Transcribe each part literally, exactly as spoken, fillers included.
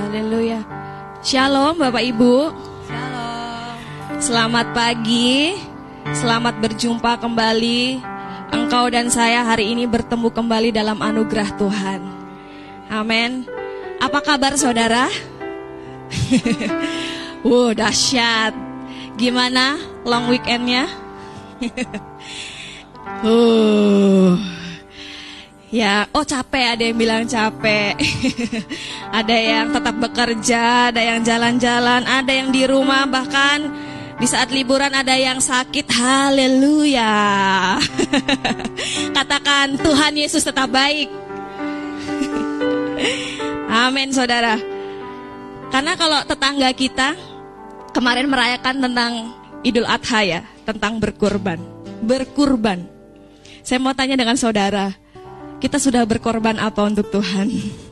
Haleluya. Shalom Bapak Ibu. Shalom. Selamat pagi. Selamat berjumpa kembali. Engkau dan saya hari ini bertemu kembali dalam anugerah Tuhan. Amin. Apa kabar saudara? Wow, dahsyat. Gimana long weekendnya? uh. Ya, oh capek, ada yang bilang capek. Ada yang tetap bekerja, ada yang jalan-jalan, ada yang di rumah, bahkan di saat liburan ada yang sakit. Haleluya. Katakan Tuhan Yesus tetap baik. Amin saudara. Karena kalau tetangga kita kemarin merayakan tentang Idul Adha ya, tentang berkurban. Berkurban. Saya mau tanya dengan saudara, kita sudah berkorban apa untuk Tuhan?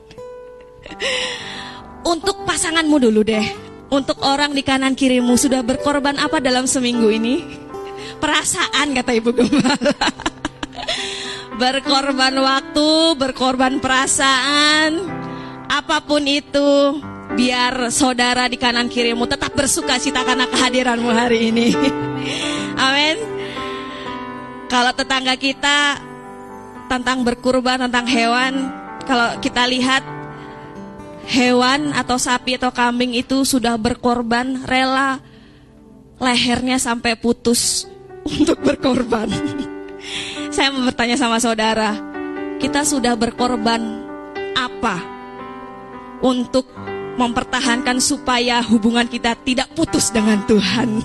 Untuk pasanganmu dulu deh. Untuk orang di kanan kirimu, sudah berkorban apa dalam seminggu ini? Perasaan kata Ibu Gembala. Berkorban waktu, berkorban perasaan, apapun itu, biar saudara di kanan kirimu tetap bersuka cita karena kehadiranmu hari ini. Amin. Kalau tetangga kita tentang berkurban, tentang hewan, kalau kita lihat hewan atau sapi atau kambing itu sudah berkorban, rela lehernya sampai putus untuk berkorban. Saya mau bertanya sama saudara, kita sudah berkorban apa untuk mempertahankan supaya hubungan kita tidak putus dengan Tuhan,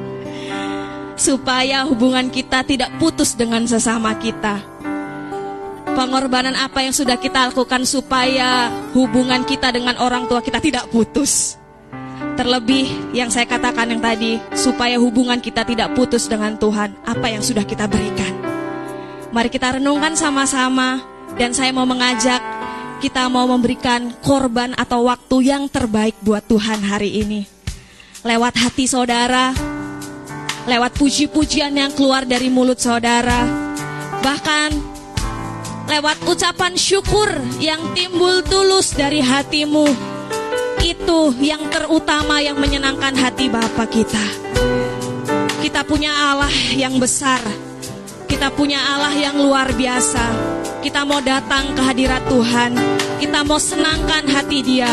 supaya hubungan kita tidak putus dengan sesama kita? Pengorbanan apa yang sudah kita lakukan supaya hubungan kita dengan orang tua kita tidak putus? Terlebih yang saya katakan yang tadi, supaya hubungan kita tidak putus dengan Tuhan, apa yang sudah kita berikan? Mari kita renungkan sama-sama. Dan saya mau mengajak, kita mau memberikan korban atau waktu yang terbaik buat Tuhan hari ini. Lewat hati saudara, lewat puji-pujian yang keluar dari mulut saudara, bahkan lewat ucapan syukur yang timbul tulus dari hatimu. Itu yang terutama yang menyenangkan hati Bapa kita. Kita punya Allah yang besar. Kita punya Allah yang luar biasa. Kita mau datang ke hadirat Tuhan. Kita mau senangkan hati Dia.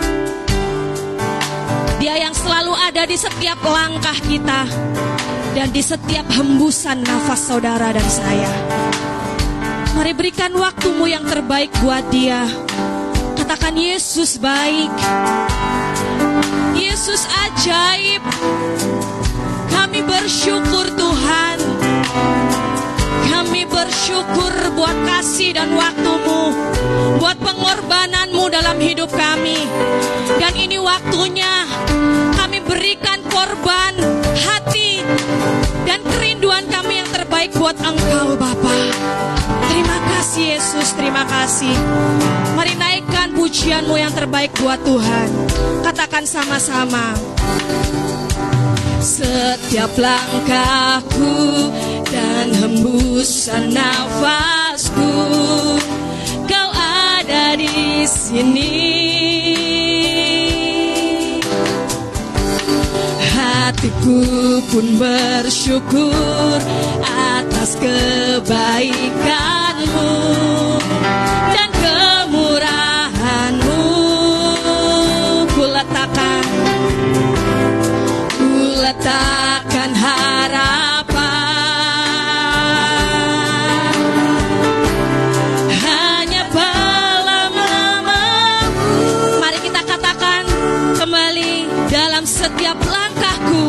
Dia yang selalu ada di setiap langkah kita dan di setiap hembusan nafas saudara dan saya. Mari berikan waktumu yang terbaik buat Dia. Katakan Yesus baik, Yesus ajaib. Kami bersyukur Tuhan. Kami bersyukur buat kasih dan waktumu, buat pengorbananmu dalam hidup kami. Dan ini waktunya kami berikan korban hati dan kerinduan kami yang terbaik buat Engkau Bapa. Terima kasih Yesus, terima kasih. Mari naikkan pujianmu yang terbaik buat Tuhan. Katakan sama-sama. Setiap langkahku dan hembusan nafasku, Kau ada di sini. Hatiku pun bersyukur atas kebaikan-Mu dan kemurahan-Mu. Ku letakkan, ku letakkan harapan hanya bersama-Mu. Mari kita katakan kembali dalam setiap langkahku.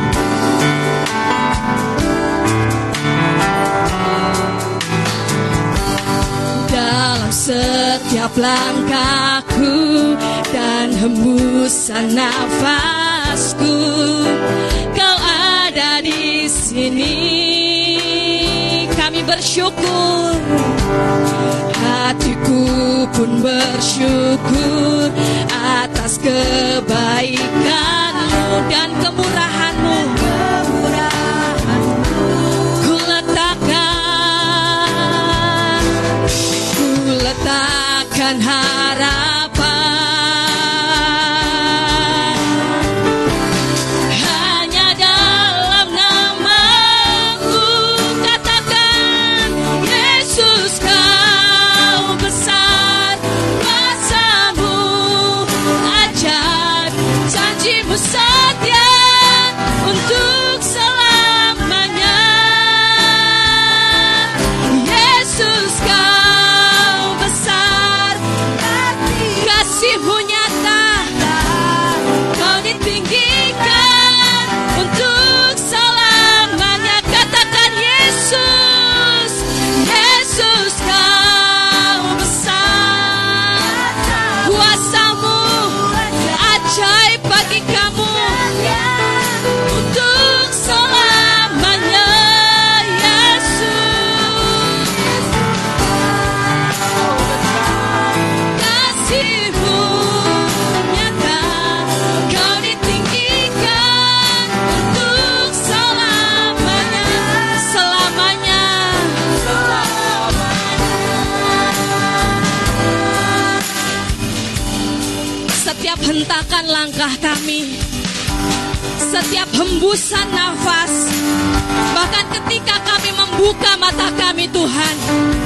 Dalam setiap langkahku dan hembusan nafasku, Kau ada di sini. Kami bersyukur, hatiku pun bersyukur atas kebaikan-Mu dan kemurahan-Mu. Ku letakkan, ku letakkan harapan setia untuk selamanya. Yesus kau besar, kasih-Mu nyata, kau ditinggikan untuk selamanya. Katakan Yesus, Yesus kau besar, kuasa-Mu ajaib bagi kamu untuk selamanya. Yesus, kasih-Mu nyata, kau ditinggikan untuk selamanya. Selamanya, setiap hentakan langkah kami, setiap hembusan nafas, bahkan ketika kami membuka mata kami Tuhan,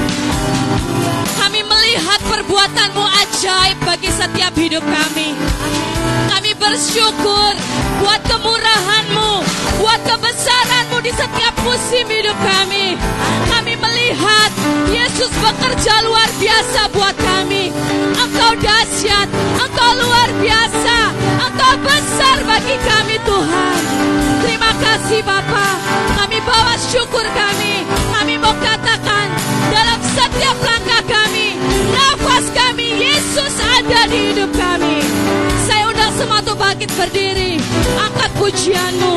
kami melihat perbuatan-Mu ajaib bagi setiap hidup kami. Kami bersyukur buat kemurahan-Mu, buat kebesaran-Mu di setiap musim hidup kami. Kami melihat Yesus bekerja luar biasa buat kami. Engkau dahsyat, Engkau luar biasa, Engkau besar bagi kami Tuhan. Terima kasih Bapa. Kami bawa syukur kami. Kami mau katakan dalam setiap langkah kami, nafas kami, Yesus ada di hidup kami. Saya undang semua tuh bangkit berdiri, angkat pujian-Mu.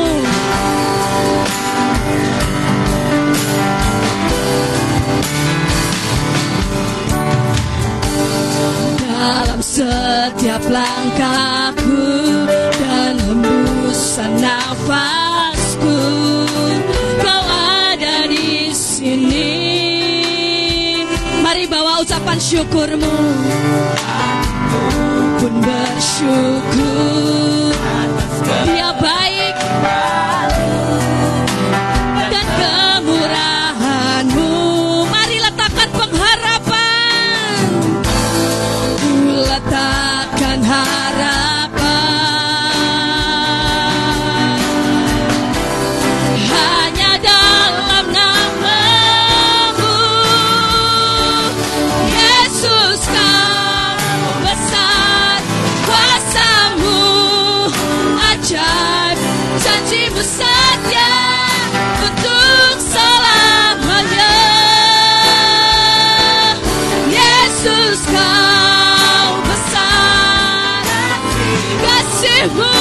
Dalam setiap langkahku dan hembusan nafasku, Kau ada di sini. Mari bawa ucapan syukur-Mu. Aku pun bersyukur, Dia baik dan kemurahan-Mu. Mari letakkan pengharapan, letakkan harapan hanya dalam nama-Mu. Yesus kau besar, kuasa-Mu ajaib, janji-Mu setia untuk selamanya. Yesus kau besar, kasih-Mu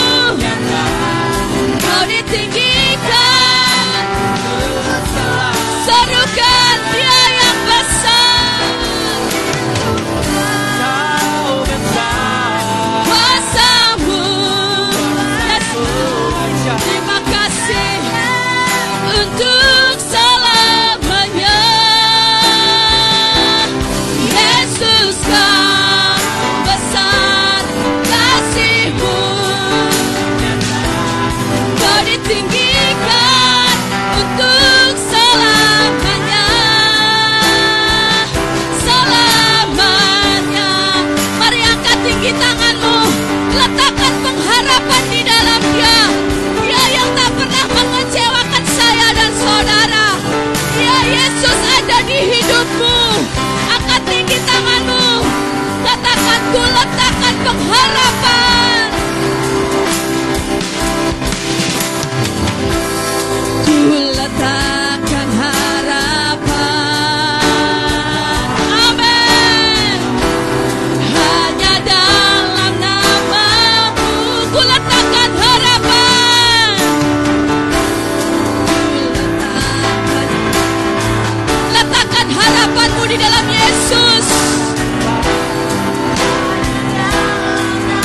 kau ditinggikan. Serukan Dia yang besar, kuasa-Mu. Yesus, terima kasih untuk selamanya. Yesus kau besar, kasih-Mu kau ditinggikan untuk selamanya. Selamanya. Mari angkat tinggi tangan-Mu, letakkan pengharapan di dalam Dia. Dia yang tak pernah mengecewakan saya dan saudara. Dia Yesus ada di hidupmu. Angkat tinggi tangan-Mu, katakan ku letakkan pengharapan. Ku letakkan harapan. Amin. Hanya dalam nama-Mu ku letakkan harapan. Ku letakkan, letakkan harapan-Mu di dalam Yesus.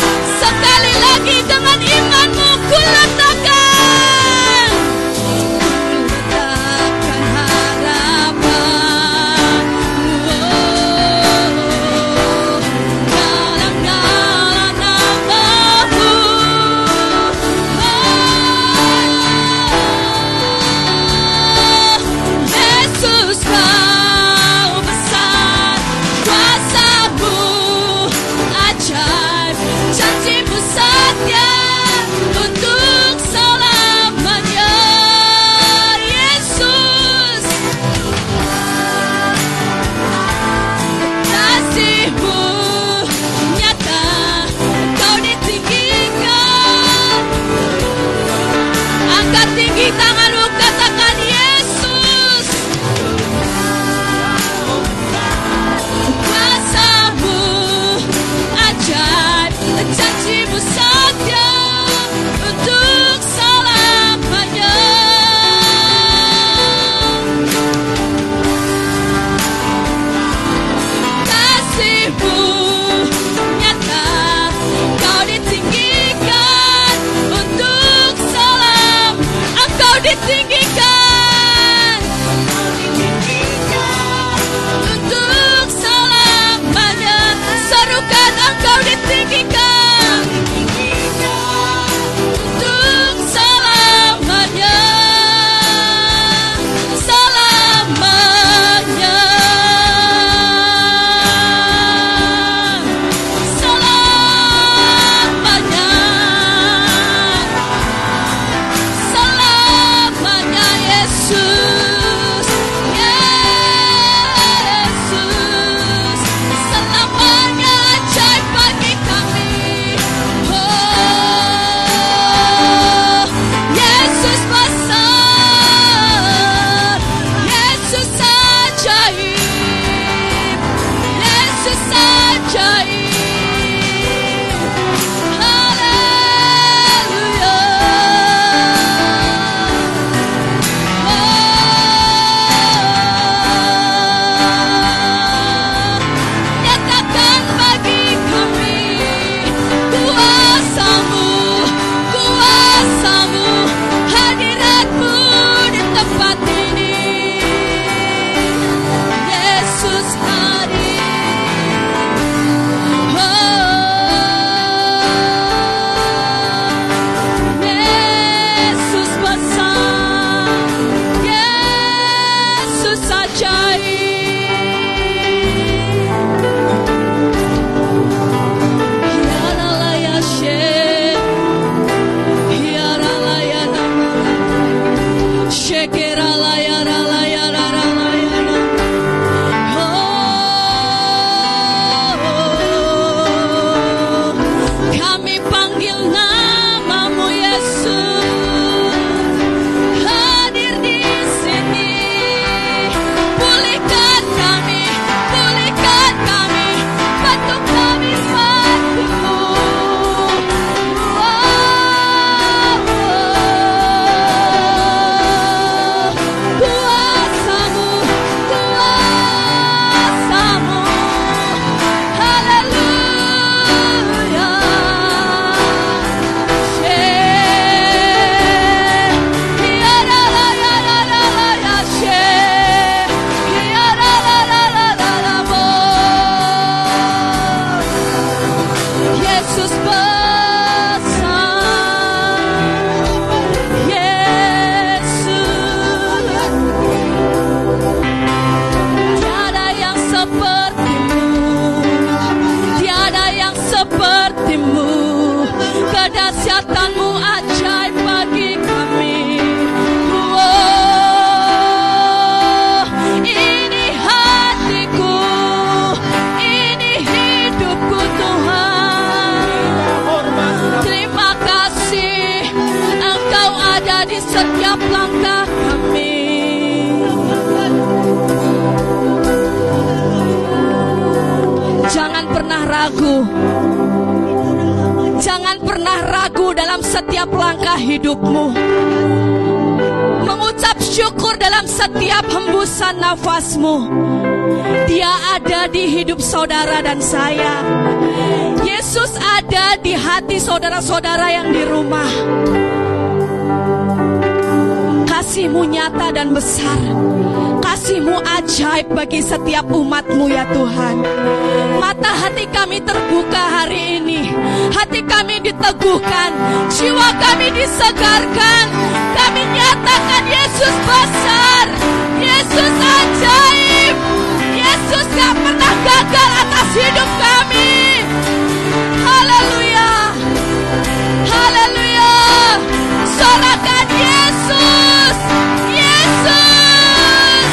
janjimu setia untuk selamanya. Kasih-Mu nyata, Kau ditinggikan untuk selam, Engkau ditinggikan untuk selamanya. Serukan, Engkau ditinggikan untuk selamanya, selamanya, selamanya, selamanya. Yesus, Yesus, selamanya ajaib bagi kami. Oh, Yesus besar, Yesus ajaib, Yesus ajaib. Haleluya. Nyatakan bagi kami kuasa-Mu, kuasa-Mu, hadirat-Mu di tempat ini. Yesus hadir. Oh, Yesus besar, Yesus ajaib. Yaralaya she, yaralaya namara, shekeralaya ralaya raralaya na. Oh, kami panggil nama-Mu Yesus, hadir di sini. Pulihkan kami, pulihkan kami, bantu kami bantu-Mu. Kuasa-Mu, kuasa-Mu, haleluya. Yesus besar, Yesus, tiada yang seperti-Mu, tiada yang seperti-Mu. Kedahsyatan-Mu ajaib bagi kami. Oh, ini hatiku, ini hidupku Tuhan. Terima kasih Engkau ada di setiap langkah kami. Jangan pernah ragu, jangan pernah ragu dalam setiap langkah hidupmu. Mengucap syukur dalam setiap hembusan nafasmu. Dia ada di hidup saudara dan saya. Yesus ada di hati saudara-saudara yang di rumah. Kasih-Mu nyata dan besar, kasih-Mu ajaib bagi setiap umat-Mu ya Tuhan. Mata hati kami terbuka hari ini, hati kami diteguhkan, jiwa kami disegarkan. Kami nyatakan Yesus besar, Yesus ajaib, Yesus gak pernah gagal atas hidup kami. Haleluya, haleluya. Sorakan Yesus, Yesus,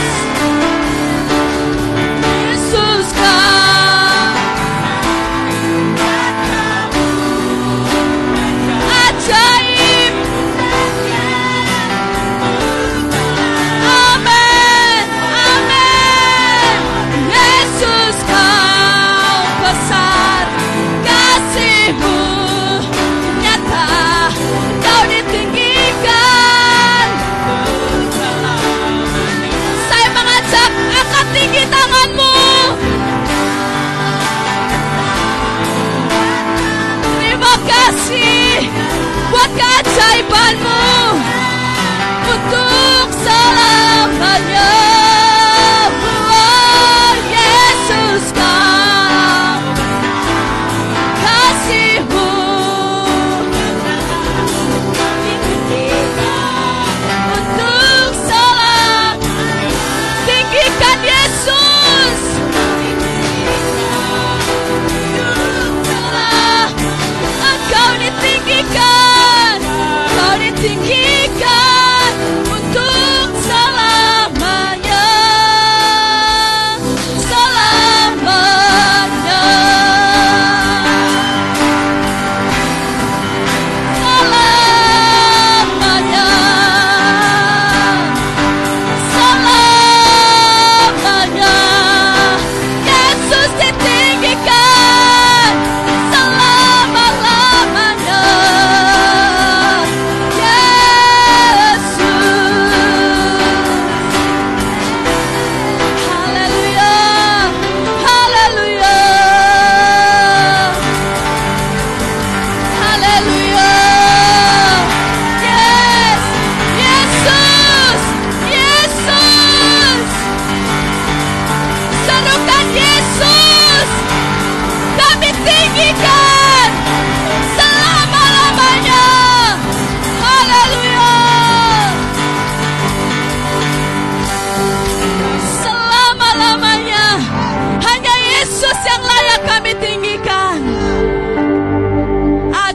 Yesus kau ajaib. Amen, amen. Yesus kau besar.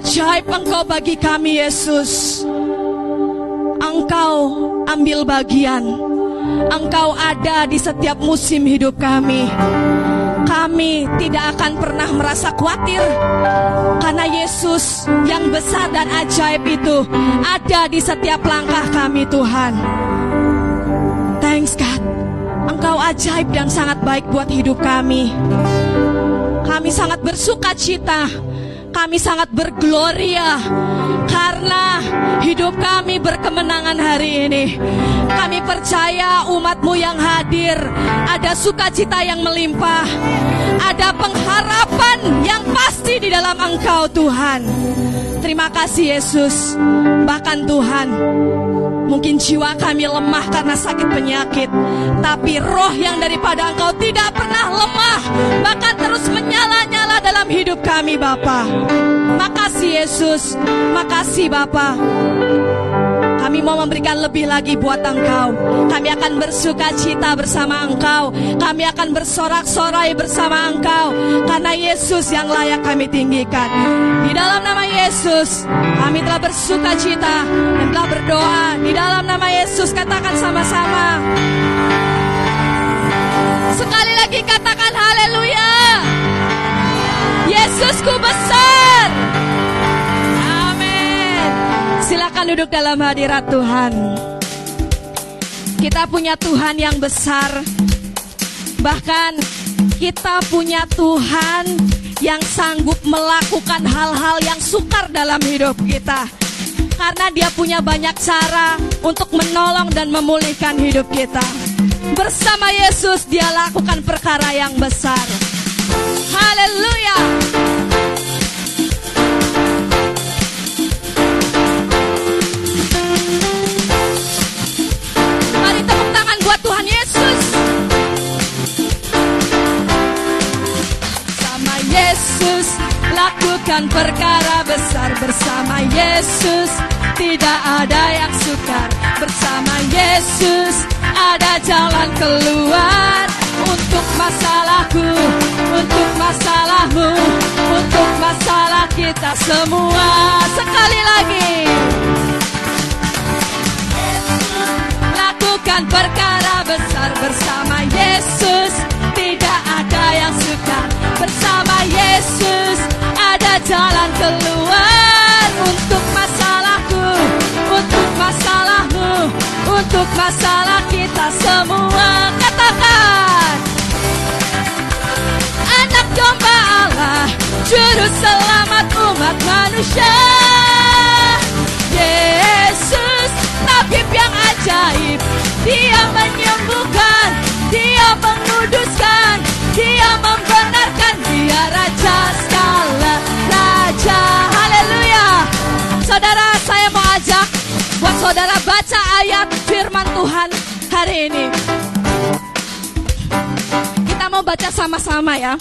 ajaib Engkau bagi kami, Yesus. Engkau ambil bagian. Engkau ada di setiap musim hidup kami. Kami tidak akan pernah merasa khawatir, karena Yesus yang besar dan ajaib itu ada di setiap langkah kami, Tuhan. Thanks God, Engkau ajaib dan sangat baik buat hidup kami. Kami sangat bersuka cita, kami sangat bergloria, karena hidup kami berkemenangan hari ini. Kami percaya umat-Mu yang hadir, ada sukacita yang melimpah, ada pengharapan yang pasti di dalam Engkau, Tuhan. Terima kasih, Yesus. Bahkan Tuhan, mungkin jiwa kami lemah karena sakit penyakit, tapi roh yang daripada Engkau tidak pernah lemah, bahkan terus menyala-nyala dalam hidup kami, Bapa. Makasih, Yesus. Makasih, Bapa. Kami mau memberikan lebih lagi buat Engkau. Kami akan bersuka cita bersama Engkau. Kami akan bersorak-sorai bersama Engkau, karena Yesus yang layak kami tinggikan. Di dalam nama Yesus kami telah bersuka cita dan telah berdoa. Di dalam nama Yesus katakan sama-sama. Sekali lagi katakan haleluya. Yesusku besar. Amin. Silakan duduk dalam hadirat Tuhan. Kita punya Tuhan yang besar. Bahkan kita punya Tuhan yang sanggup melakukan hal-hal yang sukar dalam hidup kita, karena Dia punya banyak cara untuk menolong dan memulihkan hidup kita. Bersama Yesus Dia lakukan perkara yang besar. Haleluya. Mari tepuk tangan buat Tuhan Yesus. Bersama Yesus lakukan perkara besar. Bersama Yesus tidak ada yang sukar. Bersama Yesus ada jalan keluar. Untuk masalahku, untuk masalahmu, untuk masalah kita semua. Sekali lagi. Lakukan perkara besar. Bersama Yesus tidak ada yang sukar. Bersama Yesus ada jalan keluar. Untuk masalahku, untuk masalahmu, untuk masalah kita semua. Katakan, Anak Domba Allah, Juru Selamat umat manusia. Yesus, tabib yang ajaib. Dia menyembuhkan, Dia menguduskan, Dia membenarkan. Dia Raja segala raja. Haleluya. Saudara, saya mau ajak buat saudara baca ayat firman Tuhan hari ini. Kita mau baca sama-sama ya.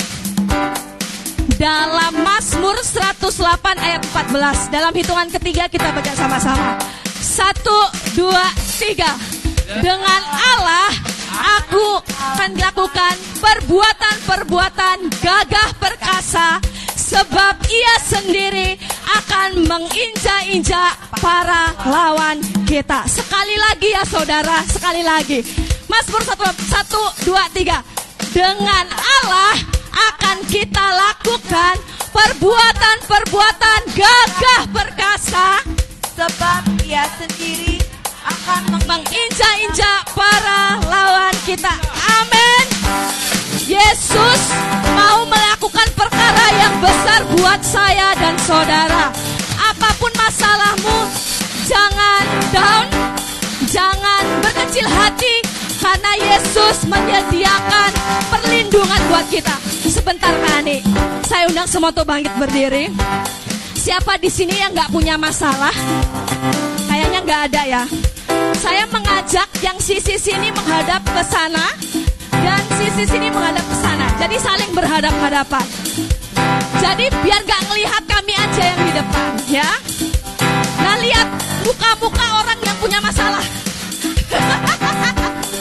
Dalam Mazmur seratus delapan ayat empat belas. Dalam hitungan ketiga kita baca sama-sama. Satu, dua, tiga. Dengan Allah aku akan lakukan perbuatan-perbuatan gagah perkasa, sebab Ia sendiri akan menginjak-injak para lawan kita. Sekali lagi ya saudara, sekali lagi. Mazmur satu, dua, tiga. Dengan Allah akan kita lakukan perbuatan-perbuatan gagah perkasa, sebab Ia sendiri akan menginjak-injak para lawan kita. Amin. Yesus mau melakukan perkara yang besar buat saya dan saudara. Apapun masalahmu, jangan down, jangan berkecil hati, karena Yesus menyediakan perlindungan buat kita. Sebentar Kani, saya undang semua untuk bangkit berdiri. Siapa di sini yang nggak punya masalah? Kayaknya nggak ada ya. Saya mengajak yang sisi sini menghadap ke sana dan sisi sini menghadap ke sana. Jadi saling berhadap-hadapan. Jadi biar nggak ngelihat kami aja yang di depan, ya. Nah lihat muka-muka orang yang punya masalah.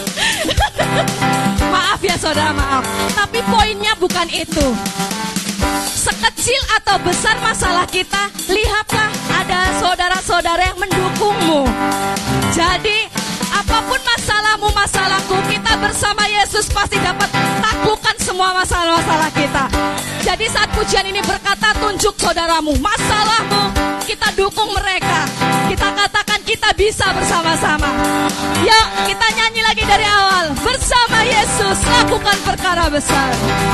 Maaf ya saudara, maaf. Tapi poinnya bukan itu. sekecil atau besar masalah kita, lihatlah ada saudara-saudara yang mendukungmu. Jadi apapun masalahmu, masalahku, kita bersama Yesus pasti dapat taklukkan semua masalah-masalah kita. Jadi saat pujian ini berkata, tunjuk saudaramu masalahmu, kita dukung mereka. Kita katakan kita bisa bersama-sama. Yuk kita nyanyi lagi dari awal. Bersama Yesus lakukan perkara besar.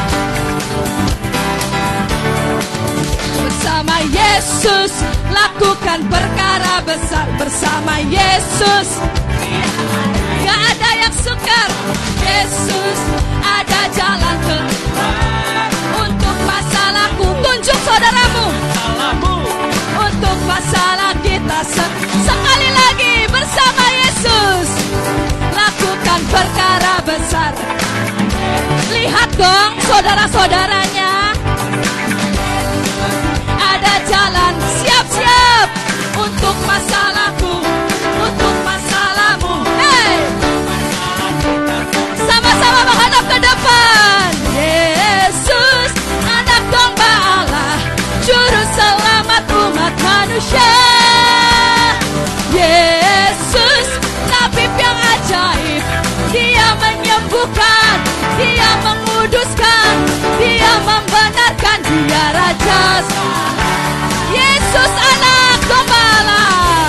Bersama Yesus lakukan perkara besar. Bersama Yesus gak ada yang sukar. Yesus ada jalan keluar untuk masalahku. Tunjuk saudaramu untuk masalah kita. Sekali lagi, bersama Yesus lakukan perkara besar. Lihat dong saudara-saudaranya, ada jalan. Siap-siap untuk masalahku, untuk masalahmu. Hey, sama-sama menghadap ke depan. Yesus, anak domba Allah, juru selamat umat manusia. Yesus, tabib yang ajaib, dia menyembuhkan, dia menguduskan, dia membenarkan, dia raja. Yesus anak domba Allah,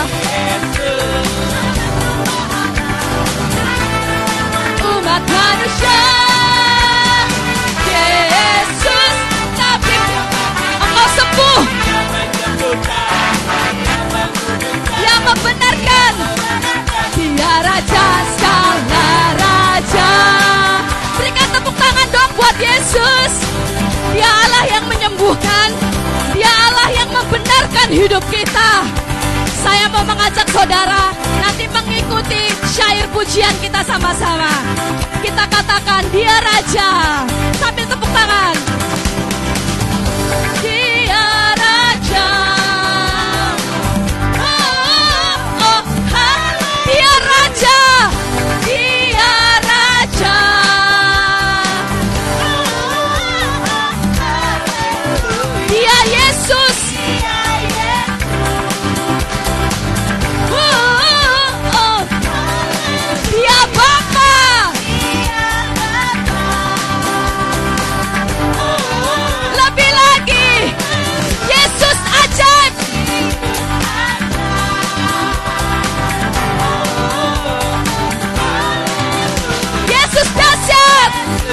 umat manusia. Yesus, tabib, engkau sembuh, yang membenarkan, dia raja segala raja. Berikan tepuk tangan dong buat Yesus. Dia Allah yang menyembuhkan, dia Allah yang membenarkan hidup kita. Saya mau mengajak saudara nanti mengikuti syair pujian kita sama-sama. Kita katakan dia raja sambil tepuk tangan. Dia raja. Dia raja, dia raja. Dia Yesus. Dia Bapa. Lebih lagi, Yesus ajaib. Yesus dahsyat.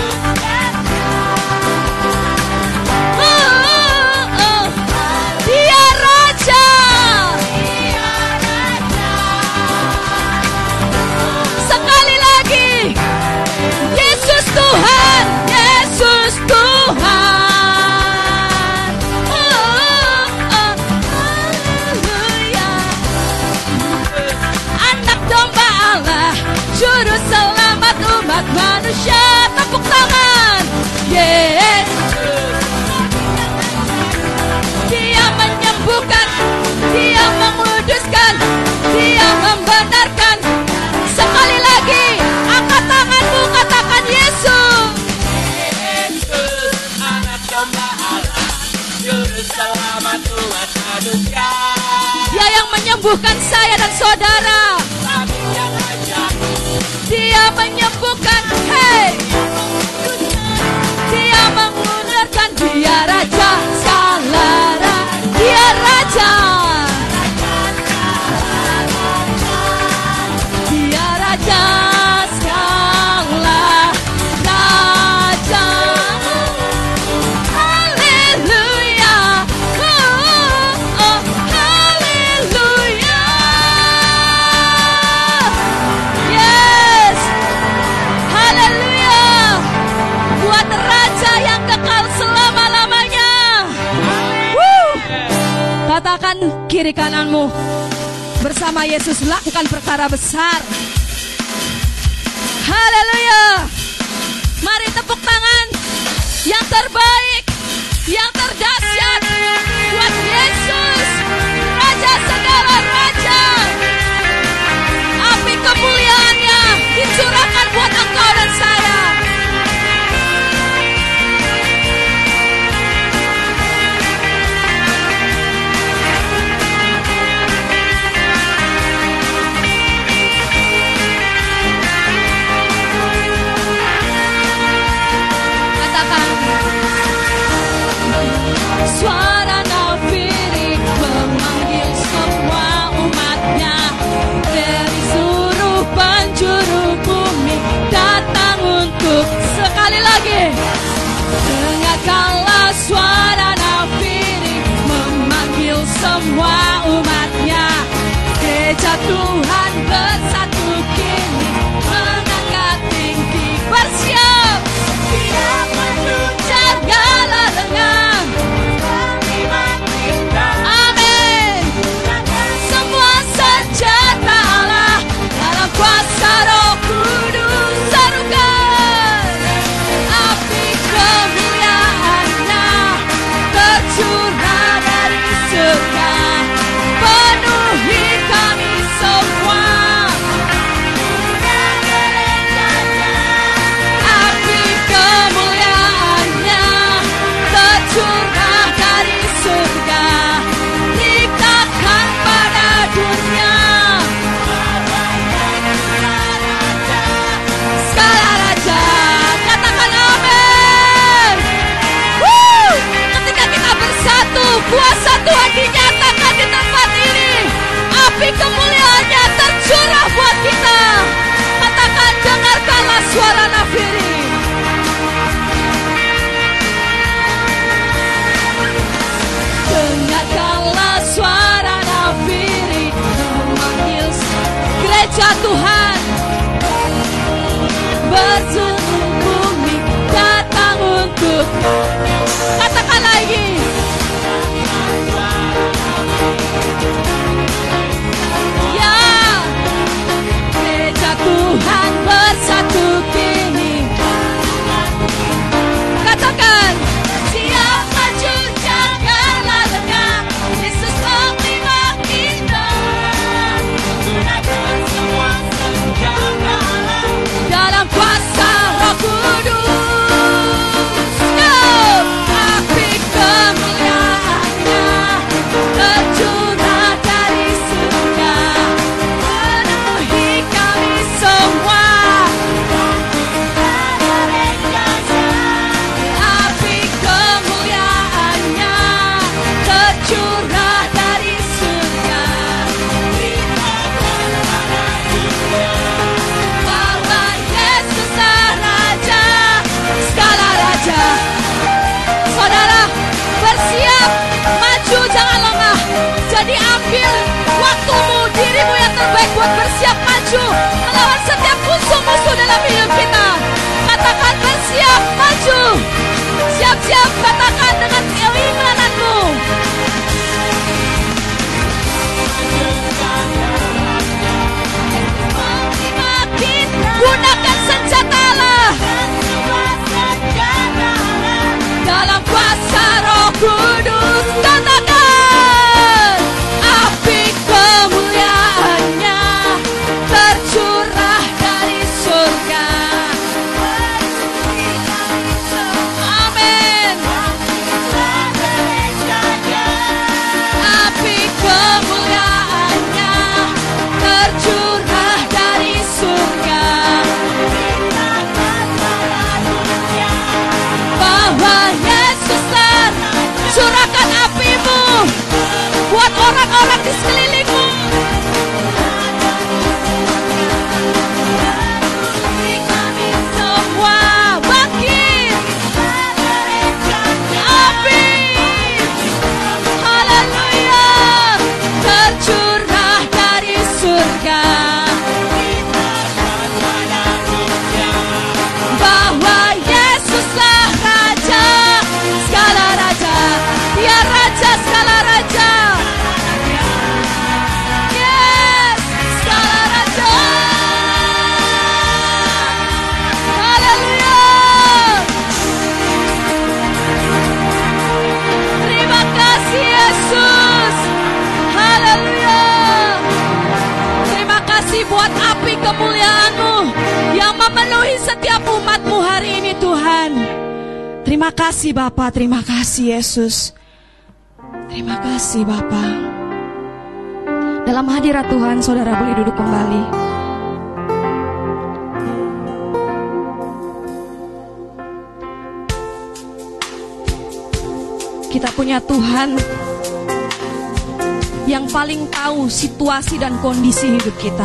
Oh, oh, oh. Dia raja. Sekali lagi, Yesus Tuhan, Yesus Tuhan. Oh, oh, oh. Haleluya. Anak domba Allah, juru selamat umat manusia. Tepuk tangan. Yesus, dia menyembuhkan, dia menguduskan, dia membenarkan. Sekali lagi, angkat tanganmu, katakan Yesus. Yesus, anak domba Allah, juru selamat umat manusia. Dia yang menyembuhkan saya dan saudara. Tabib yang ajaib, Dia menyembuhkan, hey. Dia menguduskan, dia raja segala raja. Dia raja. Dia raja segala raja. Haleluya. Oh, oh, haleluya. Yes. Haleluya. Buat raja yang kekal selama-lamanya. Woo. Katakan kiri kananmu, bersama Yesus lakukan perkara besar. Haleluya. Mari tepuk tangan yang terbaik, yang terdahsyat buat Yesus, Raja segala raja. Api kemuliaannya dicurahkan buat engkau dan saya. semua umatnya. Gereja Tuhan bersatu kini mengangkat tinggi. Bersiap, siap maju, jagalah dengan amin. Semua senjata Allah dalam kuasa Roh Kudus. Serukan api kemuliaannya tercurah dari surga, penuhi kami semua. Api kemuliaannya tercurah dari surga, dikatakan pada dunia. Skala Raja, katakan amin. Woo! Ketika kita bersatu, kuasa Tuhan dinyatakan di tempat ini. Api kemuliaannya tercurah buat kita. Katakan, dengarkanlah suara nafiri. Dengarkanlah suara nafiri memanggil gereja Tuhan. Berseluruh bumi datang untuk. Katakan lagi. Ya, gereja Tuhan bersatu kini. Katakan, siap maju, janganlah lengah. Yesus panglima kita. Gunakan semua senjata dalam kuasa Roh Kudus. Go! Api kemuliaannya tercurah dari surga, penuhi kami semua. Api kemuliaannya tercurah dari surga, bahwa Yesuslah Raja, skala Raja. Saudara, bersiap, maju, jangan lengah. Jadi ambil waktumu, dirimu yang terbaik buat bersiap maju melawan setiap musuh-musuh dalam hidup kita. Katakan bersiap, maju. Siap-siap, katakan dengan keimananmu. Gunakan senjata Allah dalam kuasa Roh Kudus. Katakan, api kemuliaannya tercurah dari surga. Amin. Api kemuliaannya tercurah dari surga, bahwa Yesuslah. Curahkan apimu buat orang-orang di sekelilingmu. Semua bangkit. Api, haleluya, tercurah dari surga, bahwa Yesuslah Raja, skala Raja. Dia Raja, skala Raja. Yes, skala Raja. Haleluya. Terima kasih Yesus. Haleluya. Terima kasih buat api kemuliaan-Mu yang memenuhi setiap umat-Mu hari ini Tuhan. Terima kasih Bapa, terima kasih Yesus. Terima kasih Bapa. Dalam hadirat Tuhan, saudara boleh duduk kembali. Kita punya Tuhan yang paling tahu situasi dan kondisi hidup kita.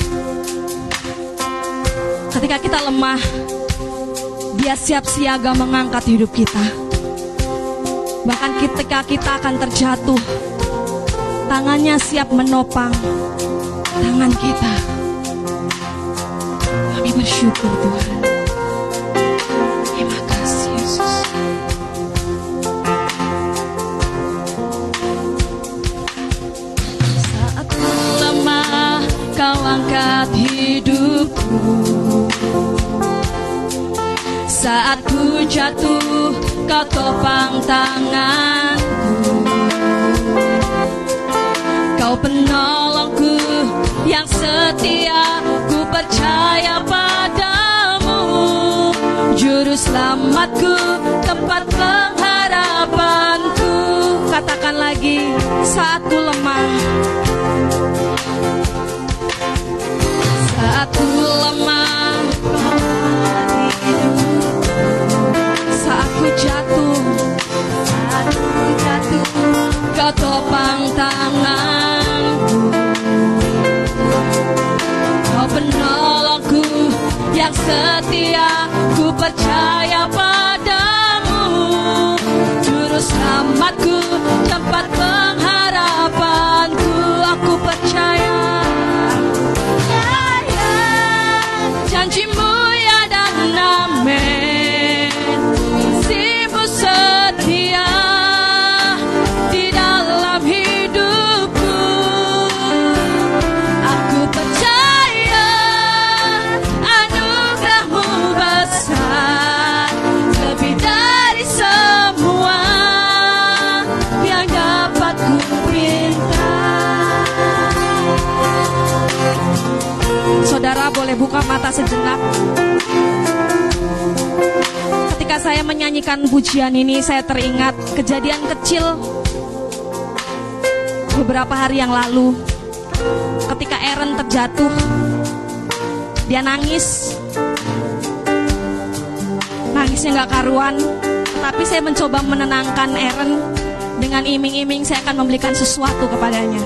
Ketika kita lemah, Dia siap siaga mengangkat hidup kita. Bahkan ketika kita akan terjatuh, tangannya siap menopang tangan kita. Kami bersyukur Tuhan. Terima kasih Yesus. Saat ku lemah, Kau angkat hidupku. Saat ku jatuh, Kau topang tanganku. Kau penolongku yang setia, ku percaya padamu. Juru selamatku, tempat pengharapanku. Katakan lagi, saat ku lemah. Saat ku lemah, saat ku jatuh, saat ku jatuh, Kau topang tanganku. Kau penolongku yang setia, ku percaya padamu. Juru selamatku, tempat pengharapanku. Aku percaya, ya, ya, janjimu ya dan amin. Kasih-Mu setia di dalam hidupku. Aku percaya anugerah-Mu besar, lebih dari semua yang dapat ku minta. Saudara boleh buka mata sejenak. Ketika saya menyanyikan pujian ini, saya teringat kejadian kecil beberapa hari yang lalu. Ketika Aaron terjatuh, dia nangis. Nangisnya gak karuan. Tetapi saya mencoba menenangkan Aaron dengan iming-iming saya akan memberikan sesuatu kepadanya.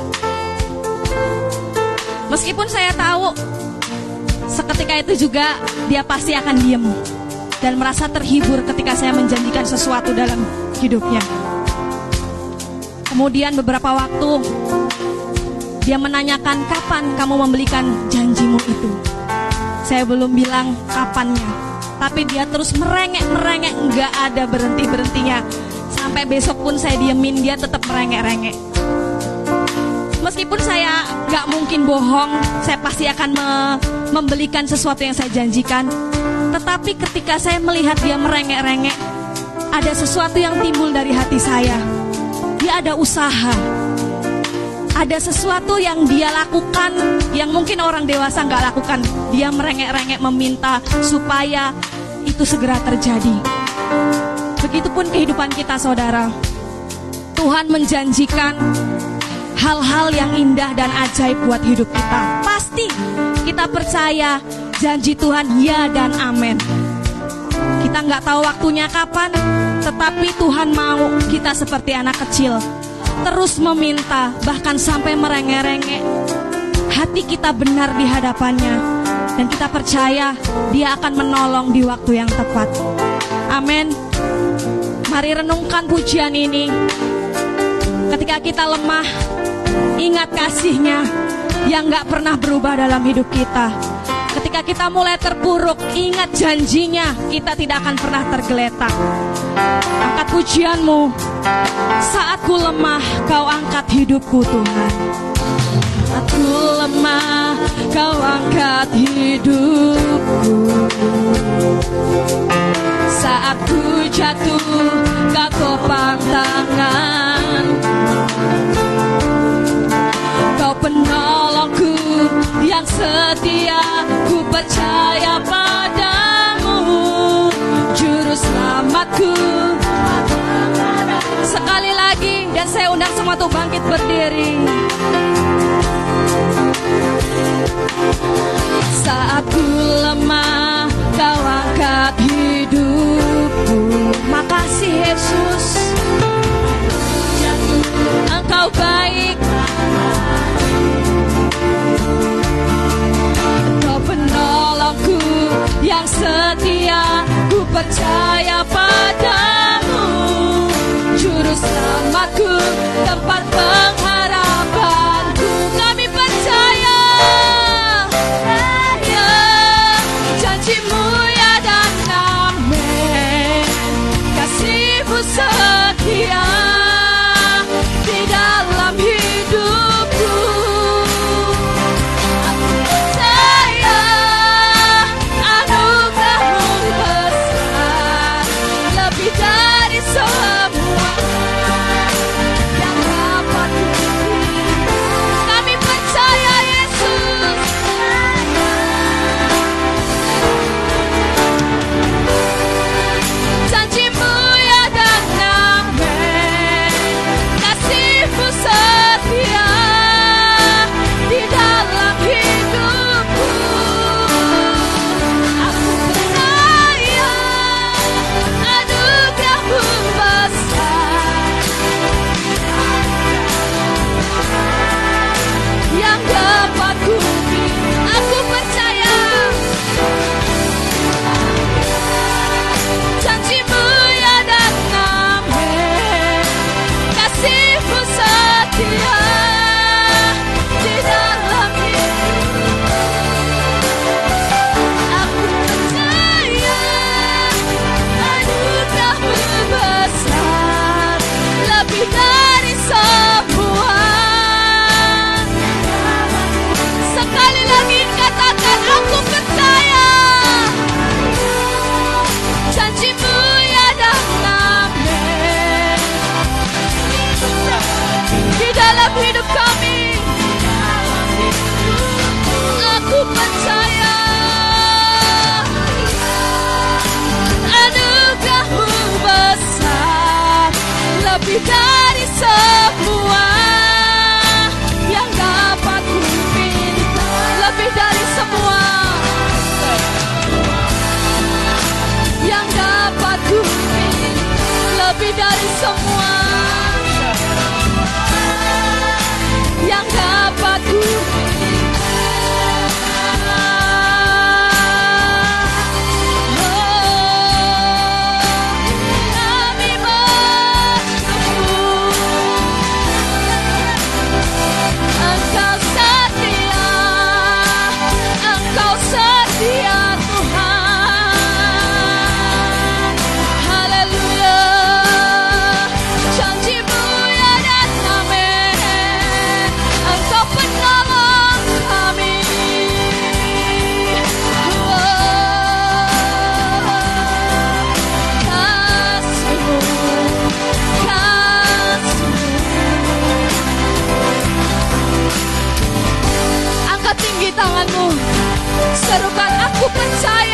Meskipun saya tahu seketika itu juga dia pasti akan diam dan merasa terhibur ketika saya menjanjikan sesuatu dalam hidupnya. Kemudian beberapa waktu dia menanyakan, kapan kamu memberikan janjimu itu? Saya belum bilang kapannya, tapi dia terus merengek-merengek, nggak ada berhenti-berhentinya. Sampai besok pun saya diemin, dia tetap merengek-rengek. Meskipun saya gak mungkin bohong, saya pasti akan me- membelikan sesuatu yang saya janjikan. Tetapi ketika saya melihat dia merengek-rengek, ada sesuatu yang timbul dari hati saya. Dia ada usaha, ada sesuatu yang dia lakukan yang mungkin orang dewasa gak lakukan. Dia merengek-rengek meminta supaya itu segera terjadi. Begitupun kehidupan kita, saudara. Tuhan menjanjikan hal-hal yang indah dan ajaib buat hidup kita. Pasti kita percaya janji Tuhan ya dan amin. Kita nggak tahu waktunya kapan, tetapi Tuhan mau kita seperti anak kecil, terus meminta, bahkan sampai merengek-rengek. Hati kita benar di hadapannya, dan kita percaya Dia akan menolong di waktu yang tepat. Amin. Mari renungkan pujian ini. Ketika kita lemah, ingat kasih-Nya yang gak pernah berubah dalam hidup kita. Ketika kita mulai terpuruk, ingat janjinya, kita tidak akan pernah tergeletak. Angkat pujianmu. Saat ku lemah, Kau angkat hidupku Tuhan. Saat ku lemah, Kau angkat hidupku. Saat ku jatuh, Kau topang tangan. Kau penolongku yang setia, ku percaya padamu. Juru selamatku. Sekali lagi, dan saya undang semua tuh bangkit berdiri. Saat ku lemah, Kau angkat hidupku. Makasih Yesus, Engkau baik. Engkau penolongku yang setia, ku percaya padamu. Juru selamatku, tempat pengharapan.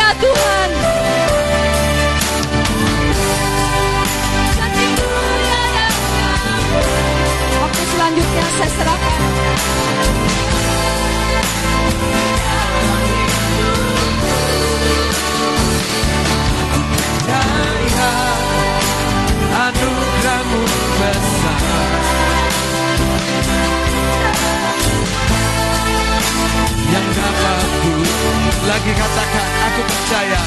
Allah Tuhan. Waktu selanjutnya saya serahkan. Percaya anugerahmu besar, yang dapat ku lagi katakan aku percaya.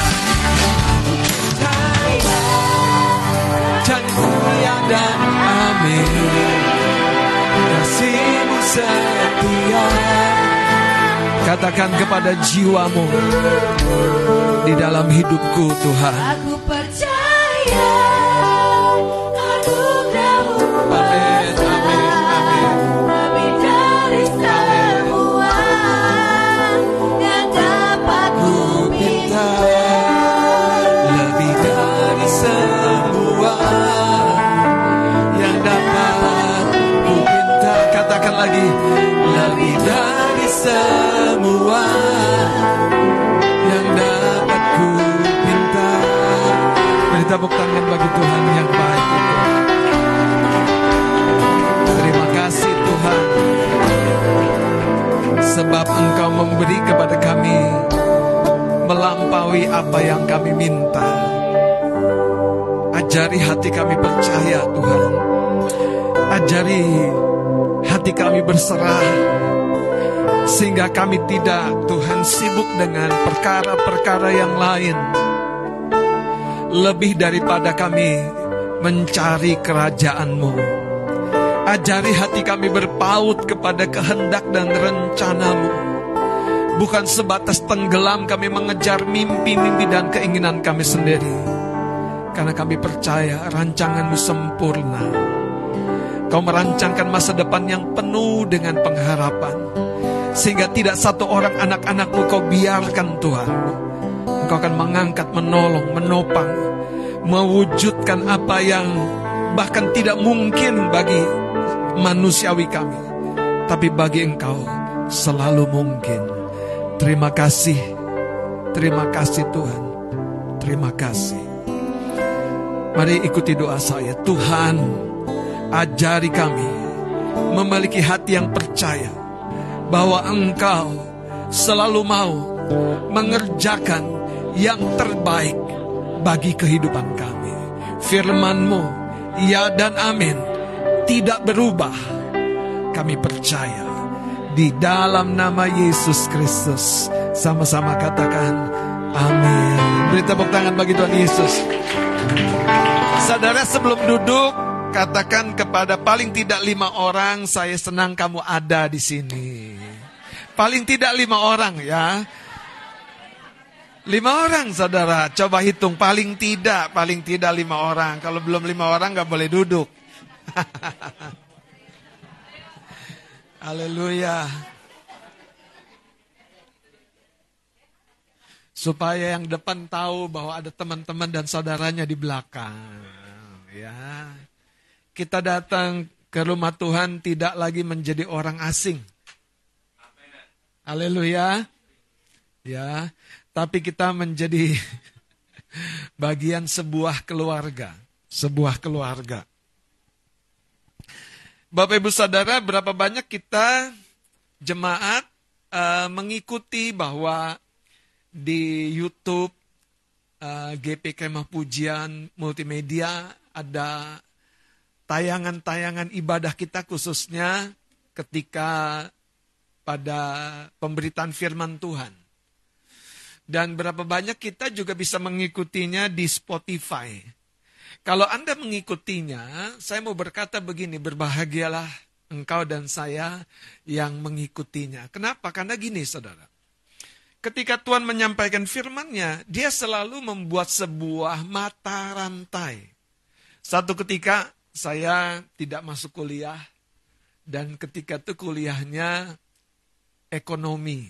Percaya janji ya dan amin, kasihmu setia. Katakan kepada jiwamu di dalam hidupku Tuhan. Aku percaya anugerahmu Amin, amin, amin. lebih dari semua yang dapat ku minta. Lebih dari semua yang dapat ku minta. Katakan lagi, lebih dari semua yang dapat ku minta. Beri tepuk tangan bagi Tuhan yang baik itu. Terima kasih Tuhan, sebab Engkau memberi kepada kami melampaui apa yang kami minta. Ajari hati kami percaya Tuhan. Ajari hati kami berserah, sehingga kami tidak Tuhan sibuk dengan perkara-perkara yang lain, lebih daripada kami mencari kerajaan-Mu. Ajari hati kami berpaut kepada kehendak dan rencana-Mu, bukan sebatas tenggelam kami mengejar mimpi-mimpi dan keinginan kami sendiri. Karena kami percaya rancangan-Mu sempurna. Kau merancangkan masa depan yang penuh dengan pengharapan, sehingga tidak satu orang anak-anak-Mu Kau biarkan Tuhan. Engkau akan mengangkat, menolong, menopang, mewujudkan apa yang bahkan tidak mungkin bagi manusiawi kami, tapi bagi Engkau selalu mungkin. Terima kasih, terima kasih Tuhan, terima kasih. Mari ikuti doa saya. Tuhan, ajari kami memiliki hati yang percaya bahwa Engkau selalu mau mengerjakan yang terbaik bagi kehidupan kami. Firman-Mu, ya dan amin, tidak berubah. Kami percaya di dalam nama Yesus Kristus. Sama-sama katakan amin. Beri tepuk tangan bagi Tuhan Yesus. Saudara, sebelum duduk, katakan kepada paling tidak lima orang, saya senang kamu ada di sini. Paling tidak lima orang ya. Lima orang saudara, coba hitung. Paling tidak, paling tidak lima orang. Kalau belum lima orang gak boleh duduk. Haleluya. Supaya yang depan tahu bahwa ada teman-teman dan saudaranya di belakang. Ya, kita datang ke rumah Tuhan tidak lagi menjadi orang asing. Haleluya. Ya, tapi kita menjadi bagian sebuah keluarga, sebuah keluarga. Bapak Ibu Saudara, berapa banyak kita jemaat uh, mengikuti bahwa di YouTube uh, G P Kemah Pujian Multimedia ada tayangan-tayangan ibadah kita, khususnya ketika pada pemberitaan firman Tuhan. Dan berapa banyak kita juga bisa mengikutinya di Spotify. Kalau Anda mengikutinya, saya mau berkata begini, berbahagialah engkau dan saya yang mengikutinya. Kenapa? Karena gini saudara, ketika Tuhan menyampaikan firman-Nya, Dia selalu membuat sebuah mata rantai. Satu ketika saya tidak masuk kuliah, dan ketika itu kuliahnya ekonomi.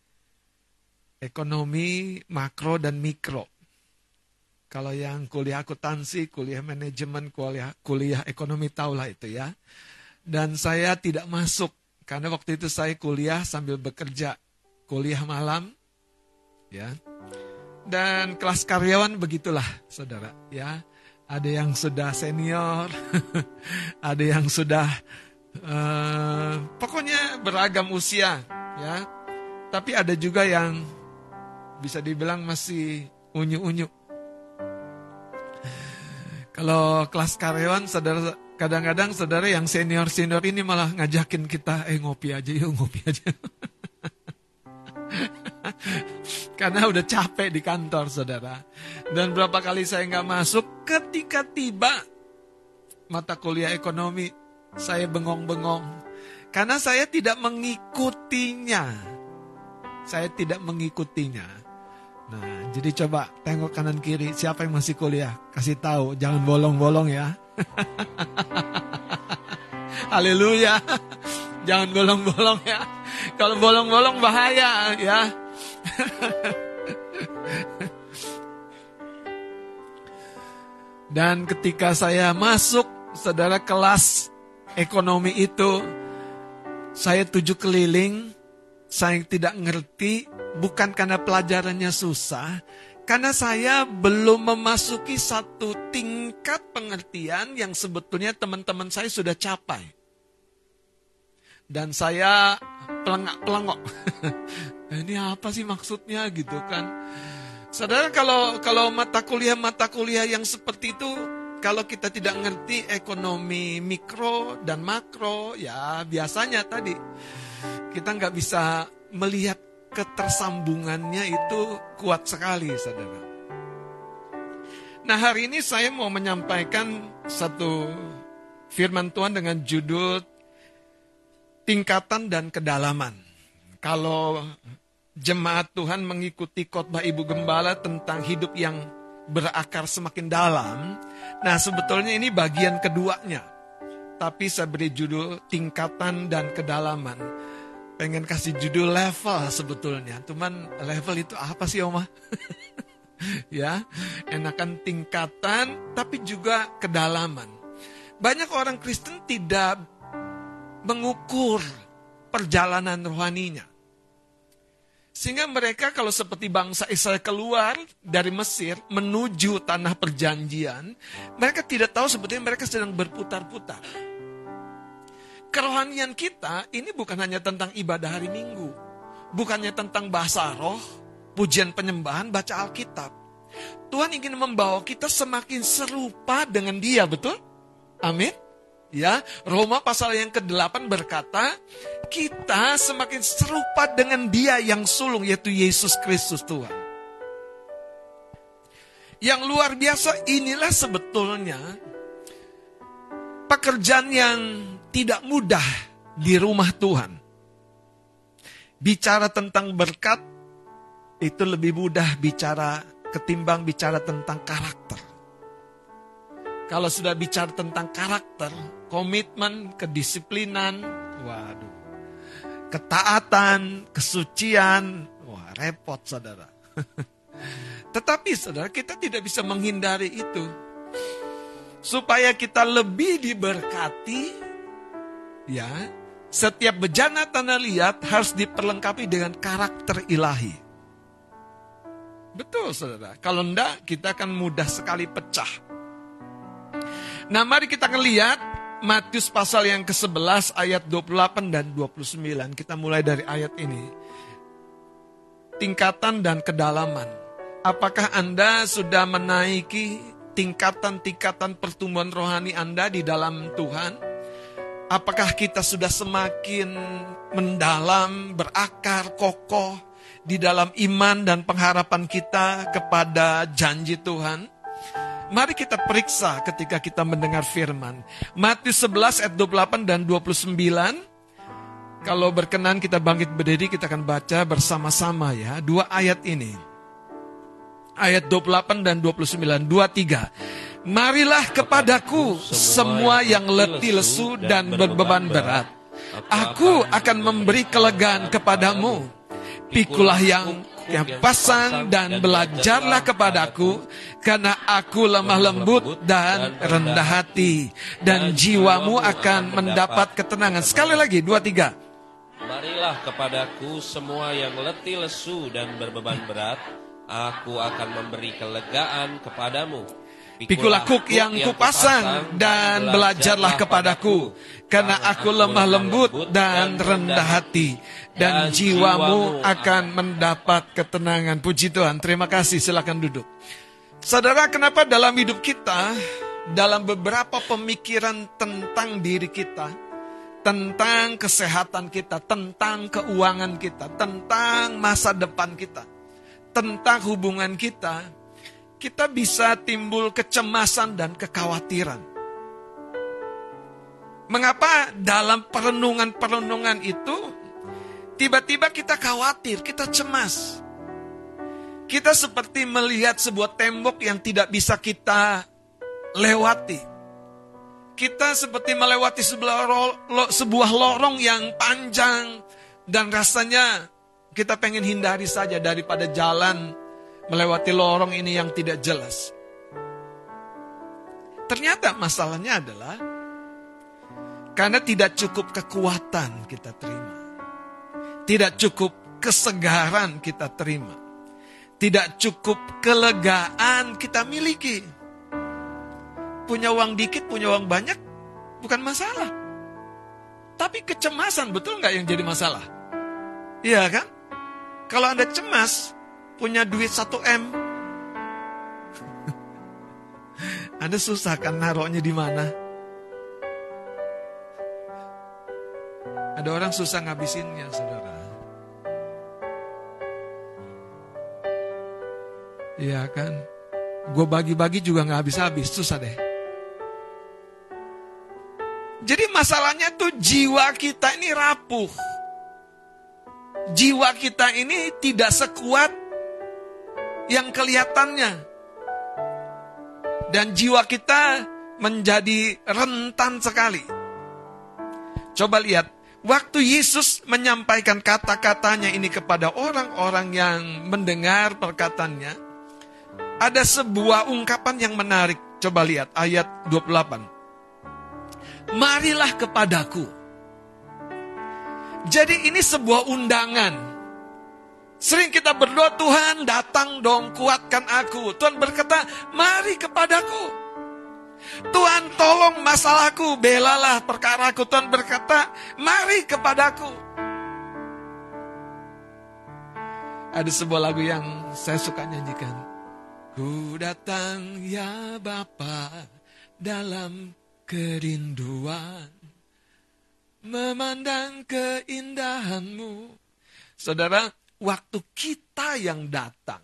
Ekonomi makro dan mikro. Kalau yang kuliah akuntansi, kuliah manajemen, kuliah, kuliah ekonomi, tahulah itu ya. Dan saya tidak masuk, karena waktu itu saya kuliah sambil bekerja. Kuliah malam, ya. Dan kelas karyawan begitulah, saudara. Ya, ada yang sudah senior, ada yang sudah, uh, pokoknya beragam usia, ya. Tapi ada juga yang bisa dibilang masih unyu-unyu. Kalau kelas karyawan, saudara, kadang-kadang saudara yang senior-senior ini malah ngajakin kita, eh ngopi aja yuk, ngopi aja. Karena udah capek di kantor, saudara. Dan berapa kali saya nggak masuk, ketika tiba mata kuliah ekonomi, saya bengong-bengong. Karena saya tidak mengikutinya. Saya tidak mengikutinya. Nah, jadi coba tengok kanan kiri, siapa yang masih kuliah? Kasih tahu, jangan bolong-bolong ya. Haleluya. Jangan bolong-bolong ya. Kalau bolong-bolong bahaya ya. Dan ketika saya masuk, saudara, kelas ekonomi itu, saya tujuh keliling, saya tidak ngerti, bukan karena pelajarannya susah, karena saya belum memasuki satu tingkat pengertian yang sebetulnya teman-teman saya sudah capai. Dan saya pelengak-pelengok. Ini apa sih maksudnya gitu kan? Saudara, kalau kalau mata kuliah-mata kuliah yang seperti itu, kalau kita tidak ngerti ekonomi mikro dan makro, ya biasanya tadi kita nggak bisa melihat ketersambungannya itu kuat sekali, saudara. Nah, hari ini saya mau menyampaikan satu firman Tuhan dengan judul tingkatan dan kedalaman. Kalau jemaat Tuhan mengikuti khotbah Ibu Gembala tentang hidup yang berakar semakin dalam, nah sebetulnya ini bagian keduanya. Tapi saya beri judul tingkatan dan kedalaman. Pengen kasih judul level sebetulnya. Cuman level itu apa sih, Oma? Ya, enakan tingkatan tapi juga kedalaman. Banyak orang Kristen tidak mengukur perjalanan rohaninya. Sehingga mereka kalau seperti bangsa Israel keluar dari Mesir menuju tanah perjanjian, mereka tidak tahu sebetulnya mereka sedang berputar-putar. Kerohanian kita ini bukan hanya tentang ibadah hari Minggu, bukannya tentang bahasa roh, pujian penyembahan, baca Alkitab. Tuhan ingin membawa kita semakin serupa dengan Dia, betul? Amin. Ya, Roma pasal yang kedelapan berkata, kita semakin serupa dengan Dia yang sulung, yaitu Yesus Kristus Tuhan. Yang luar biasa inilah sebetulnya pekerjaan yang tidak mudah di rumah Tuhan. Bicara tentang berkat itu lebih mudah bicara ketimbang bicara tentang karakter. Kalau sudah bicara tentang karakter, komitmen, kedisiplinan, waduh, ketaatan, kesucian, wah repot, saudara. Tetapi saudara, kita tidak bisa menghindari itu. Supaya kita lebih diberkati, ya, setiap bejana tanah liat harus diperlengkapi dengan karakter ilahi. Betul, saudara. Kalau enggak, kita akan mudah sekali pecah. Nah, mari kita ngelihat Matius pasal yang kesebelas ayat dua puluh delapan dan dua puluh sembilan. Kita mulai dari ayat ini. Tingkatan dan kedalaman. Apakah Anda sudah menaiki tingkatan-tingkatan pertumbuhan rohani Anda di dalam Tuhan? Apakah kita sudah semakin mendalam, berakar, kokoh di dalam iman dan pengharapan kita kepada janji Tuhan? Mari kita periksa ketika kita mendengar firman. Matius sebelas ayat dua puluh delapan dan dua puluh sembilan. Kalau berkenan kita bangkit berdiri, kita akan baca bersama-sama ya. Dua ayat ini. Ayat dua puluh delapan dan dua puluh sembilan. Dua, tiga. Marilah kepadaku semua yang letih lesu dan berbeban berat. Aku akan memberi kelegaan kepadamu. Pikulah yang yang pasang dan belajarlah kepadaku, karena aku lemah lembut dan rendah hati, dan jiwamu akan mendapat ketenangan. Sekali lagi, dua, tiga. Marilah kepadaku semua yang letih lesu dan berbeban berat, Aku akan memberi kelegaan kepadamu. Pikulah kuk yang kupasang dan belajarlah kepadaku, karena aku lemah lembut dan rendah hati, dan jiwamu akan mendapat ketenangan. Puji Tuhan, terima kasih, silakan duduk. Saudara, kenapa dalam hidup kita, dalam beberapa pemikiran tentang diri kita, tentang kesehatan kita, tentang keuangan kita, tentang masa depan kita, tentang hubungan kita, kita bisa timbul kecemasan dan kekhawatiran. Mengapa dalam perenungan-perenungan itu tiba-tiba kita khawatir, kita cemas? Kita seperti melihat sebuah tembok yang tidak bisa kita lewati. Kita seperti melewati sebuah, lo, sebuah lorong yang panjang dan rasanya kita pengen hindari saja daripada jalan melewati lorong ini yang tidak jelas. Ternyata masalahnya adalah karena tidak cukup kekuatan kita terima. Tidak cukup kesegaran kita terima. Tidak cukup kelegaan kita miliki. Punya uang dikit, punya uang banyak, bukan masalah. Tapi kecemasan, betul nggak yang jadi masalah? Iya kan? Kalau Anda cemas, punya duit satu M, Anda susah kan naruhnya di mana? Ada orang susah ngabisinnya, saudara. Iya kan? Gue bagi-bagi juga nggak habis-habis, susah deh. Jadi masalahnya tuh jiwa kita ini rapuh. Jiwa kita ini tidak sekuat yang kelihatannya. Dan jiwa kita menjadi rentan sekali. Coba lihat, waktu Yesus menyampaikan kata-katanya ini kepada orang-orang yang mendengar perkataannya, ada sebuah ungkapan yang menarik. Coba lihat ayat dua puluh delapan. Marilah kepadaku. Jadi ini sebuah undangan. Sering kita berdoa, Tuhan datang dong, kuatkan aku. Tuhan berkata, mari kepadaku. Tuhan tolong masalahku, belalah perkaraku. Tuhan berkata, mari kepadaku. Ada sebuah lagu yang saya suka nyanyikan. Ku datang ya Bapa dalam kerinduan, memandang keindahanmu. Saudara, waktu kita yang datang,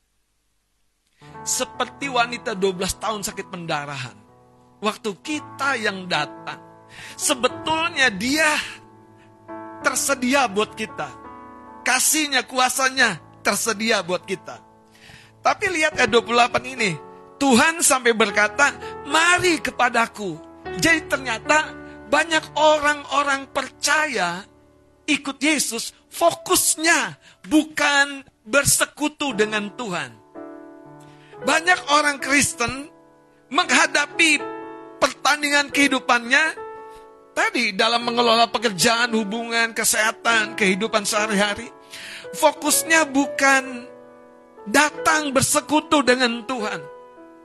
seperti wanita dua belas tahun sakit pendarahan, waktu kita yang datang, sebetulnya dia tersedia buat kita. Kasihnya, kuasanya tersedia buat kita. Tapi lihat ayat dua puluh delapan ini, Tuhan sampai berkata, mari kepadaku. Jadi ternyata banyak orang-orang percaya ikut Yesus, fokusnya bukan bersekutu dengan Tuhan. Banyak orang Kristen menghadapi pertandingan kehidupannya tadi dalam mengelola pekerjaan, hubungan, kesehatan, kehidupan sehari-hari. Fokusnya bukan datang bersekutu dengan Tuhan.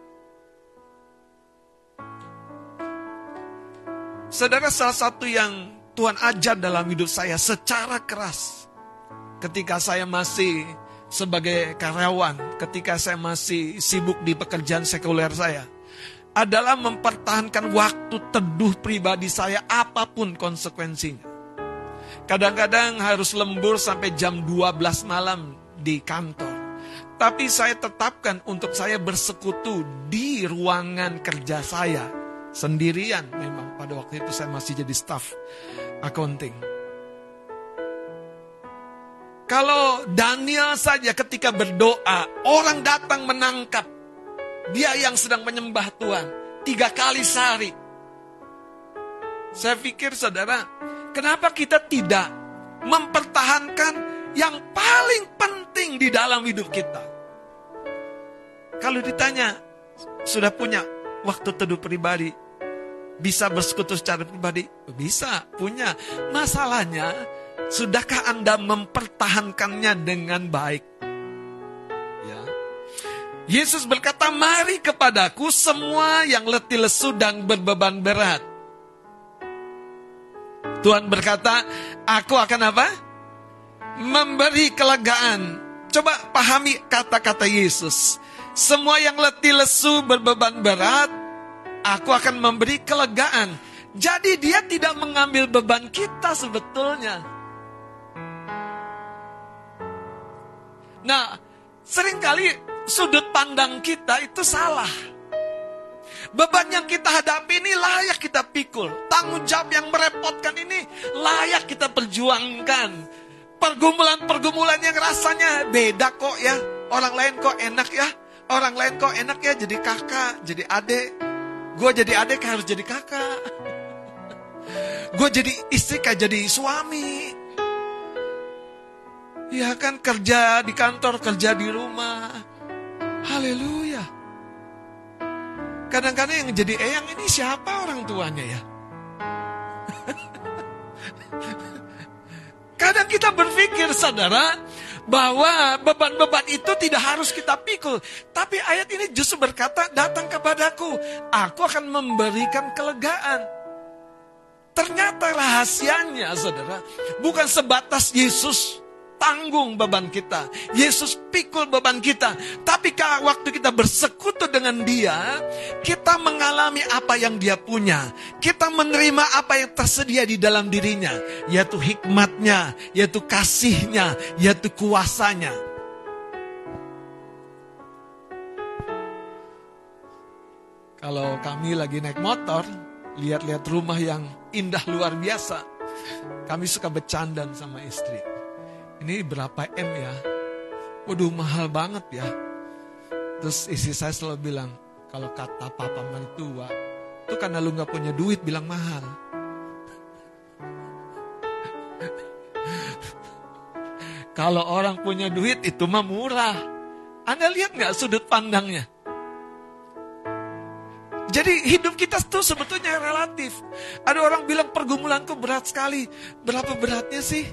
Saudara, salah satu yang Tuhan ajar dalam hidup saya secara keras ketika saya masih sebagai karyawan, ketika saya masih sibuk di pekerjaan sekuler saya, adalah mempertahankan waktu teduh pribadi saya apapun konsekuensinya. Kadang-kadang harus lembur sampai jam dua belas malam di kantor. Tapi saya tetapkan untuk saya bersekutu di ruangan kerja saya sendirian. Memang pada waktu itu saya masih jadi staff accounting. Kalau Daniel saja ketika berdoa, orang datang menangkap dia yang sedang menyembah Tuhan tiga kali sehari. Saya pikir saudara, kenapa kita tidak mempertahankan yang paling penting di dalam hidup kita? Kalau ditanya, sudah punya waktu teduh pribadi, bisa bersekutu secara pribadi? Bisa, punya. Masalahnya, sudahkah Anda mempertahankannya dengan baik? Ya. Yesus berkata, mari kepadaku semua yang letih lesu dan berbeban berat. Tuhan berkata, aku akan apa? Memberi kelegaan. Coba pahami kata-kata Yesus. Semua yang letih lesu berbeban berat, aku akan memberi kelegaan. Jadi dia tidak mengambil beban kita sebetulnya. Nah, seringkali sudut pandang kita itu salah. Beban yang kita hadapi ini layak kita pikul. Tanggung jawab yang merepotkan ini layak kita perjuangkan. Pergumulan-pergumulan yang rasanya beda kok ya. Orang lain kok enak ya. Orang lain kok enak ya jadi kakak, jadi adik. Gue jadi adik harus jadi kakak. Gue jadi istri kayak jadi suami. Ya kan, kerja di kantor, kerja di rumah. Haleluya. Kadang-kadang yang jadi eyang ini siapa orang tuanya ya? Kadang kita berpikir, saudara, bahwa beban-beban itu tidak harus kita pikul. Tapi ayat ini justru berkata, datang kepadaku, aku akan memberikan kelegaan. Ternyata rahasianya, saudara, bukan sebatas Yesus tanggung beban kita, Yesus pikul beban kita. Tapi kalau waktu kita bersekutu dengan Dia, kita mengalami apa yang Dia punya. Kita menerima apa yang tersedia di dalam dirinya, yaitu hikmatnya, yaitu kasihnya, yaitu kuasanya. Kalau kami lagi naik motor, lihat-lihat rumah yang indah luar biasa, kami suka bercandaan sama istri. Ini berapa M ya? Waduh, mahal banget ya. Terus istri saya selalu bilang, kalau kata papa mertua, itu karena lu gak punya duit bilang mahal. Kalau orang punya duit itu mah murah. Anda lihat gak sudut pandangnya? Jadi hidup kita itu sebetulnya relatif. Ada orang bilang pergumulanku berat sekali. Berapa beratnya sih?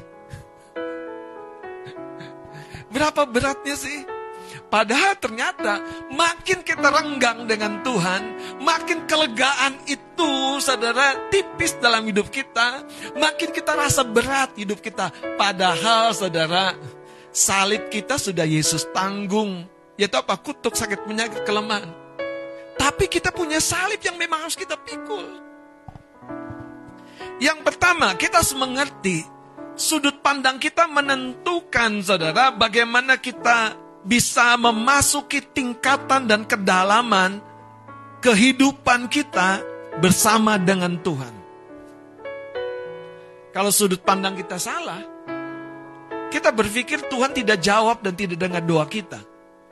Berapa beratnya sih? Padahal ternyata makin kita renggang dengan Tuhan, makin kelegaan itu, saudara, tipis dalam hidup kita, makin kita rasa berat hidup kita. Padahal, saudara, salib kita sudah Yesus tanggung. Yaitu apa? Kutuk, sakit, penyakit, kelemahan. Tapi kita punya salib yang memang harus kita pikul. Yang pertama, kita harus mengerti sudut pandang kita menentukan, saudara, bagaimana kita bisa memasuki tingkatan dan kedalaman kehidupan kita bersama dengan Tuhan. Kalau sudut pandang kita salah, kita berpikir Tuhan tidak jawab dan tidak dengar doa kita.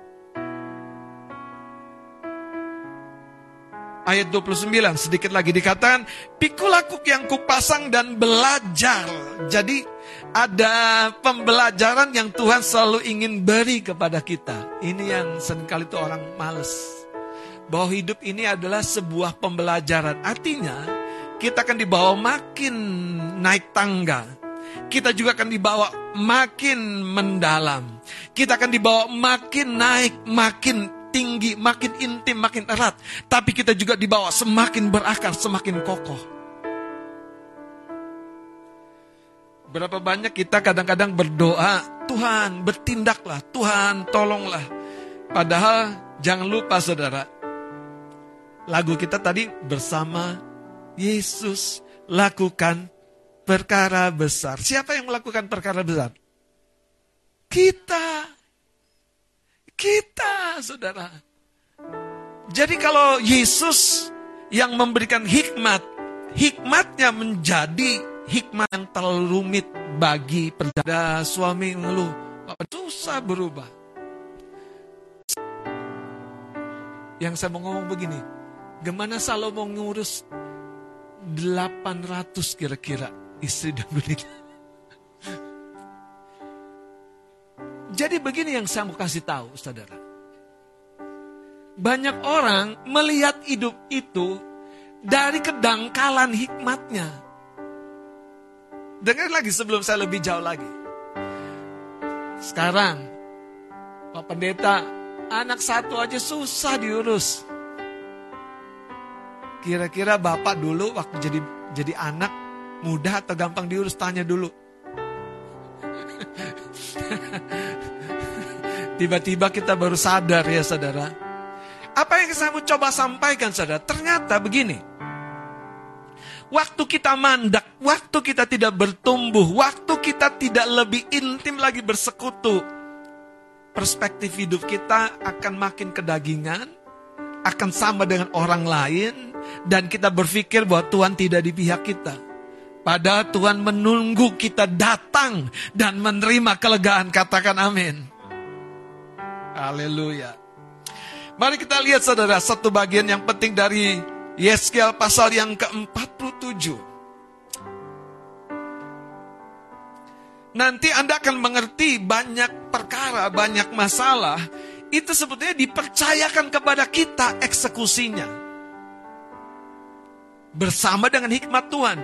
Ayat dua puluh sembilan, sedikit lagi dikatakan, pikul aku yang kupasang dan belajar. Jadi ada pembelajaran yang Tuhan selalu ingin beri kepada kita. Ini yang seringkali itu orang males. Bahwa hidup ini adalah sebuah pembelajaran. Artinya kita akan dibawa makin naik tangga. Kita juga akan dibawa makin mendalam. Kita akan dibawa makin naik, makin tinggi, makin intim, makin erat. Tapi kita juga dibawa semakin berakar, semakin kokoh. Berapa banyak kita kadang-kadang berdoa, Tuhan bertindaklah, Tuhan tolonglah. Padahal jangan lupa, saudara, lagu kita tadi, bersama Yesus lakukan perkara besar. Siapa yang melakukan perkara besar? Kita. Kita, saudara. Jadi kalau Yesus yang memberikan hikmat, hikmatnya menjadi hikmat yang terlalu rumit bagi perdana suami mengeluh, susah berubah. Yang saya mau ngomong begini, gimana Salomo ngurus delapan ratus kira-kira istri dan benih. Jadi begini yang saya mau kasih tahu, saudara. Banyak orang melihat hidup itu dari kedangkalan hikmatnya. Dengar lagi sebelum saya lebih jauh lagi. Sekarang, Pak Pendeta Anak satu aja susah diurus. Kira-kira bapak dulu waktu jadi jadi anak mudah atau gampang diurus? Tanya dulu. Tiba-tiba kita baru sadar ya saudara. Apa yang saya mau coba sampaikan saudara? Ternyata begini. Waktu kita mandak, waktu kita tidak bertumbuh, waktu kita tidak lebih intim lagi bersekutu, perspektif hidup kita akan makin kedagingan, akan sama dengan orang lain, dan kita berpikir bahwa Tuhan tidak di pihak kita. Padahal Tuhan menunggu kita datang dan menerima kelegaan. Katakan amin. Haleluya. Mari kita lihat saudara, satu bagian yang penting dari Yeskiel pasal yang ke empat puluh tujuh. Nanti Anda akan mengerti banyak perkara, banyak masalah. Itu sebetulnya dipercayakan kepada kita eksekusinya. Bersama dengan hikmat Tuhan.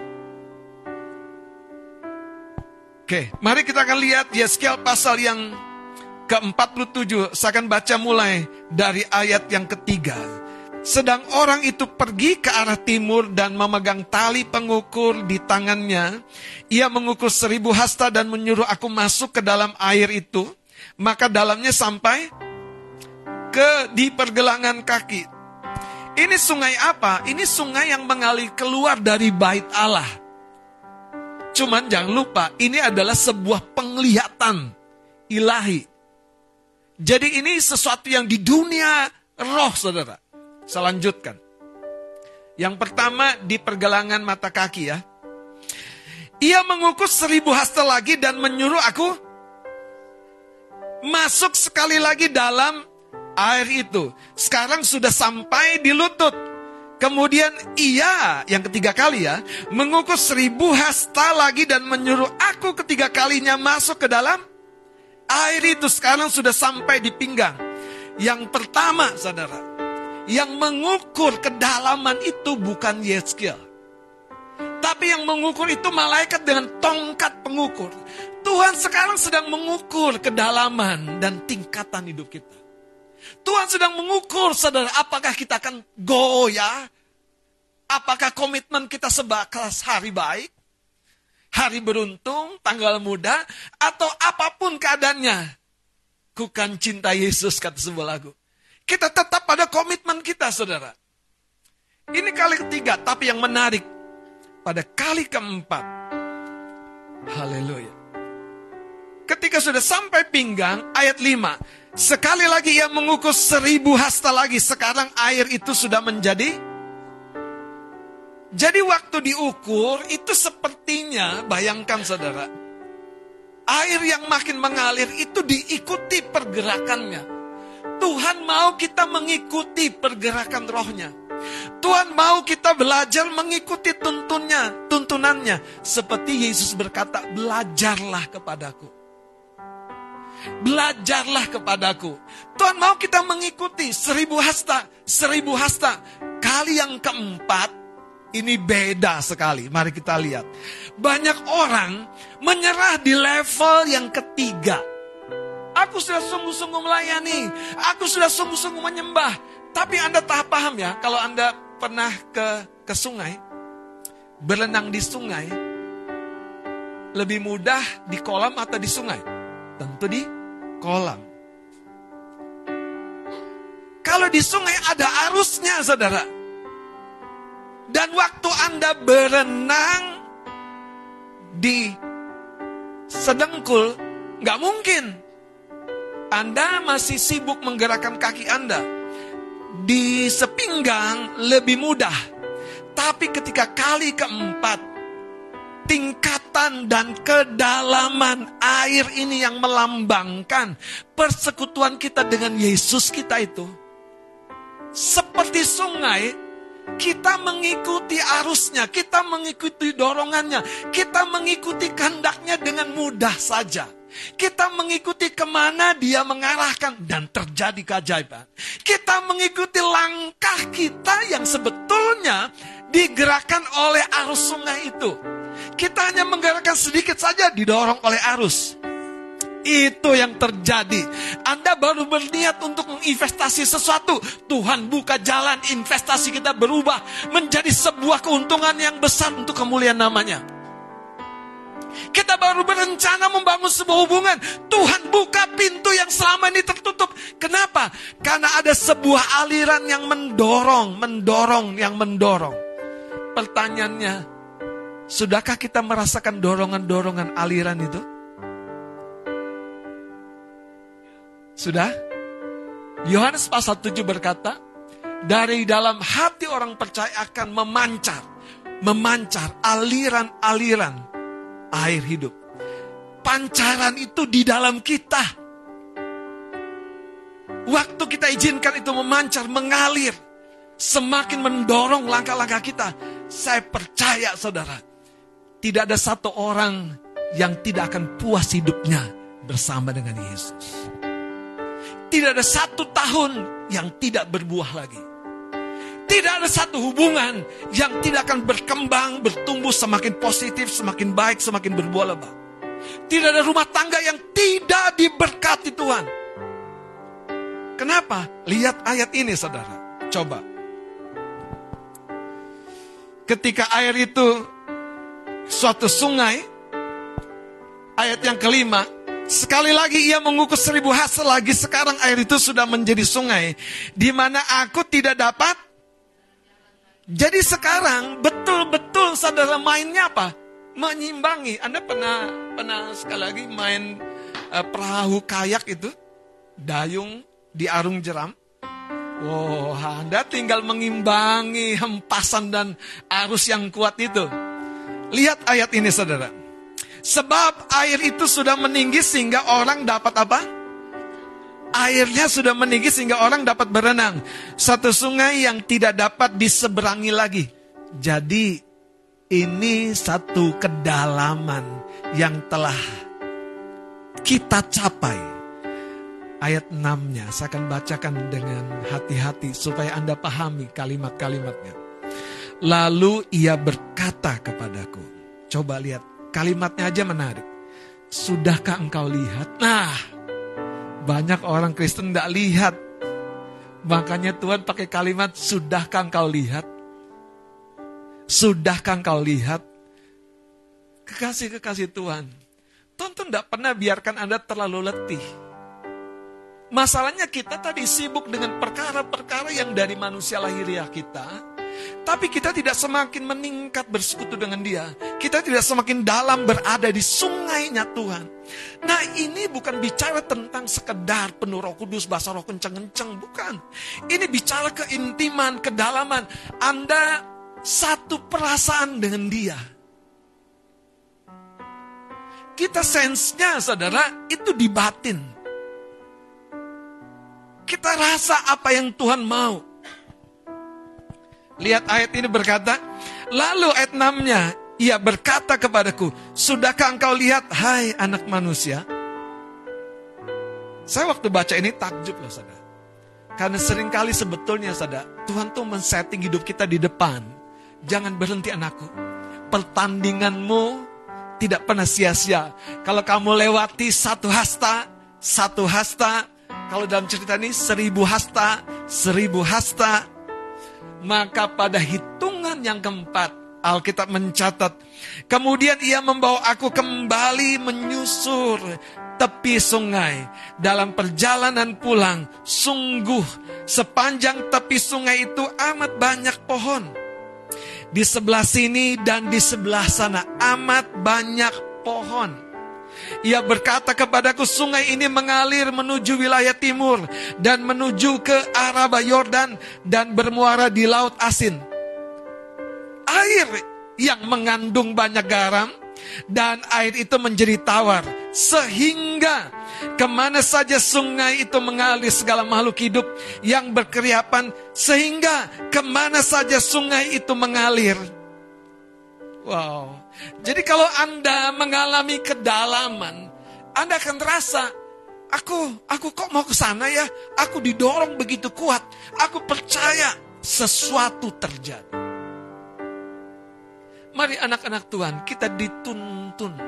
Oke, mari kita akan lihat Yeskiel pasal yang ke empat puluh tujuh. Saya akan baca mulai dari ayat yang ketiga. Sedang orang itu pergi ke arah timur dan memegang tali pengukur di tangannya. Ia mengukur seribu hasta dan menyuruh aku masuk ke dalam air itu. Maka dalamnya sampai ke di pergelangan kaki. Ini sungai apa? Ini sungai yang mengalir keluar dari bait Allah. Cuman jangan lupa, ini adalah sebuah penglihatan ilahi. Jadi ini sesuatu yang di dunia roh saudara. Saya lanjutkan. Yang pertama di pergelangan mata kaki ya. Ia mengukur seribu hasta lagi dan menyuruh aku masuk sekali lagi dalam air itu. Sekarang sudah sampai di lutut. Kemudian ia, yang ketiga kali ya, mengukur seribu hasta lagi dan menyuruh aku ketiga kalinya masuk ke dalam air itu. Sekarang sudah sampai di pinggang. Yang pertama saudara, yang mengukur kedalaman itu bukan Yeskiel. Tapi yang mengukur itu malaikat dengan tongkat pengukur. Tuhan sekarang sedang mengukur kedalaman dan tingkatan hidup kita. Tuhan sedang mengukur saudara, apakah kita akan goyah? Apakah komitmen kita sebatas hari baik? Hari beruntung, tanggal muda, atau apapun keadaannya. Ku kan cinta Yesus, kata sebuah lagu. Kita tetap pada komitmen kita, saudara. Ini kali ketiga, tapi yang menarik, pada kali keempat. Haleluya. Ketika sudah sampai pinggang, ayat lima. Sekali lagi ia mengukur seribu hasta lagi. Sekarang air itu sudah menjadi. Jadi waktu diukur, itu sepertinya, bayangkan saudara. Air yang makin mengalir itu diikuti pergerakannya. Tuhan mau kita mengikuti pergerakan rohnya. Tuhan mau kita belajar mengikuti tuntunnya, tuntunannya. Seperti Yesus berkata, belajarlah kepadaku. Belajarlah kepadaku. Tuhan mau kita mengikuti seribu hasta, seribu hasta. Kali yang keempat, ini beda sekali. Mari kita lihat. Banyak orang menyerah di level yang ketiga. Aku sudah sungguh-sungguh melayani. Aku sudah sungguh-sungguh menyembah. Tapi Anda tak paham ya, kalau Anda pernah ke ke sungai, berenang di sungai, lebih mudah di kolam atau di sungai? Tentu di kolam. Kalau di sungai ada arusnya, saudara. Dan waktu Anda berenang di sedengkul, nggak mungkin. Anda masih sibuk menggerakkan kaki Anda. Di sepinggang lebih mudah. Tapi ketika kali keempat, tingkatan dan kedalaman air ini yang melambangkan persekutuan kita dengan Yesus kita itu. Seperti sungai, kita mengikuti arusnya, kita mengikuti dorongannya, kita mengikuti kehendaknya dengan mudah saja. Kita mengikuti kemana dia mengarahkan dan terjadi keajaiban. Kita mengikuti langkah kita yang sebetulnya digerakkan oleh arus sungai itu. Kita hanya menggerakkan sedikit saja didorong oleh arus. Itu yang terjadi. Anda baru berniat untuk menginvestasi sesuatu, Tuhan buka jalan, investasi kita berubah menjadi sebuah keuntungan yang besar untuk kemuliaan namanya. Kita baru berencana membangun sebuah hubungan, Tuhan buka pintu yang selama ini tertutup. Kenapa? Karena ada sebuah aliran yang mendorong, mendorong, yang mendorong. Pertanyaannya, sudahkah kita merasakan dorongan-dorongan aliran itu? Sudah? Yohanes pasal tujuh berkata, dari dalam hati orang percaya akan memancar, memancar aliran-aliran air hidup. Pancaran itu di dalam kita. Waktu kita izinkan itu memancar, mengalir, semakin mendorong langkah-langkah kita. Saya percaya saudara, tidak ada satu orang yang tidak akan puas hidupnya bersama dengan Yesus. Tidak ada satu tahun yang tidak berbuah lagi. Tidak ada satu hubungan yang tidak akan berkembang, bertumbuh semakin positif, semakin baik, semakin berbuah lebat. Tidak ada rumah tangga yang tidak diberkati Tuhan. Kenapa? Lihat ayat ini saudara. Coba. Ketika air itu suatu sungai, ayat yang kelima, sekali lagi ia mengukur seribu hasta lagi, sekarang air itu sudah menjadi sungai, di mana aku tidak dapat. Jadi sekarang betul-betul saudara mainnya apa? Menyimbangi. Anda pernah pernah sekali lagi main uh, perahu kayak itu, dayung di arung jeram. Wow, Anda tinggal mengimbangi hempasan dan arus yang kuat itu. Lihat ayat ini saudara. Sebab air itu sudah meninggi sehingga orang dapat apa? Airnya sudah meninggi sehingga orang dapat berenang. Satu sungai yang tidak dapat diseberangi lagi. Jadi ini satu kedalaman yang telah kita capai. Ayat enam-nya saya akan bacakan dengan hati-hati supaya Anda pahami kalimat-kalimatnya. Lalu ia berkata kepadaku. Coba lihat. Kalimatnya aja menarik. Sudahkah engkau lihat? Nah, banyak orang Kristen tidak lihat. Makanya Tuhan pakai kalimat, sudahkah engkau lihat? Sudahkah engkau lihat? Kekasih-kekasih Tuhan, Tuhan tuh tidak pernah biarkan Anda terlalu letih. Masalahnya kita tadi sibuk dengan perkara-perkara yang dari manusia lahiriah kita. Tapi kita tidak semakin meningkat bersekutu dengan dia. Kita tidak semakin dalam berada di sungainya Tuhan. Nah ini bukan bicara tentang sekedar penuh Roh Kudus, bahasa roh kenceng-kenceng. Bukan. Ini bicara keintiman, kedalaman. Anda satu perasaan dengan dia. Kita sense-nya saudara itu di batin. Kita rasa apa yang Tuhan mau. Lihat ayat ini berkata, lalu ayat enam-nya, ia berkata kepadaku, sudahkah engkau lihat, hai anak manusia? Saya waktu baca ini takjub loh saudara. Karena seringkali sebetulnya saudara, Tuhan tuh men-setting hidup kita di depan. Jangan berhenti anakku. Pertandinganmu tidak pernah sia-sia. Kalau kamu lewati satu hasta, satu hasta, kalau dalam cerita ini seribu hasta, seribu hasta, maka pada hitungan yang keempat, Alkitab mencatat, kemudian ia membawa aku kembali menyusur tepi sungai. Dalam perjalanan pulang, sungguh sepanjang tepi sungai itu amat banyak pohon. Di sebelah sini dan di sebelah sana amat banyak pohon. Ia berkata kepadaku, sungai ini mengalir menuju wilayah timur dan menuju ke Araba Yordan dan bermuara di Laut Asin. Air yang mengandung banyak garam dan air itu menjadi tawar sehingga kemana saja sungai itu mengalir segala makhluk hidup yang berkeriapan, sehingga kemana saja sungai itu mengalir. Wow. Jadi kalau Anda mengalami kedalaman, Anda akan terasa, aku aku kok mau ke sana ya? Aku didorong begitu kuat. Aku percaya sesuatu terjadi. Mari anak-anak Tuhan, kita dituntun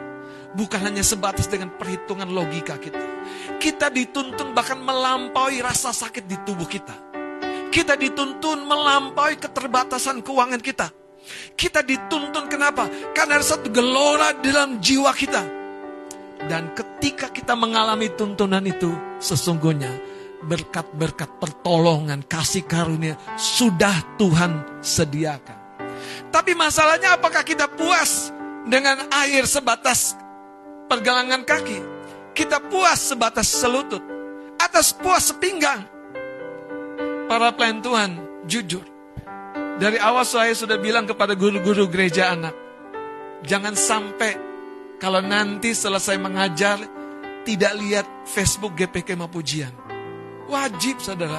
bukan hanya sebatas dengan perhitungan logika kita. Kita dituntun bahkan melampaui rasa sakit di tubuh kita. Kita dituntun melampaui keterbatasan keuangan kita. Kita dituntun kenapa? Karena ada satu gelora dalam jiwa kita. Dan ketika kita mengalami tuntunan itu, sesungguhnya berkat-berkat pertolongan, kasih karunia sudah Tuhan sediakan. Tapi masalahnya apakah kita puas dengan air sebatas pergelangan kaki? Kita puas sebatas selutut? Atas puas sepinggang? Para pelayan Tuhan, jujur. Dari awal saya sudah bilang kepada guru-guru gereja anak, jangan sampai kalau nanti selesai mengajar tidak lihat Facebook G P K Mapujian. Wajib saudara.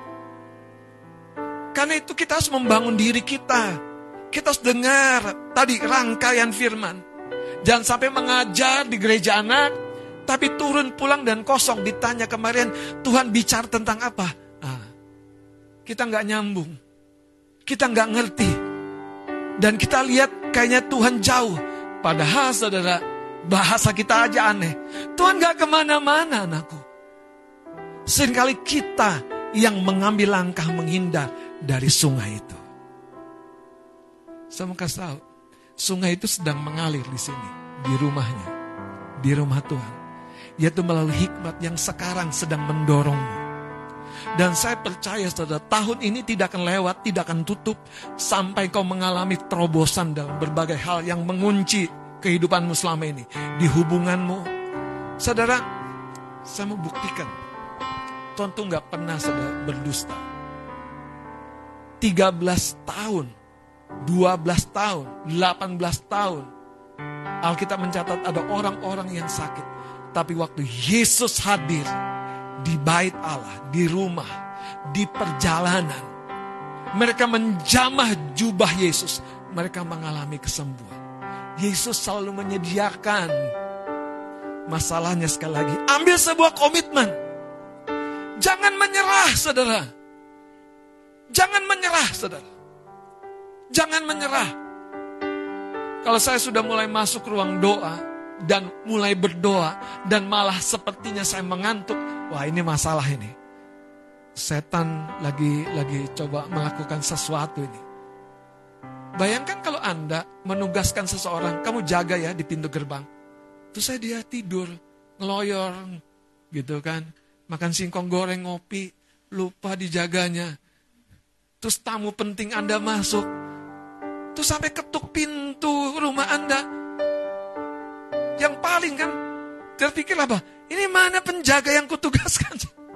Karena itu kita harus membangun diri kita. Kita harus dengar tadi rangkaian firman. Jangan sampai mengajar di gereja anak, tapi turun pulang dan kosong. Ditanya kemarin, Tuhan bicara tentang apa? Nah, kita nggak nyambung. Kita nggak ngerti. Dan kita lihat kayaknya Tuhan jauh. Padahal saudara, bahasa kita aja aneh. Tuhan nggak kemana-mana anakku. Seringkali kita yang mengambil langkah menghindar dari sungai itu. Saya mau kasih tahu, sungai itu sedang mengalir di sini, di rumahnya, di rumah Tuhan. Yaitu melalui hikmat yang sekarang sedang mendorongmu. Dan saya percaya saudara, tahun ini tidak akan lewat, tidak akan tutup, sampai kau mengalami terobosan dalam berbagai hal yang mengunci kehidupanmu selama ini. Di hubunganmu. Saudara, saya mau buktikan. Tuhan tuh gak pernah saudara berdusta. tiga belas tahun, dua belas tahun, delapan belas tahun. Alkitab mencatat ada orang-orang yang sakit. Tapi waktu Yesus hadir di bait Allah, di rumah, di perjalanan, mereka menjamah jubah Yesus. Mereka mengalami kesembuhan. Yesus selalu menyediakan. Masalahnya sekali lagi, ambil sebuah komitmen. Jangan menyerah, saudara. Jangan menyerah, saudara. Jangan menyerah. Kalau saya sudah mulai masuk ruang doa dan mulai berdoa dan malah sepertinya saya mengantuk, wah ini masalah ini. Setan lagi lagi coba melakukan sesuatu ini. Bayangkan kalau Anda menugaskan seseorang, kamu jaga ya di pintu gerbang. Terus saya dia tidur, ngeloyor, gitu kan. Makan singkong goreng, ngopi, lupa dijaganya. Terus tamu penting Anda masuk. Terus sampai ketuk pintu rumah Anda. Yang paling kan, terpikir apa? Ini mana penjaga yang kutugaskan?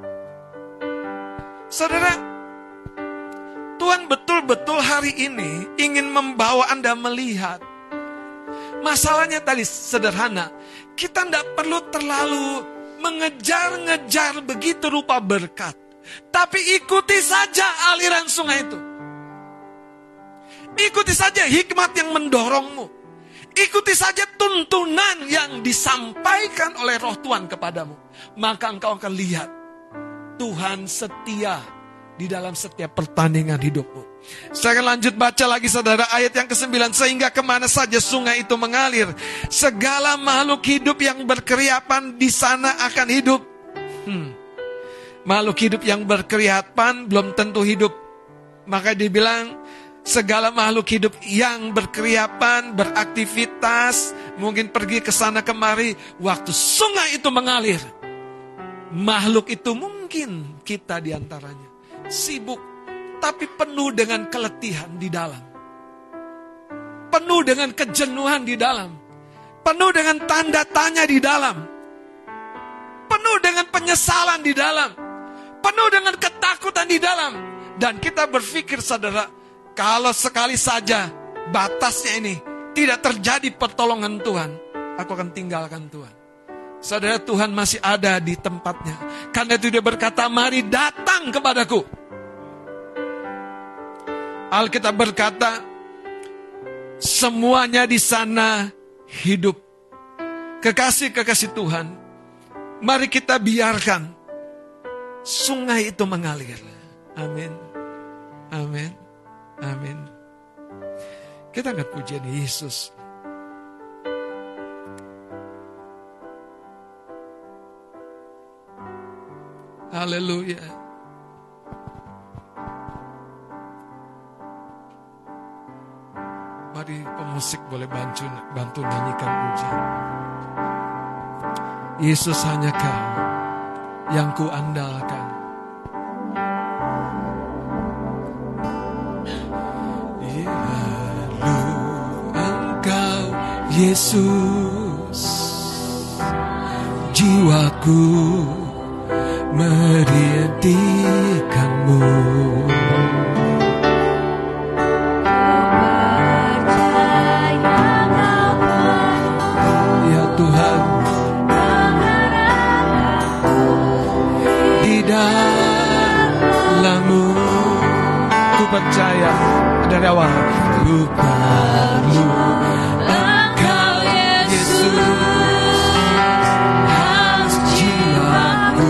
Saudara, Tuhan betul-betul hari ini ingin membawa Anda melihat. Masalahnya tadi sederhana. Kita tidak perlu terlalu mengejar-ngejar begitu rupa berkat. Tapi ikuti saja aliran sungai itu. Ikuti saja hikmat yang mendorongmu. Ikuti saja tuntunan yang disampaikan oleh roh Tuhan kepadamu. Maka engkau akan lihat Tuhan setia di dalam setiap pertandingan hidupmu. Saya akan lanjut baca lagi saudara ayat yang kesembilan. Sehingga kemana saja sungai itu mengalir, segala makhluk hidup yang berkeriapan di sana akan hidup. Hmm. Makhluk hidup yang berkeriapan belum tentu hidup. Maka dibilang segala makhluk hidup yang berkeriapan, beraktivitas, mungkin pergi ke sana kemari. Waktu sungai itu mengalir, makhluk itu mungkin kita diantaranya sibuk, tapi penuh dengan keletihan di dalam. Penuh dengan kejenuhan di dalam. Penuh dengan tanda tanya di dalam. Penuh dengan penyesalan di dalam. Penuh dengan ketakutan di dalam. Dan kita berpikir saudara, kalau sekali saja batasnya ini tidak terjadi pertolongan Tuhan, aku akan tinggalkan Tuhan. Saudara, Tuhan masih ada di tempatnya. Karena itu dia berkata, mari datang kepadaku. Alkitab berkata, semuanya di sana hidup. Kekasih-kekasih Tuhan, mari kita biarkan sungai itu mengalir. Amin. Amin. Amin. Kita angkat pujian Yesus. Haleluya. Mari pemusik boleh bantu, bantu nyanyikan pujian. Yesus hanya Kau yang ku andalkan. Lalu Engkau Yesus, jiwaku merintikanmu. Ya Tuhan, di dalam-Mu ku percaya dari awal. Ku perlu Engkau Yesus, jiwaku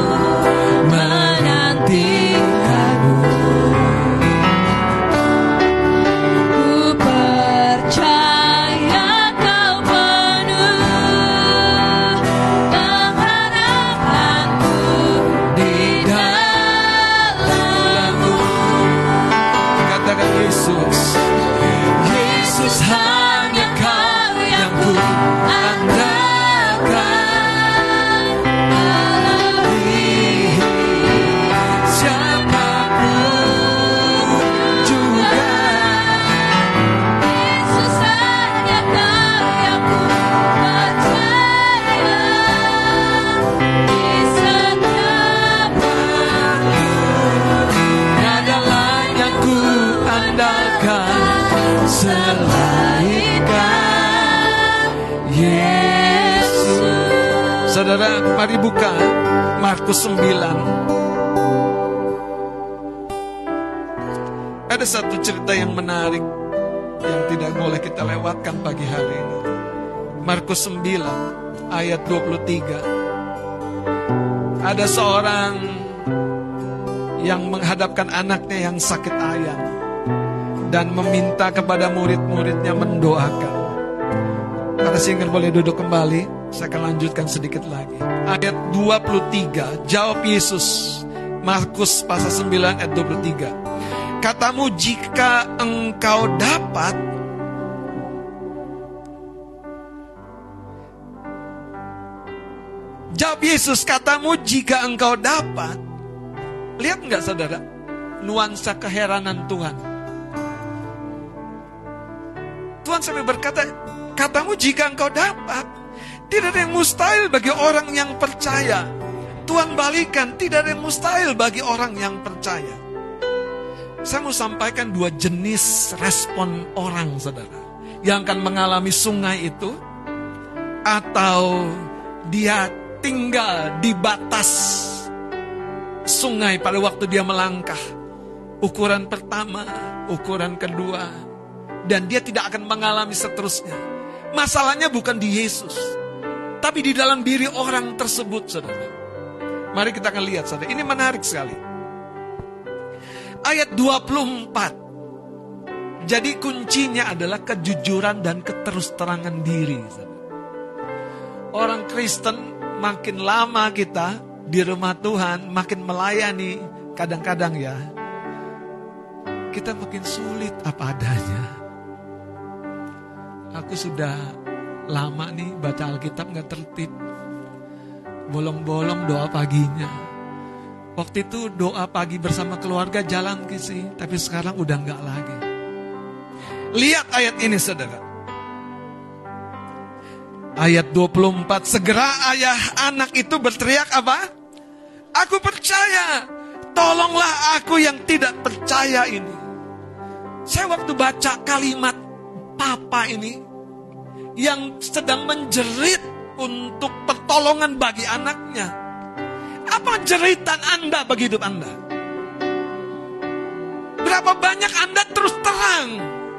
menantikanmu. Ku percaya Kau penuh pengharapanku Di dalam-Mu. Katakan Yesus, Yesus hanya Kau yang ku andalkan. Melebihi siapapun juga. Yesus hanya Kau yang ku percaya. Di setiap waktu Tiada lain yang ku andalkan selain Kau, Yesus. Saudara, mari buka Markus sembilan. Ada satu cerita yang menarik yang tidak boleh kita lewatkan pagi hari ini. Markus sembilan ayat dua puluh tiga. Ada seorang yang menghadapkan anaknya yang sakit ayam dan meminta kepada murid-muridnya mendoakan. Para singer boleh duduk kembali. Saya akan lanjutkan sedikit lagi. Ayat dua puluh tiga, jawab Yesus. Markus pasal sembilan ayat dua puluh tiga. Katamu, jika engkau dapat, jawab Yesus, katamu jika engkau dapat. Lihat enggak saudara, nuansa keheranan Tuhan. Tuhan sampai berkata, katamu jika engkau dapat. Tidak ada yang mustahil bagi orang yang percaya. Tuhan balikan, tidak ada yang mustahil bagi orang yang percaya. Saya mau sampaikan dua jenis respon orang, saudara, yang akan mengalami sungai itu, atau dia tinggal di batas sungai pada waktu dia melangkah. Ukuran pertama, ukuran kedua, dan dia tidak akan mengalami seterusnya. Masalahnya bukan di Yesus, tapi di dalam diri orang tersebut, saudara. Mari kita akan lihat, saudara. Ini menarik sekali. Ayat dua puluh empat. Jadi kuncinya adalah kejujuran dan keterus-terangan diri, saudara. Orang Kristen makin lama kita di rumah Tuhan, makin melayani, kadang-kadang ya, kita makin sulit apa adanya. Aku sudah lama nih baca Alkitab gak tertib. Bolong-bolong doa paginya. Waktu itu doa pagi bersama keluarga jalan ke sih, tapi sekarang udah gak lagi. Lihat ayat ini saudara. Ayat dua puluh empat, segera ayah anak itu berteriak apa? Aku percaya, tolonglah aku yang tidak percaya ini. Saya waktu baca kalimat Papa ini yang sedang menjerit untuk pertolongan bagi anaknya. Apa jeritan Anda bagi hidup Anda? Berapa banyak Anda terus terang?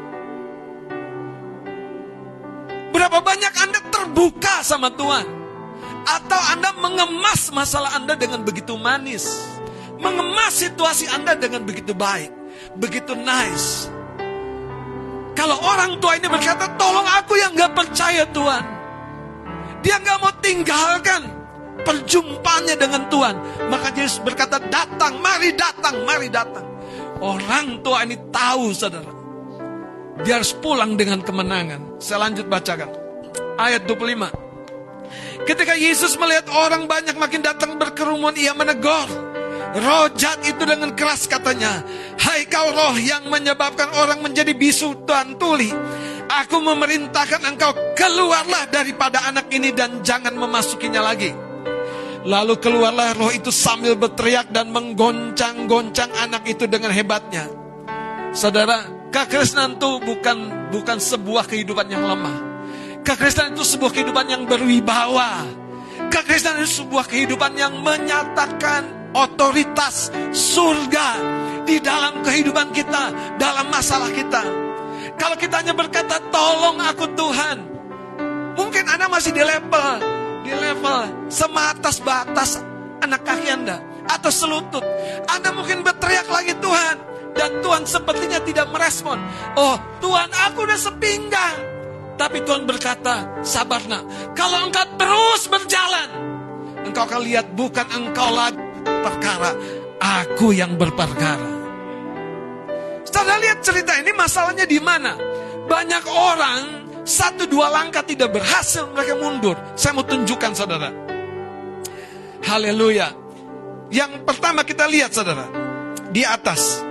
Berapa banyak Anda terbuka sama Tuhan? Atau Anda mengemas masalah Anda dengan begitu manis? Mengemas situasi Anda dengan begitu baik, begitu nice. Kalau orang tua ini berkata, tolong aku yang gak percaya Tuhan. Dia gak mau tinggalkan perjumpaannya dengan Tuhan. Maka Yesus berkata, datang, mari datang, mari datang. Orang tua ini tahu, saudara, dia harus pulang dengan kemenangan. Saya lanjut bacakan ayat dua puluh lima. Ketika Yesus melihat orang banyak makin datang berkerumun, ia menegur roh jahat itu dengan keras, katanya, hai kau roh yang menyebabkan orang menjadi bisu dan tuli, aku memerintahkan engkau keluarlah daripada anak ini dan jangan memasukinya lagi. Lalu keluarlah roh itu sambil berteriak dan menggoncang-goncang anak itu dengan hebatnya. Saudara, kekristenan itu bukan bukan sebuah kehidupan yang lemah. Kekristenan itu sebuah kehidupan yang berwibawa. Kekristenan itu sebuah kehidupan yang menyatakan otoritas surga di dalam kehidupan kita, dalam masalah kita. Kalau kita hanya berkata, tolong aku Tuhan, mungkin Anda masih di level di level sematas batas anak kaki Anda atau selutut. Anda mungkin berteriak lagi Tuhan, dan Tuhan sepertinya tidak merespon. Oh Tuhan, aku udah sepinggang. Tapi Tuhan berkata, sabar nak, kalau engkau terus berjalan, engkau akan lihat bukan engkau lagi perkara, aku yang berperkara. Saudara lihat cerita ini, masalahnya di mana? Banyak orang satu dua langkah tidak berhasil, mereka mundur. Saya mau tunjukkan saudara. Haleluya. Yang pertama kita lihat saudara, di atas.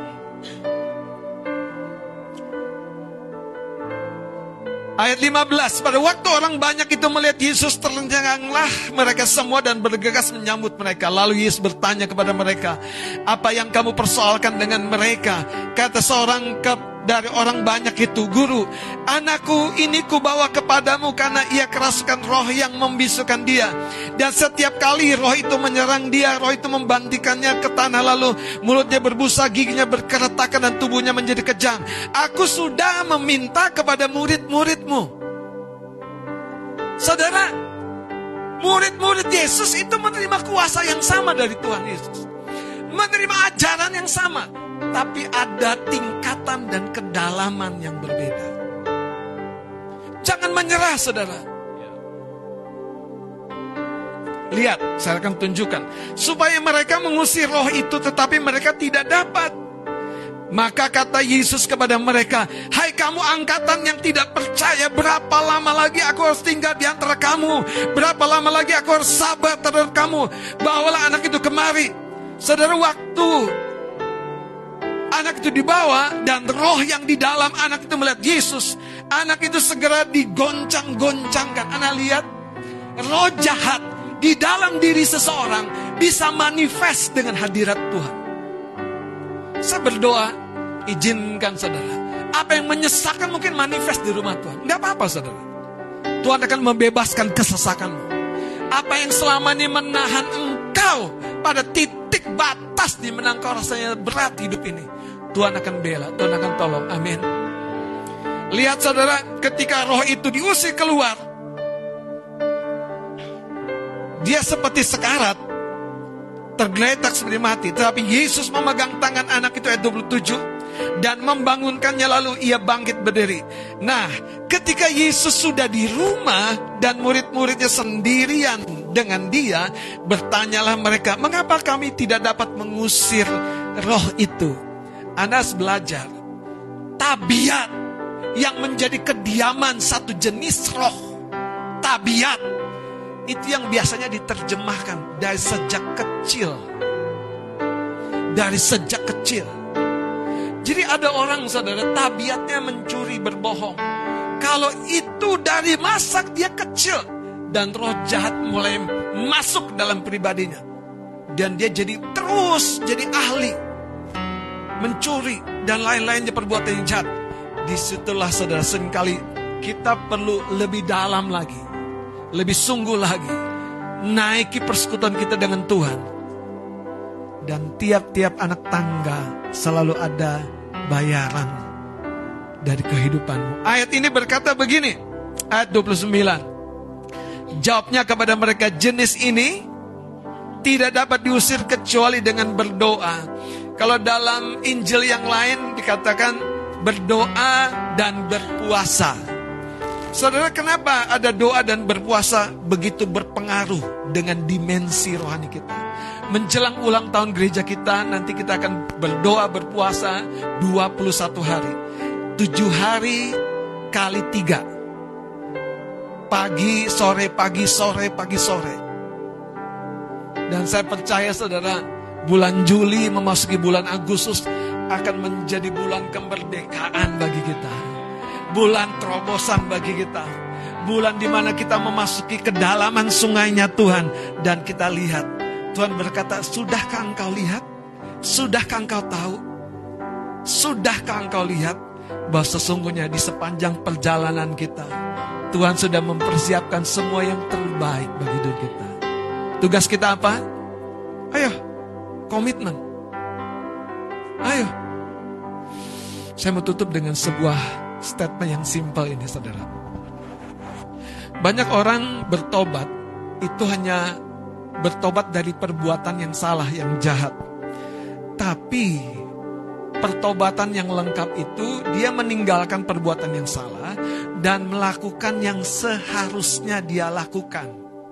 Ayat lima belas, pada waktu orang banyak itu melihat Yesus, terlenjanglah mereka semua dan bergegas menyambut mereka. Lalu Yesus bertanya kepada mereka, apa yang kamu persoalkan dengan mereka? Kata seorang ke, dari orang banyak itu, Guru, anakku ini kubawa kepadamu karena ia kerasukan roh yang membisukan dia. Dan setiap kali roh itu menyerang dia, roh itu membantingkannya ke tanah, lalu mulutnya berbusa, giginya berkeretakan dan tubuhnya menjadi kejang. Aku sudah meminta kepada murid-muridmu. Saudara, murid-murid Yesus itu menerima kuasa yang sama dari Tuhan Yesus, menerima ajaran yang sama, tapi ada tingkatan dan kedalaman yang berbeda. Jangan menyerah saudara. Lihat, saya akan tunjukkan. Supaya mereka mengusir roh itu, tetapi mereka tidak dapat. Maka kata Yesus kepada mereka, hai kamu angkatan yang tidak percaya, berapa lama lagi aku harus tinggal di antara kamu? Berapa lama lagi aku harus sabar terhadap kamu? Bawalah anak itu kemari. Saudara, waktu anak itu dibawa dan roh yang di dalam anak itu melihat Yesus, anak itu segera digoncang-goncangkan. Anda lihat, roh jahat di dalam diri seseorang bisa manifest dengan hadirat Tuhan. Saya berdoa, izinkan saudara, apa yang menyesakkan mungkin manifest di rumah Tuhan. Tidak apa-apa saudara, Tuhan akan membebaskan kesesakanmu. Apa yang selama ini menahan engkau pada titik batas di mana engkau rasanya berat hidup ini, Tuhan akan bela, Tuhan akan tolong. Amin. Lihat saudara, ketika roh itu diusir keluar, dia seperti sekarat, tergeletak seperti mati. Tetapi Yesus memegang tangan anak itu, ayat dua puluh tujuh, dan membangunkannya, lalu ia bangkit berdiri. Nah, ketika Yesus sudah di rumah dan murid-muridnya sendirian dengan dia, bertanyalah mereka, mengapa kami tidak dapat mengusir roh itu? Anda harus belajar tabiat yang menjadi kediaman satu jenis roh. Tabiat itu yang biasanya diterjemahkan dari sejak kecil. Dari sejak kecil. Jadi ada orang saudara, tabiatnya mencuri, berbohong. Kalau itu dari masa dia kecil, dan roh jahat mulai masuk dalam pribadinya, dan dia jadi terus jadi ahli mencuri dan lain-lainnya perbuatan yang jahat. Disitulah saudara, seringkali kita perlu lebih dalam lagi, lebih sungguh lagi, naiki persekutuan kita dengan Tuhan. Dan tiap-tiap anak tangga selalu ada bayaran dari kehidupanmu. Ayat ini berkata begini, ayat dua puluh sembilan. Jawabnya kepada mereka, jenis ini tidak dapat diusir kecuali dengan berdoa. Kalau dalam Injil yang lain dikatakan berdoa dan berpuasa. Saudara, kenapa ada doa dan berpuasa begitu berpengaruh dengan dimensi rohani kita? Menjelang ulang tahun gereja kita, nanti kita akan berdoa berpuasa dua puluh satu hari. tujuh hari kali tiga. Pagi, sore, pagi, sore, pagi, sore. Dan saya percaya saudara, bulan Juli memasuki bulan Agustus akan menjadi bulan kemerdekaan bagi kita. Bulan terobosan bagi kita. Bulan di mana kita memasuki kedalaman sungainya Tuhan. Dan kita lihat, Tuhan berkata, sudahkah engkau lihat? Sudahkah engkau tahu? Sudahkah engkau lihat bahwa sesungguhnya di sepanjang perjalanan kita, Tuhan sudah mempersiapkan semua yang terbaik bagi hidup kita. Tugas kita apa? Ayo, komitmen. Ayo. Saya mau tutup dengan sebuah statement yang simpel ini, saudara. Banyak orang bertobat itu hanya bertobat dari perbuatan yang salah, yang jahat. Tapi pertobatan yang lengkap itu dia meninggalkan perbuatan yang salah dan melakukan yang seharusnya dia lakukan.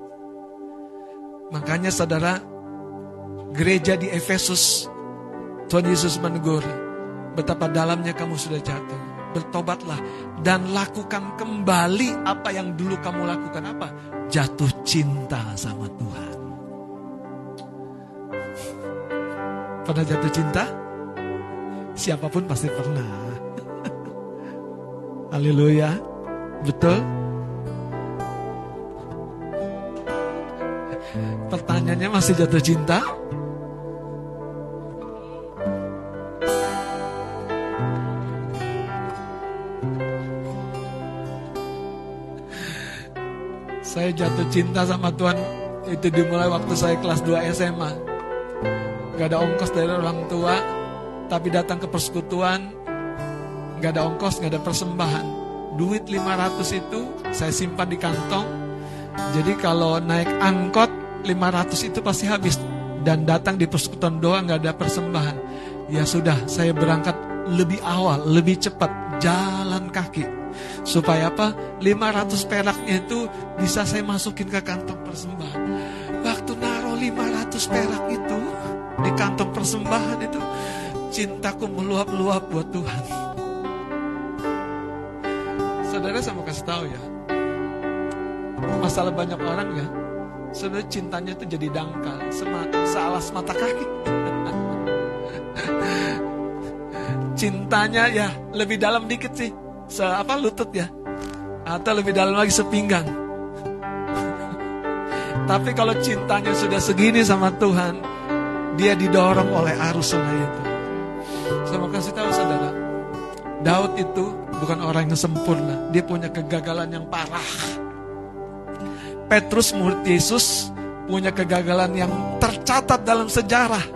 Makanya saudara, gereja di Efesus, Tuhan Yesus menegur, betapa dalamnya kamu sudah jatuh. Bertobatlah dan lakukan kembali apa yang dulu kamu lakukan. Apa? Jatuh cinta sama Tuhan. Pernah jatuh cinta? Siapapun pasti pernah. Haleluya. Betul? Pertanyaannya, masih jatuh cinta? Saya jatuh cinta sama Tuhan itu dimulai waktu saya kelas dua S M A. Gak ada ongkos dari orang tua, tapi datang ke persekutuan, gak ada ongkos, gak ada persembahan. Duit lima ratus itu saya simpan di kantong. Jadi kalau naik angkot lima ratus itu pasti habis. Dan datang di persekutuan doa gak ada persembahan. Ya sudah, saya berangkat lebih awal, lebih cepat, jalan kaki. Supaya apa? lima ratus peraknya itu bisa saya masukin ke kantong persembahan. Waktu naruh lima ratus perak itu di kantong persembahan itu, cintaku meluap-luap buat Tuhan. Saudara, saya mau kasih tahu ya, masalah banyak orang ya, saudara, cintanya itu jadi dangkal, sealas mata kaki. Cintanya ya lebih dalam dikit sih, se apa lutut ya, atau lebih dalam lagi sepinggang. Tapi kalau cintanya sudah segini sama Tuhan, dia didorong oleh arus sungai itu. Saya mau kasih tahu saudara, Daud itu bukan orang yang sempurna, dia punya kegagalan yang parah. Petrus murid Yesus punya kegagalan yang tercatat dalam sejarah.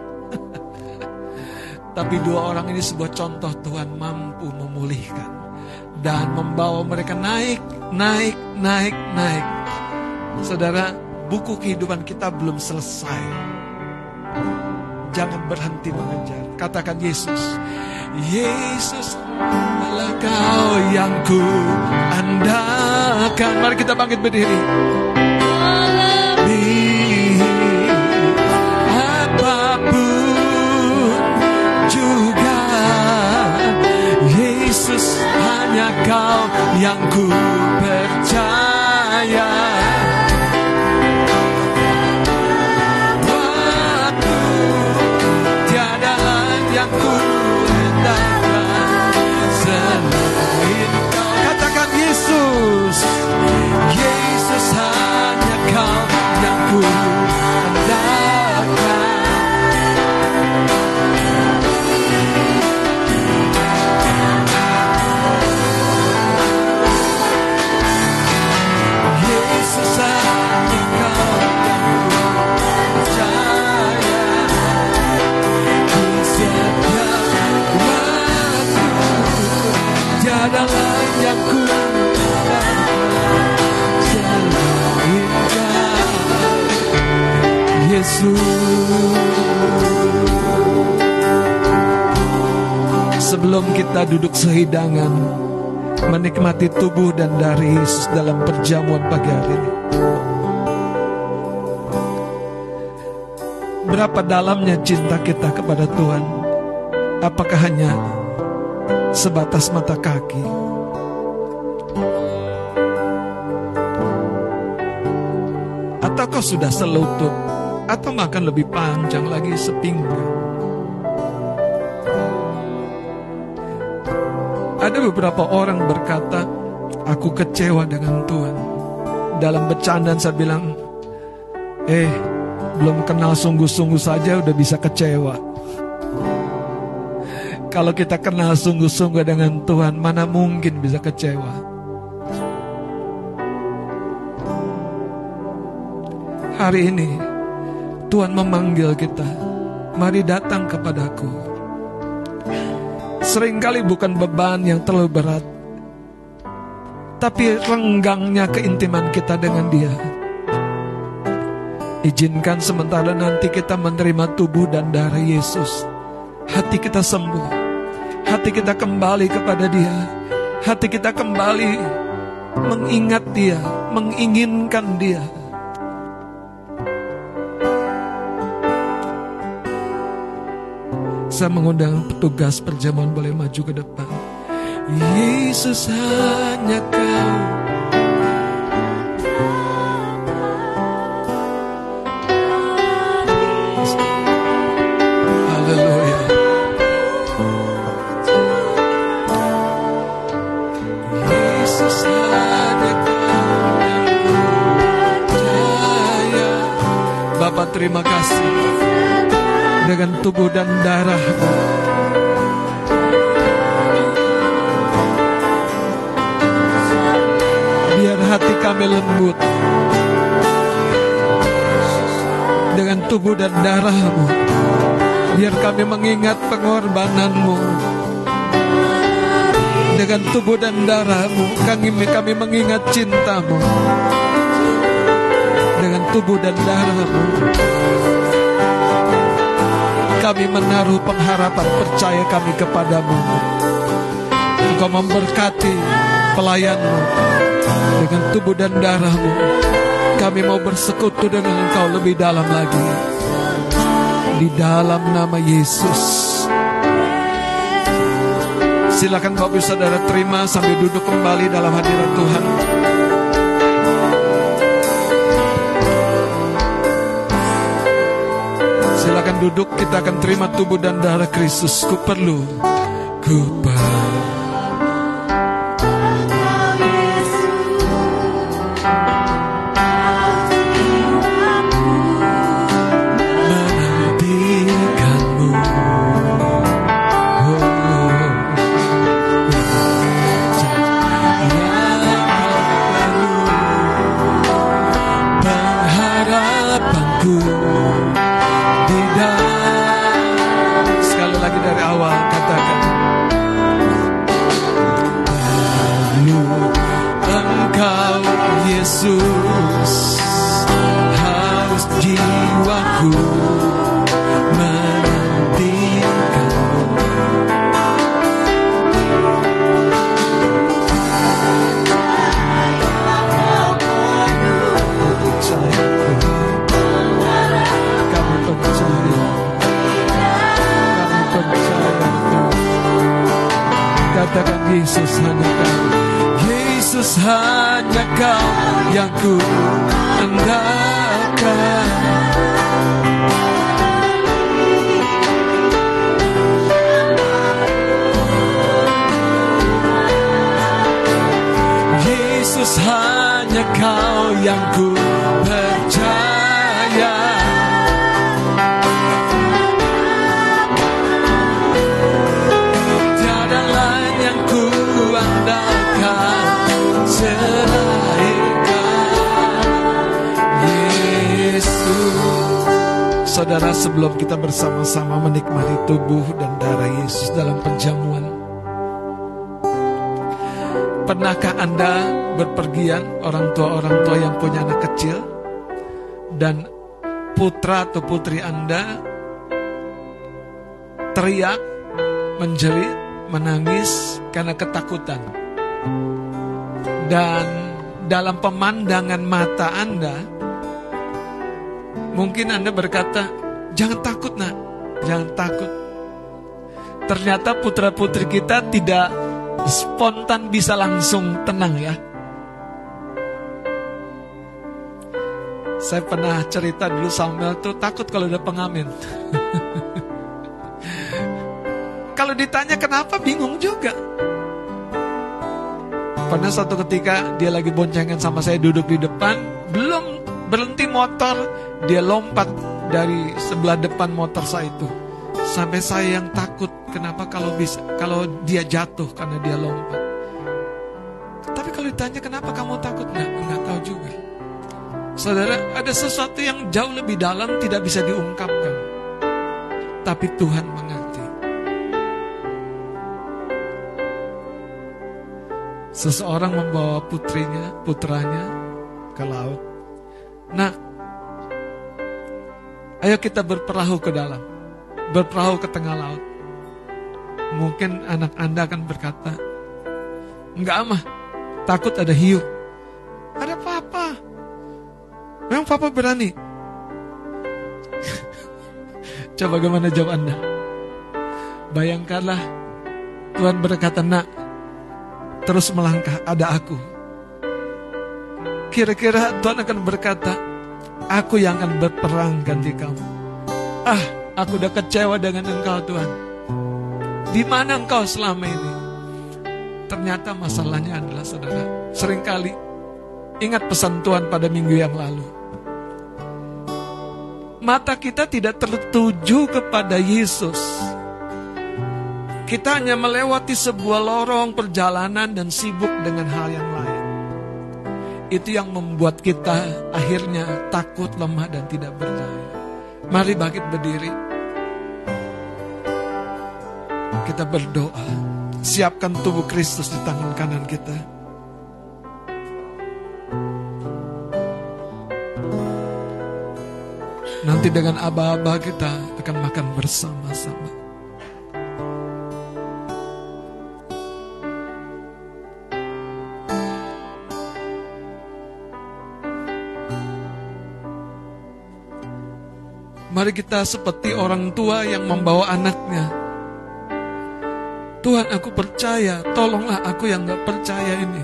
Tapi dua orang ini sebuah contoh Tuhan mampu memulihkan dan membawa mereka naik, naik, naik, naik. Saudara, buku kehidupan kita belum selesai. Jangan berhenti mengejar. Katakan Yesus. Yesus adalah Kau yang ku andalkan. Mari kita bangkit berdiri. Lebih apapun juga, Yesus hanya Kau yang ku percaya. Yesus hanya Kau yang ku andalkan. Yesus hanya Kau yang ku percaya. Di setiap waktu tiada lain yang ku Yesus. Sebelum kita duduk sehidangan, menikmati tubuh dan darah Yesus dalam perjamuan pagi hari ini. Berapa dalamnya cinta kita kepada Tuhan? Apakah hanya sebatas mata kaki? Atau kau sudah selutut? Atau makan lebih panjang lagi sepinggang? Ada beberapa orang berkata, aku kecewa dengan Tuhan. Dalam bercandaan saya bilang, eh, belum kenal sungguh-sungguh saja udah bisa kecewa. Kalau kita kenal sungguh-sungguh dengan Tuhan, mana mungkin bisa kecewa. Hari ini Tuhan memanggil kita, mari datang kepadaku. Seringkali bukan beban yang terlalu berat, tapi renggangnya keintiman kita dengan Dia. Izinkan sementara nanti kita menerima tubuh dan darah Yesus, hati kita sembuh, hati kita kembali kepada Dia, hati kita kembali mengingat Dia, menginginkan Dia. Saya mengundang petugas perjamuan boleh maju ke depan. Yesus, hanya Kau terima kasih dengan tubuh dan darah-Mu. Biar hati kami lembut dengan tubuh dan darah-Mu. Biar kami mengingat pengorbanan-Mu. Dengan tubuh dan darah-Mu kami, kami mengingat cinta-Mu. Dengan tubuh dan darah-Mu kami menaruh pengharapan percaya kami kepadamu. Engkau memberkati pelayan-Mu dengan tubuh dan darah-Mu. Kami mau bersekutu dengan Engkau lebih dalam lagi. Di dalam nama Yesus. Silakan Bapak Ibu Saudara terima sambil duduk kembali dalam hadirat Tuhan. Silakan duduk, kita akan terima tubuh dan darah Kristus. Ku perlu, ku perlu menantikanmu. Oh, pengharapanku. Sekali lagi dari awal katakan, perlu Engkau Yesus, haus jiwaku menantikanmu. Kami percaya. Katakan Yesus, hanya Kau, Yesus, hanya Kau yang ku andalkan. Yesus, hanya Kau yang ku percaya. Saudara, sebelum kita bersama-sama menikmati tubuh dan darah Yesus dalam perjamuan, pernahkah Anda berpergian, orang tua-orang tua yang punya anak kecil, dan putra atau putri Anda teriak, menjerit, menangis karena ketakutan? Dan dalam pemandangan mata Anda, mungkin Anda berkata, jangan takut nak, jangan takut. Ternyata putra-putri kita tidak spontan bisa langsung tenang ya. Saya pernah cerita dulu, Samuel tuh takut kalau udah pengamen. Kalau ditanya kenapa, bingung juga. Pernah satu ketika dia lagi boncengan sama saya, duduk di depan, belum berhenti motor, dia lompat dari sebelah depan motor saya itu. Sampai saya yang takut, kenapa kalau bisa kalau dia jatuh karena dia lompat. Tapi kalau ditanya kenapa kamu takut, nggak nggak tahu juga. Saudara, ada sesuatu yang jauh lebih dalam tidak bisa diungkapkan, tapi Tuhan mengerti. Seseorang membawa putrinya, putranya ke laut. Nah, ayo kita berperahu ke dalam, berperahu ke tengah laut. Mungkin anak Anda akan berkata, enggak mah, takut ada hiu. Ada papa. Memang papa berani. Coba bagaimana jawab Anda? Bayangkanlah Tuhan berkata, nak, terus melangkah, ada aku. Kira-kira Tuhan akan berkata, aku yang akan berperang ganti kamu. Ah, aku udah kecewa dengan engkau Tuhan. Di mana engkau selama ini? Ternyata masalahnya adalah, saudara, seringkali ingat pesan Tuhan pada minggu yang lalu. Mata kita tidak tertuju kepada Yesus. Kita hanya melewati sebuah lorong perjalanan dan sibuk dengan hal yang lain. Itu yang membuat kita akhirnya takut, lemah, dan tidak berdaya. Mari bangkit berdiri. Kita berdoa. Siapkan tubuh Kristus di tangan kanan kita. Nanti dengan aba-aba kita akan makan bersama-sama. Mari kita seperti orang tua yang membawa anaknya. Tuhan, aku percaya, tolonglah aku yang gak percaya ini.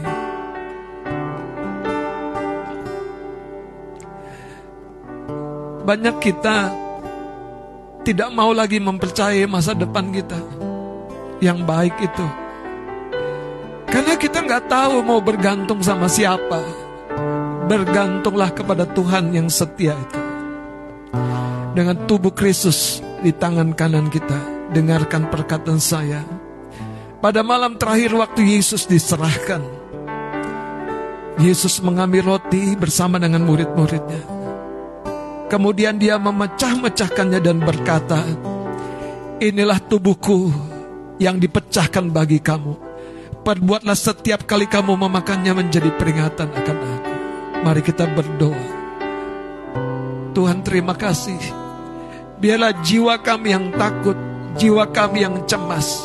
Banyak kita tidak mau lagi mempercayai masa depan kita yang baik itu. Karena kita gak tahu mau bergantung sama siapa. Bergantunglah kepada Tuhan yang setia itu. Dengan tubuh Kristus di tangan kanan kita, dengarkan perkataan saya. Pada malam terakhir waktu Yesus diserahkan, Yesus mengambil roti bersama dengan murid-muridnya. Kemudian dia memecah-mecahkannya dan berkata, inilah tubuhku yang dipecahkan bagi kamu. Perbuatlah setiap kali kamu memakannya menjadi peringatan akan aku. Mari kita berdoa. Tuhan, terima kasih. Biarlah jiwa kami yang takut, jiwa kami yang cemas,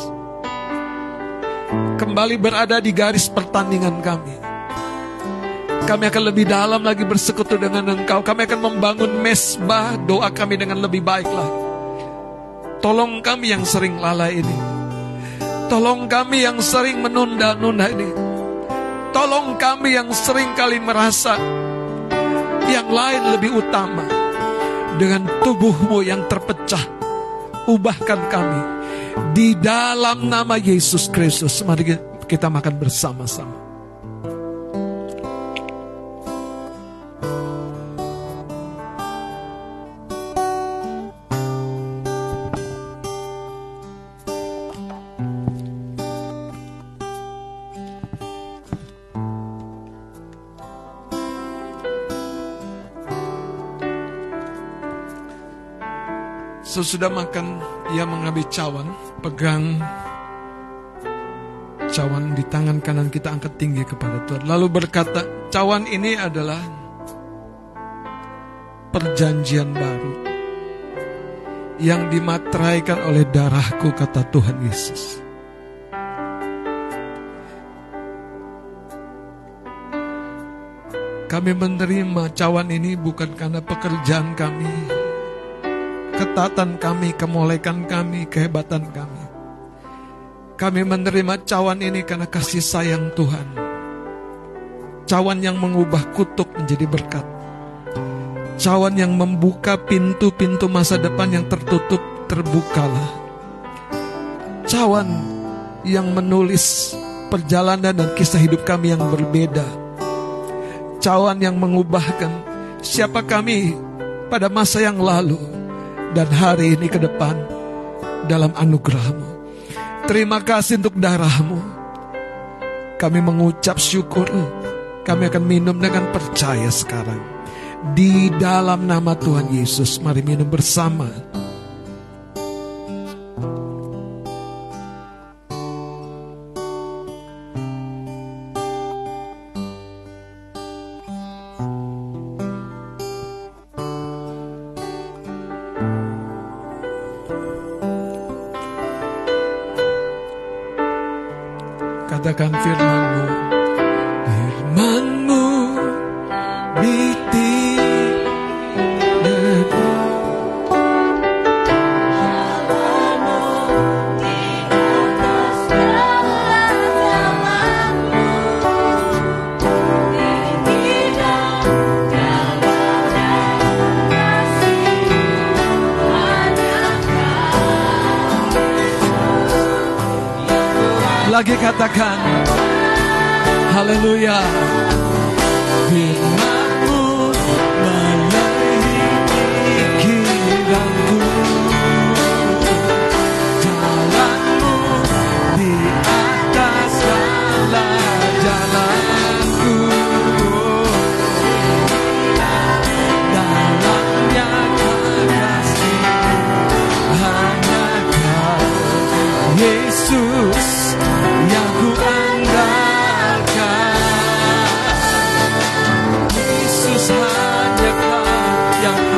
kembali berada di garis pertandingan kami. Kami akan lebih dalam lagi bersekutu dengan Engkau. Kami akan membangun mesbah doa kami dengan lebih baik lagi. Tolong kami yang sering lalai ini. Tolong kami yang sering menunda-nunda ini. Tolong kami yang sering kali merasa yang lain lebih utama. Dengan tubuh-Mu yang terpecah, ubahkan kami di dalam nama Yesus Kristus. Mari kita makan bersama-sama. Sesudah makan, ia mengambil cawan, pegang cawan di tangan kanan kita, angkat tinggi kepada Tuhan. Lalu berkata, cawan ini adalah perjanjian baru yang dimateraikan oleh darahku, kata Tuhan Yesus. Kami menerima cawan ini bukan karena pekerjaan kami, ketatan kami, kemolekan kami, kehebatan kami. Kami menerima cawan ini karena kasih sayang Tuhan. Cawan yang mengubah kutuk menjadi berkat. Cawan yang membuka pintu-pintu masa depan yang tertutup, terbukalah. Cawan yang menulis perjalanan dan kisah hidup kami yang berbeda. Cawan yang mengubahkan siapa kami pada masa yang lalu dan hari ini ke depan dalam anugerah-Mu. Terima kasih untuk darah-Mu. Kami mengucap syukur. Kami akan minum dengan percaya sekarang. Di dalam nama Tuhan Yesus, mari minum bersama. Katakan firman-Mu, firman-Mu biti dan lagi katakan haleluya. Firman-Mu melalui pikiranku, jalan-Mu di atas segala jalanku, dalamnya kasih hanya Kau Yesus yang ku andalkan. Yesus hanya Kau yang ku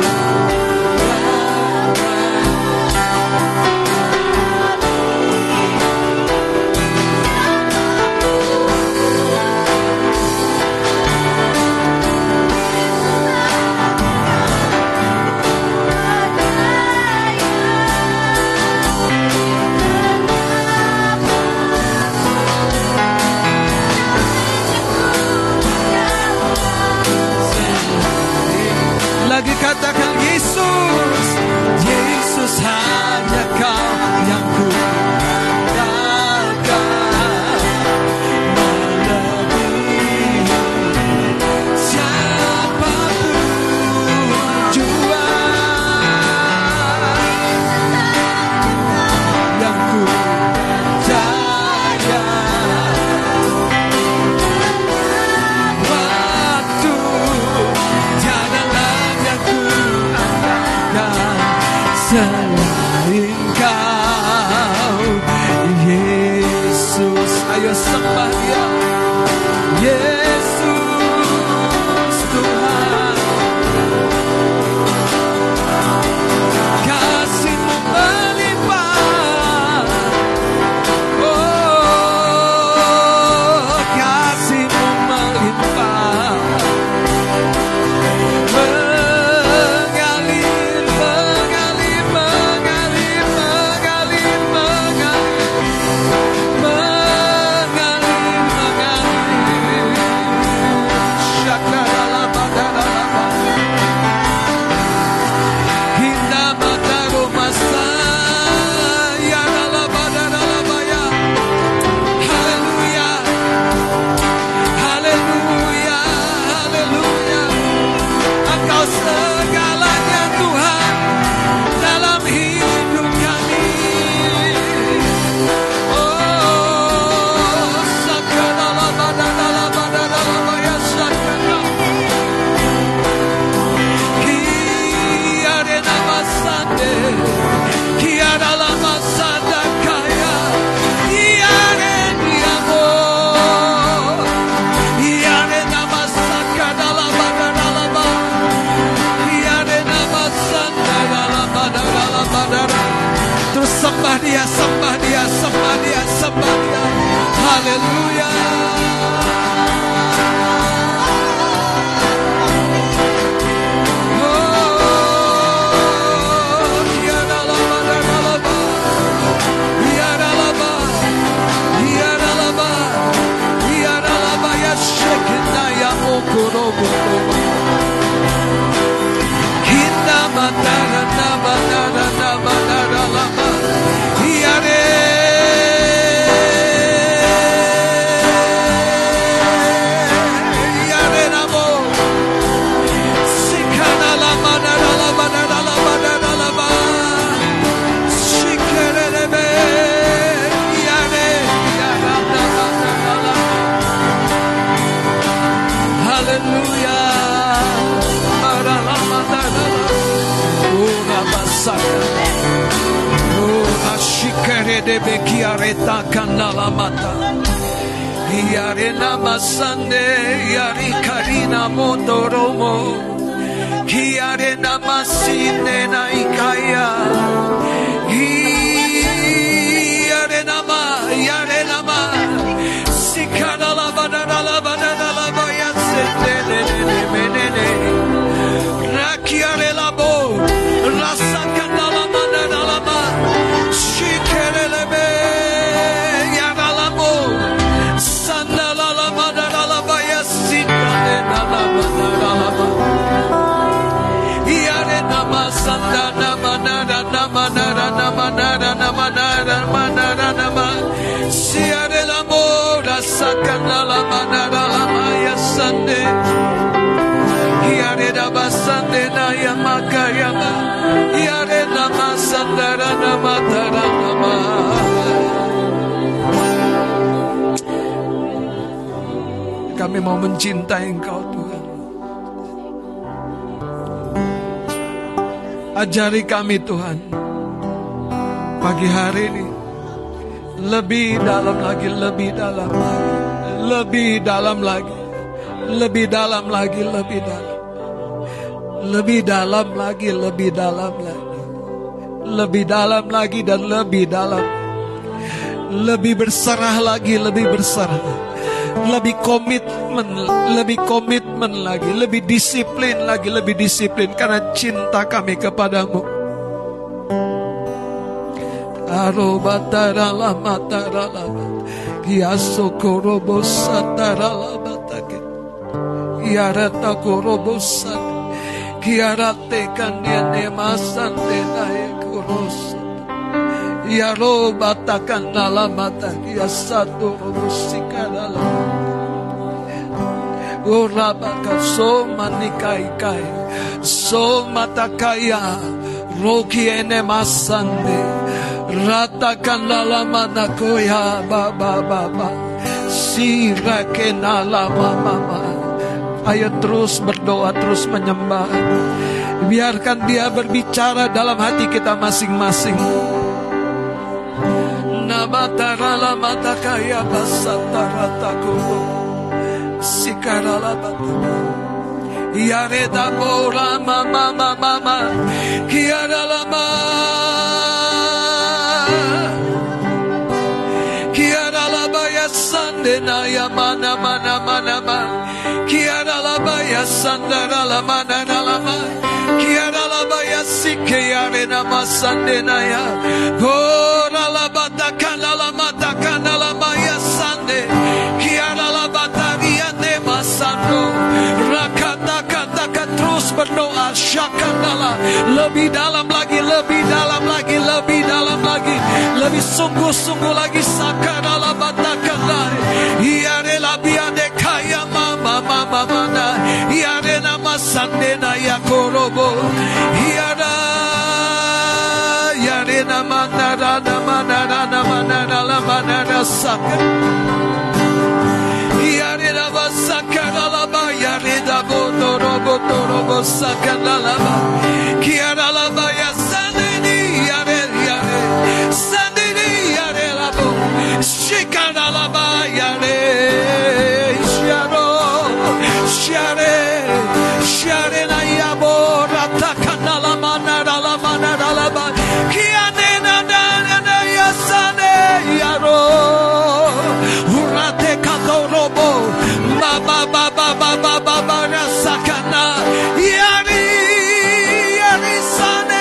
lagi katakan Yesus, Yesus hanya Kau yang ku andalkan, melebihi siapapun jua yang ku percaya. Waktu janganlah selain Kau Yesus. Ayo sembah Dia, Yesus Tuhan. Kasih-Mu melimpah, oh kasih-Mu melimpah, terus sembah Dia, sembah Dia, sembah Dia, sembah Dia. Haleluya. de bekiareta kanala mata Yarena masande yari karina motoromo Yarena masine na ikaya Yarena ma yarena ma Sikadala badala badala baya sende menene Rakiarela bo rasa kanala manala ma Shikerelebe yaralamo sandala la madala baya sindale na la madala yare nama sandana manara namanara namanara namanara manara nama siare la mora sakandala manara maya sande yare da basande na yamaka yama yare nama sandara namatara nama. Kami mau mencintai Engkau Tuhan. Ajari kami Tuhan pagi hari ini lebih dalam lagi, lebih dalam lagi, lebih dalam lagi, lebih dalam lagi, lebih dalam, lebih dalam lagi, lebih dalam lagi, lebih dalam lagi dan lebih dalam, lebih berserah lagi, lebih berserah, lebih komitmen, lebih komitmen lagi, lebih disiplin lagi, lebih disiplin karena cinta kami kepadamu. Arobata la mata la Yasokorobo satara la batake Yarata korobosa Kiarate kandiane masante nae korosa Yaro batakan la mata Yasato robosikara la Urabaka so manikai kai So matakaya Roki ene masande Ratakan la mana koya baba baba Siraken la mama. Ayo terus berdoa, terus menyembah. Biarkan dia berbicara dalam hati kita masing-masing. Namatara la mata kaya basatara takubo Sikara la bata Yareda bora mama mama mama Kiara la ma Sandena ya mana mana mana ma Kiara la baya sandara la mana la ma Kiara la baya sike ya rena ma sandena ya Gora la bata kana la mata kana la baya sande Kiara la bata ria ne masando Rakata kata terus berdoa syakandala lebih dalam lagi, lebih dalam lagi, lebih dalam lagi, lebih sungguh-sungguh lagi sakadala batakanda iare la biade kaya mama mama mana iare nama sandena ya korobo iara iare nama nara nama nara nama nara nama nara sakad iare nama sakadala ba iare da bodo robo robo sakadala ba kiara la ba ya sandeni iare iare sandeni iare la bo shikadala ba iare shiaro shiare shiare na yabo ratakadala manara la manara la ba kiane na na na ya sane iaro urate kadorobo ba ba ba ba ba ba ba ba sakana yari yari sane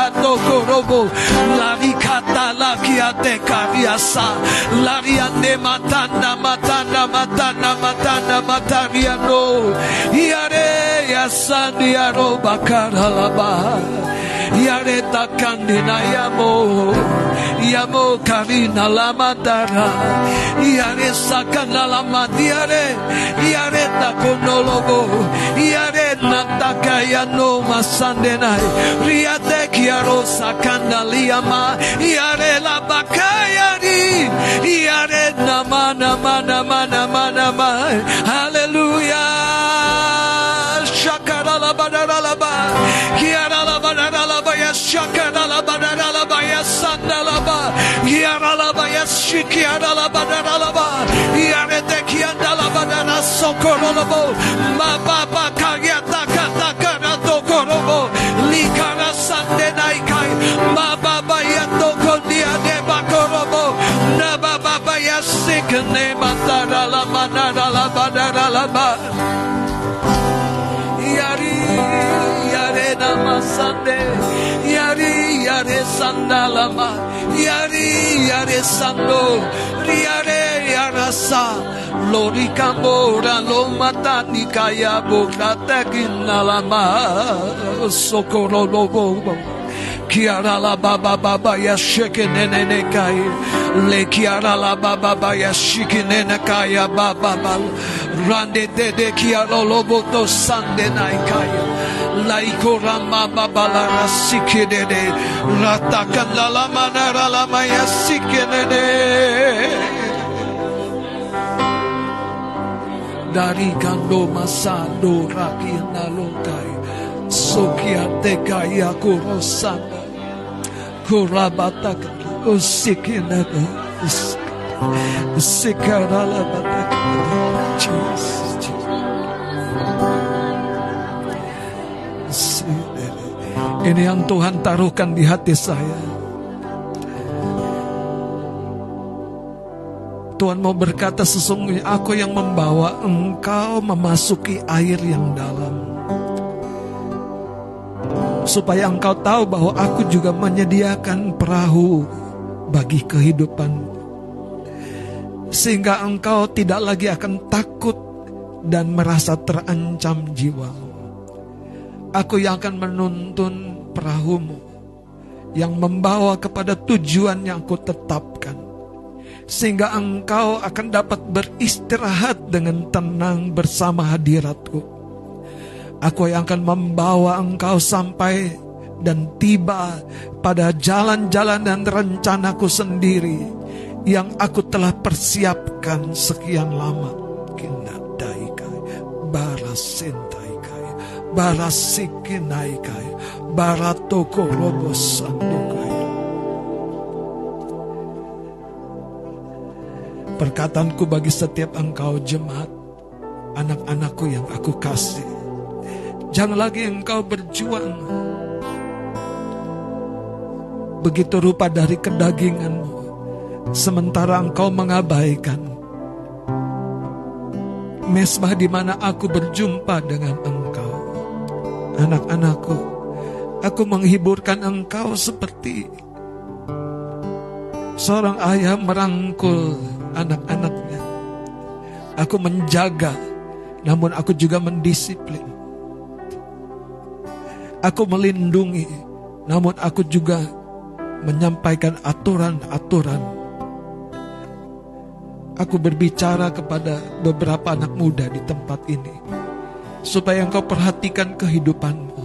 toko robo lari kata laki ate kariasa lari ane matanda matanda matanda matanda matariano iare yasandi aro bakaralaba iare takandina yamo yamo karina lamadara iare sakana lamadiare iare takonolobo iare natakaya no masandenai riate kiaro sakanda liama iare labakaya di iare nama nama nama nama nama haleluya shakara labadara laba kiara labadara laba ya shakara labadara laba ya sandalaba kiara laba ya shikiara labadara laba iare tekianda labadara sokoro labo mababa kagata kata kata tokorobo likara sandenai kai mababa ya tokondia de bakorobo nababa ya sikne matara laba nara laba nara laba yari yare namasande yari yare sandalama yari yare sando yare yarasa lori kambora lo mata nikaya bokrata kinalama sokoro lobo kiara la baba baba ya shekene ne kai le kiara la baba baba ya shikene ne kaya baba bal rande de de kiara lobo to sande nai kaya laiko rama baba la rasikene de ratakan la la manara la maya sikene de dari kando masando rakina lokai sokia tekaya kurosana kurabata usikina usikarala bataka Jesus ini yang Tuhan taruhkan di hati saya. Tuhan mau berkata sesungguhnya aku yang membawa engkau memasuki air yang dalam. Supaya engkau tahu bahwa aku juga menyediakan perahu bagi kehidupan. Sehingga engkau tidak lagi akan takut dan merasa terancam jiwamu. Aku yang akan menuntun perahumu yang membawa kepada tujuan yang aku tetapkan. Sehingga engkau akan dapat beristirahat dengan tenang bersama hadiratku. Aku yang akan membawa engkau sampai dan tiba pada jalan-jalan dan rencanaku sendiri yang aku telah persiapkan sekian lama. Kinadaikai, barasentaikai, barasikinaikai, baratoko robosandukai. Perkataanku bagi setiap engkau jemaat, anak-anakku yang aku kasih, jangan lagi engkau berjuang begitu rupa dari kedaginganmu, sementara engkau mengabaikan mesbah di mana aku berjumpa dengan engkau. Anak-anakku, aku menghiburkan engkau seperti seorang ayah merangkul anak-anaknya. Aku menjaga, namun aku juga mendisiplin. Aku melindungi, namun aku juga menyampaikan aturan-aturan. Aku berbicara kepada beberapa anak muda di tempat ini, supaya engkau perhatikan kehidupanmu.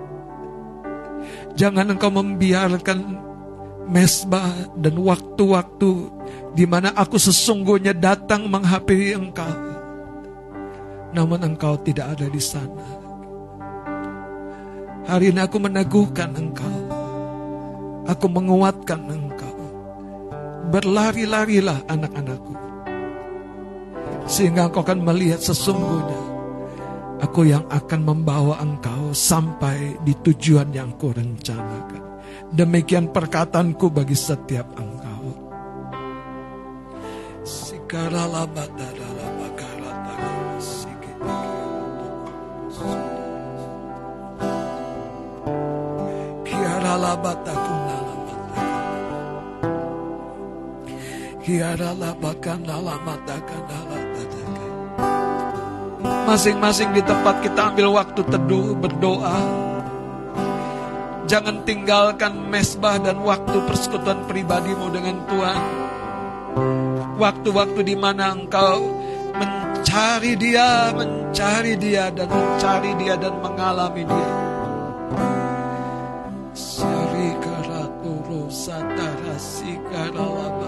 Jangan engkau membiarkan mesbah dan waktu-waktu di mana aku sesungguhnya datang menghampiri engkau, namun engkau tidak ada di sana. Hari ini aku meneguhkan engkau, aku menguatkan engkau. Berlari-larilah anak-anakku, sehingga engkau akan melihat sesungguhnya aku yang akan membawa engkau sampai di tujuan yang ku rencanakan. Demikian perkataanku bagi setiap engkau. Masing-masing di tempat kita ambil waktu teduh, berdoa. Jangan tinggalkan mesbah dan waktu persekutuan pribadimu dengan Tuhan. Waktu-waktu di mana engkau mencari Dia, mencari Dia dan mencari Dia dan mengalami Dia. Syarikaraturu satara sikaralabata.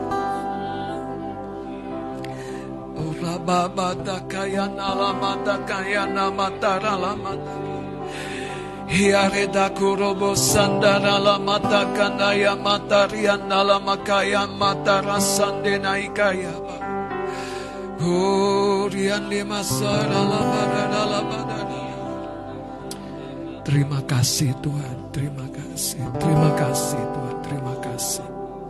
Urababata kayan alamata kayan amatara lamata. Hiareda kurobo sandara lamata kanaya matarian alamakaya matara sandena ikaya. Hurian limasara labada labada. Terima kasih Tuhan, terima kasih, terima kasih Tuhan, terima kasih.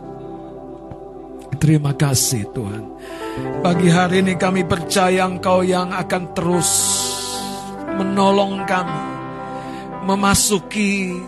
Terima kasih Tuhan. Pagi hari ini kami percaya Engkau yang akan terus menolong kami memasuki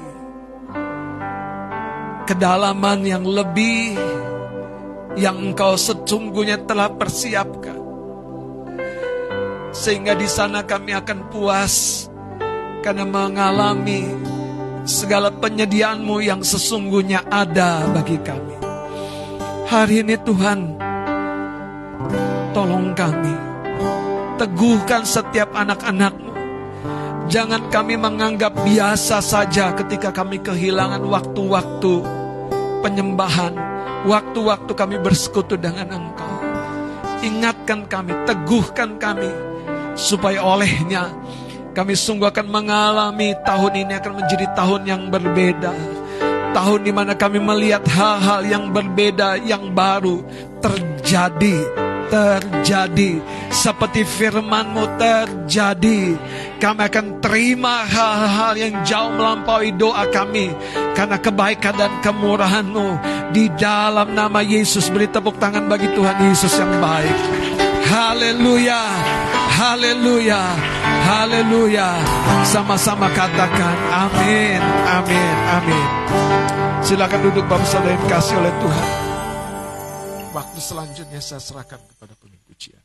kedalaman yang lebih yang Engkau sesungguhnya telah persiapkan. Sehingga di sana kami akan puas karena mengalami segala penyediaan-Mu yang sesungguhnya ada bagi kami. Hari ini Tuhan, tolong kami, teguhkan setiap anak-anak-Mu. Jangan kami menganggap biasa saja ketika kami kehilangan waktu-waktu penyembahan, waktu-waktu kami bersekutu dengan Engkau. Ingatkan kami, teguhkan kami, supaya olehnya kami sungguh akan mengalami tahun ini akan menjadi tahun yang berbeda. Tahun di mana kami melihat hal-hal yang berbeda, yang baru terjadi, terjadi seperti firman-Mu terjadi. Kami akan terima hal-hal yang jauh melampaui doa kami karena kebaikan dan kemurahan-Mu. Di dalam nama Yesus, beri tepuk tangan bagi Tuhan Yesus yang baik. Haleluya, haleluya, haleluya. Sama-sama katakan amin, amin, amin. Silakan duduk Bapak Saudara yang dikasihi oleh Tuhan. Waktu selanjutnya saya serahkan kepada pemimpin pujian.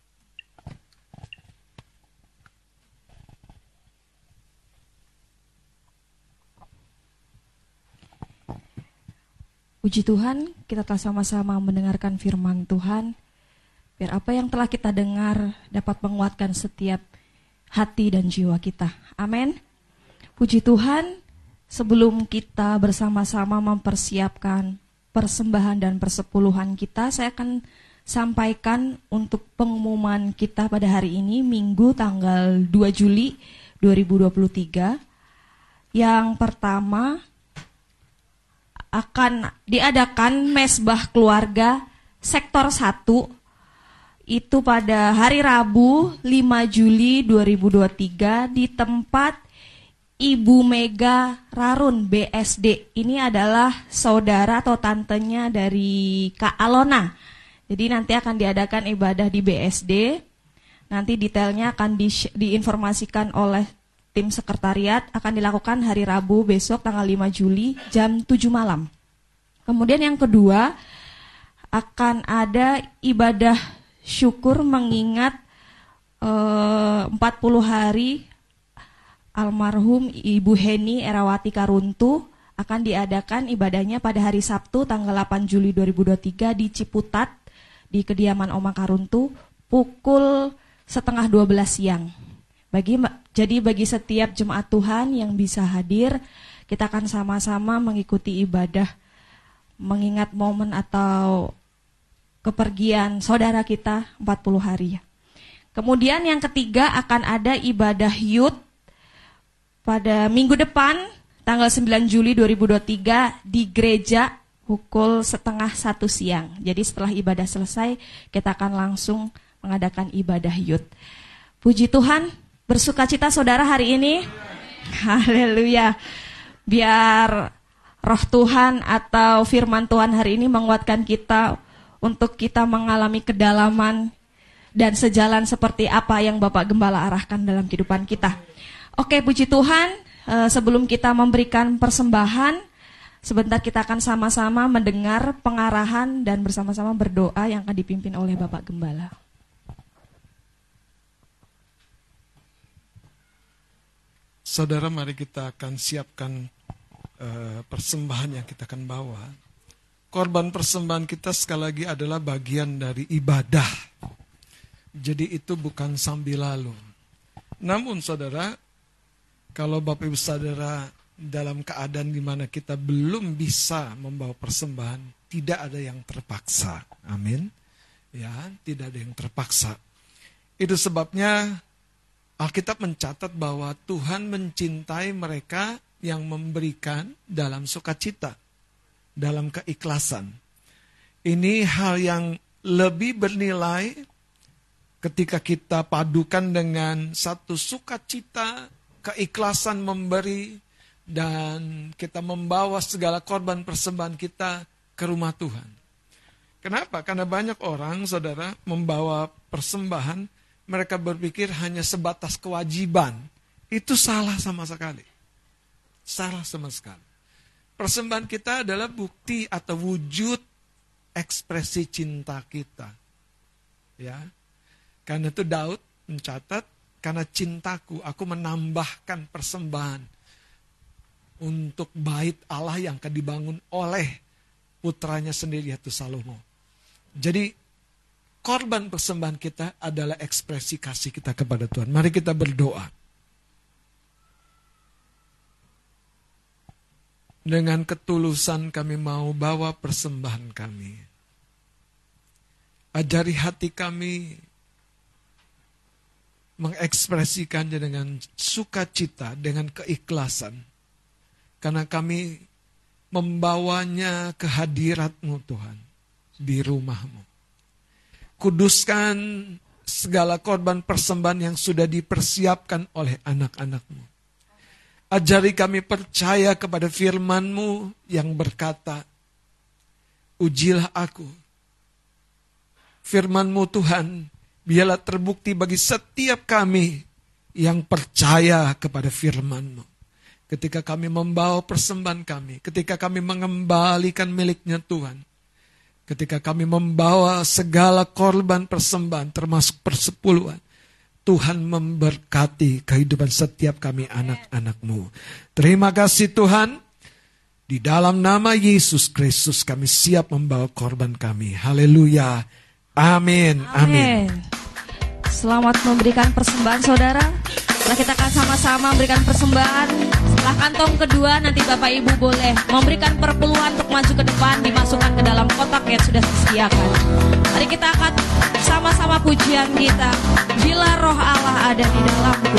Puji Tuhan, kita telah sama-sama mendengarkan firman Tuhan. Biar apa yang telah kita dengar dapat menguatkan setiap hati dan jiwa kita. Amin. Puji Tuhan, sebelum kita bersama-sama mempersiapkan persembahan dan persepuluhan kita, saya akan sampaikan untuk pengumuman kita pada hari ini, Minggu tanggal dua Juli dua ribu dua puluh tiga. Yang pertama, akan diadakan mesbah keluarga sektor satu, itu pada hari Rabu lima Juli dua ribu dua puluh tiga di tempat Ibu Mega Rarun B S D. Ini adalah saudara atau tantenya dari Kak Alona. Jadi nanti akan diadakan ibadah di B S D. Nanti detailnya akan di, diinformasikan oleh tim sekretariat. Akan dilakukan hari Rabu besok tanggal lima Juli jam tujuh malam. Kemudian yang kedua, akan ada ibadah syukur mengingat eh, empat puluh hari almarhum Ibu Heni Erawati Karuntu. Akan diadakan ibadahnya pada hari Sabtu tanggal delapan Juli dua ribu dua puluh tiga di Ciputat, di kediaman Oma Karuntu, pukul setengah dua belas siang. Bagi, jadi bagi setiap jemaat Tuhan yang bisa hadir, kita akan sama-sama mengikuti ibadah mengingat momen atau kepergian saudara kita empat puluh hari. Kemudian yang ketiga, akan ada ibadah youth pada minggu depan tanggal sembilan Juli dua ribu dua puluh tiga di gereja pukul setengah satu siang. Jadi setelah ibadah selesai, kita akan langsung mengadakan ibadah youth. Puji Tuhan, bersukacita saudara hari ini. Haleluya. Biar roh Tuhan atau firman Tuhan hari ini menguatkan kita untuk kita mengalami kedalaman dan sejalan seperti apa yang Bapak Gembala arahkan dalam kehidupan kita. Oke, puji Tuhan, sebelum kita memberikan persembahan, Sebentar kita akan sama-sama mendengar pengarahan dan bersama-sama berdoa yang akan dipimpin oleh Bapak Gembala. Saudara, mari kita akan siapkan uh, persembahan yang kita akan bawa. Korban persembahan kita sekali lagi adalah bagian dari ibadah. Jadi itu bukan sambil lalu. Namun saudara, kalau Bapak Ibu Saudara dalam keadaan di mana kita belum bisa membawa persembahan, tidak ada yang terpaksa. Amin. Ya, tidak ada yang terpaksa. Itu sebabnya Alkitab mencatat bahwa Tuhan mencintai mereka yang memberikan dalam sukacita, dalam keikhlasan. Ini hal yang lebih bernilai ketika kita padukan dengan satu sukacita, keikhlasan memberi, dan kita membawa segala korban persembahan kita ke rumah Tuhan. Kenapa? Karena banyak orang, saudara, membawa persembahan, mereka berpikir hanya sebatas kewajiban. Itu salah sama sekali. Salah sama sekali. Persembahan kita adalah bukti atau wujud ekspresi cinta kita. Ya. Karena itu Daud mencatat, karena cintaku aku menambahkan persembahan untuk bait Allah yang akan dibangun oleh putranya sendiri yaitu Salomo. Jadi korban persembahan kita adalah ekspresi kasih kita kepada Tuhan. Mari kita berdoa. Dengan ketulusan kami mau bawa persembahan kami. Ajari hati kami mengekspresikannya dengan sukacita, dengan keikhlasan. Karena kami membawanya ke hadirat-Mu Tuhan, di rumah-Mu. Kuduskan segala korban persembahan yang sudah dipersiapkan oleh anak-anak-Mu. Ajari kami percaya kepada firman-Mu yang berkata, ujilah aku. Firman-Mu Tuhan, biarlah terbukti bagi setiap kami yang percaya kepada firman-Mu. Ketika kami membawa persembahan kami, ketika kami mengembalikan miliknya Tuhan, ketika kami membawa segala korban persembahan termasuk persepuluhan, Tuhan memberkati kehidupan setiap kami anak-anak-Mu. Terima kasih Tuhan. Di dalam nama Yesus Kristus kami siap membawa korban kami. Haleluya. Amin. Amin. Selamat memberikan persembahan saudara. Setelah kita akan sama-sama memberikan persembahan, setelah kantong kedua nanti Bapak Ibu boleh memberikan perpuluhan untuk maju ke depan, dimasukkan ke dalam kotak yang sudah disediakan. Mari kita akan sama-sama pujian kita. Bila roh Allah ada di dalamku,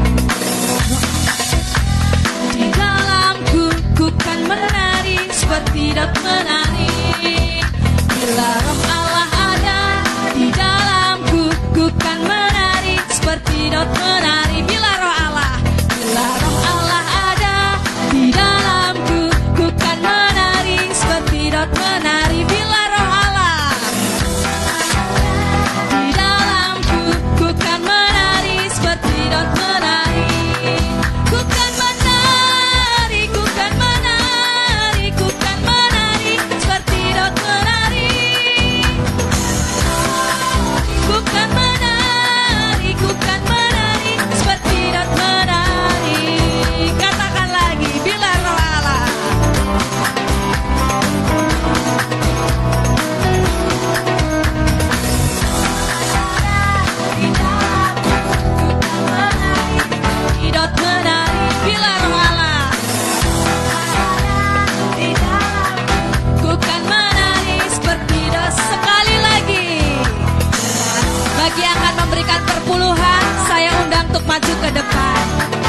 di dalamku ku kan menari seperti Daud menari. Bila roh Allah ada di dalamku, ku kan menari seperti Daud menari. Bila roh Allah, bila roh Allah ada di dalamku, ku kan menari seperti Daud menari. Bila roh Allah di dalamku, ku kan menari seperti Daud menari. Ku kan menari, ku kan menari, ku kan menari seperti Daud menari. Ku kan menari, ku kan menari seperti Daud menari. Katakan lagi, bila roh Allah. Di dalamku, ku kan menari seperti Daud menari. Bila roh Allah di dalamku, ku kan menari seperti Daud. Sekali lagi, bagi yang akan memberikan perpuluhan, saya undang untuk maju ke depan.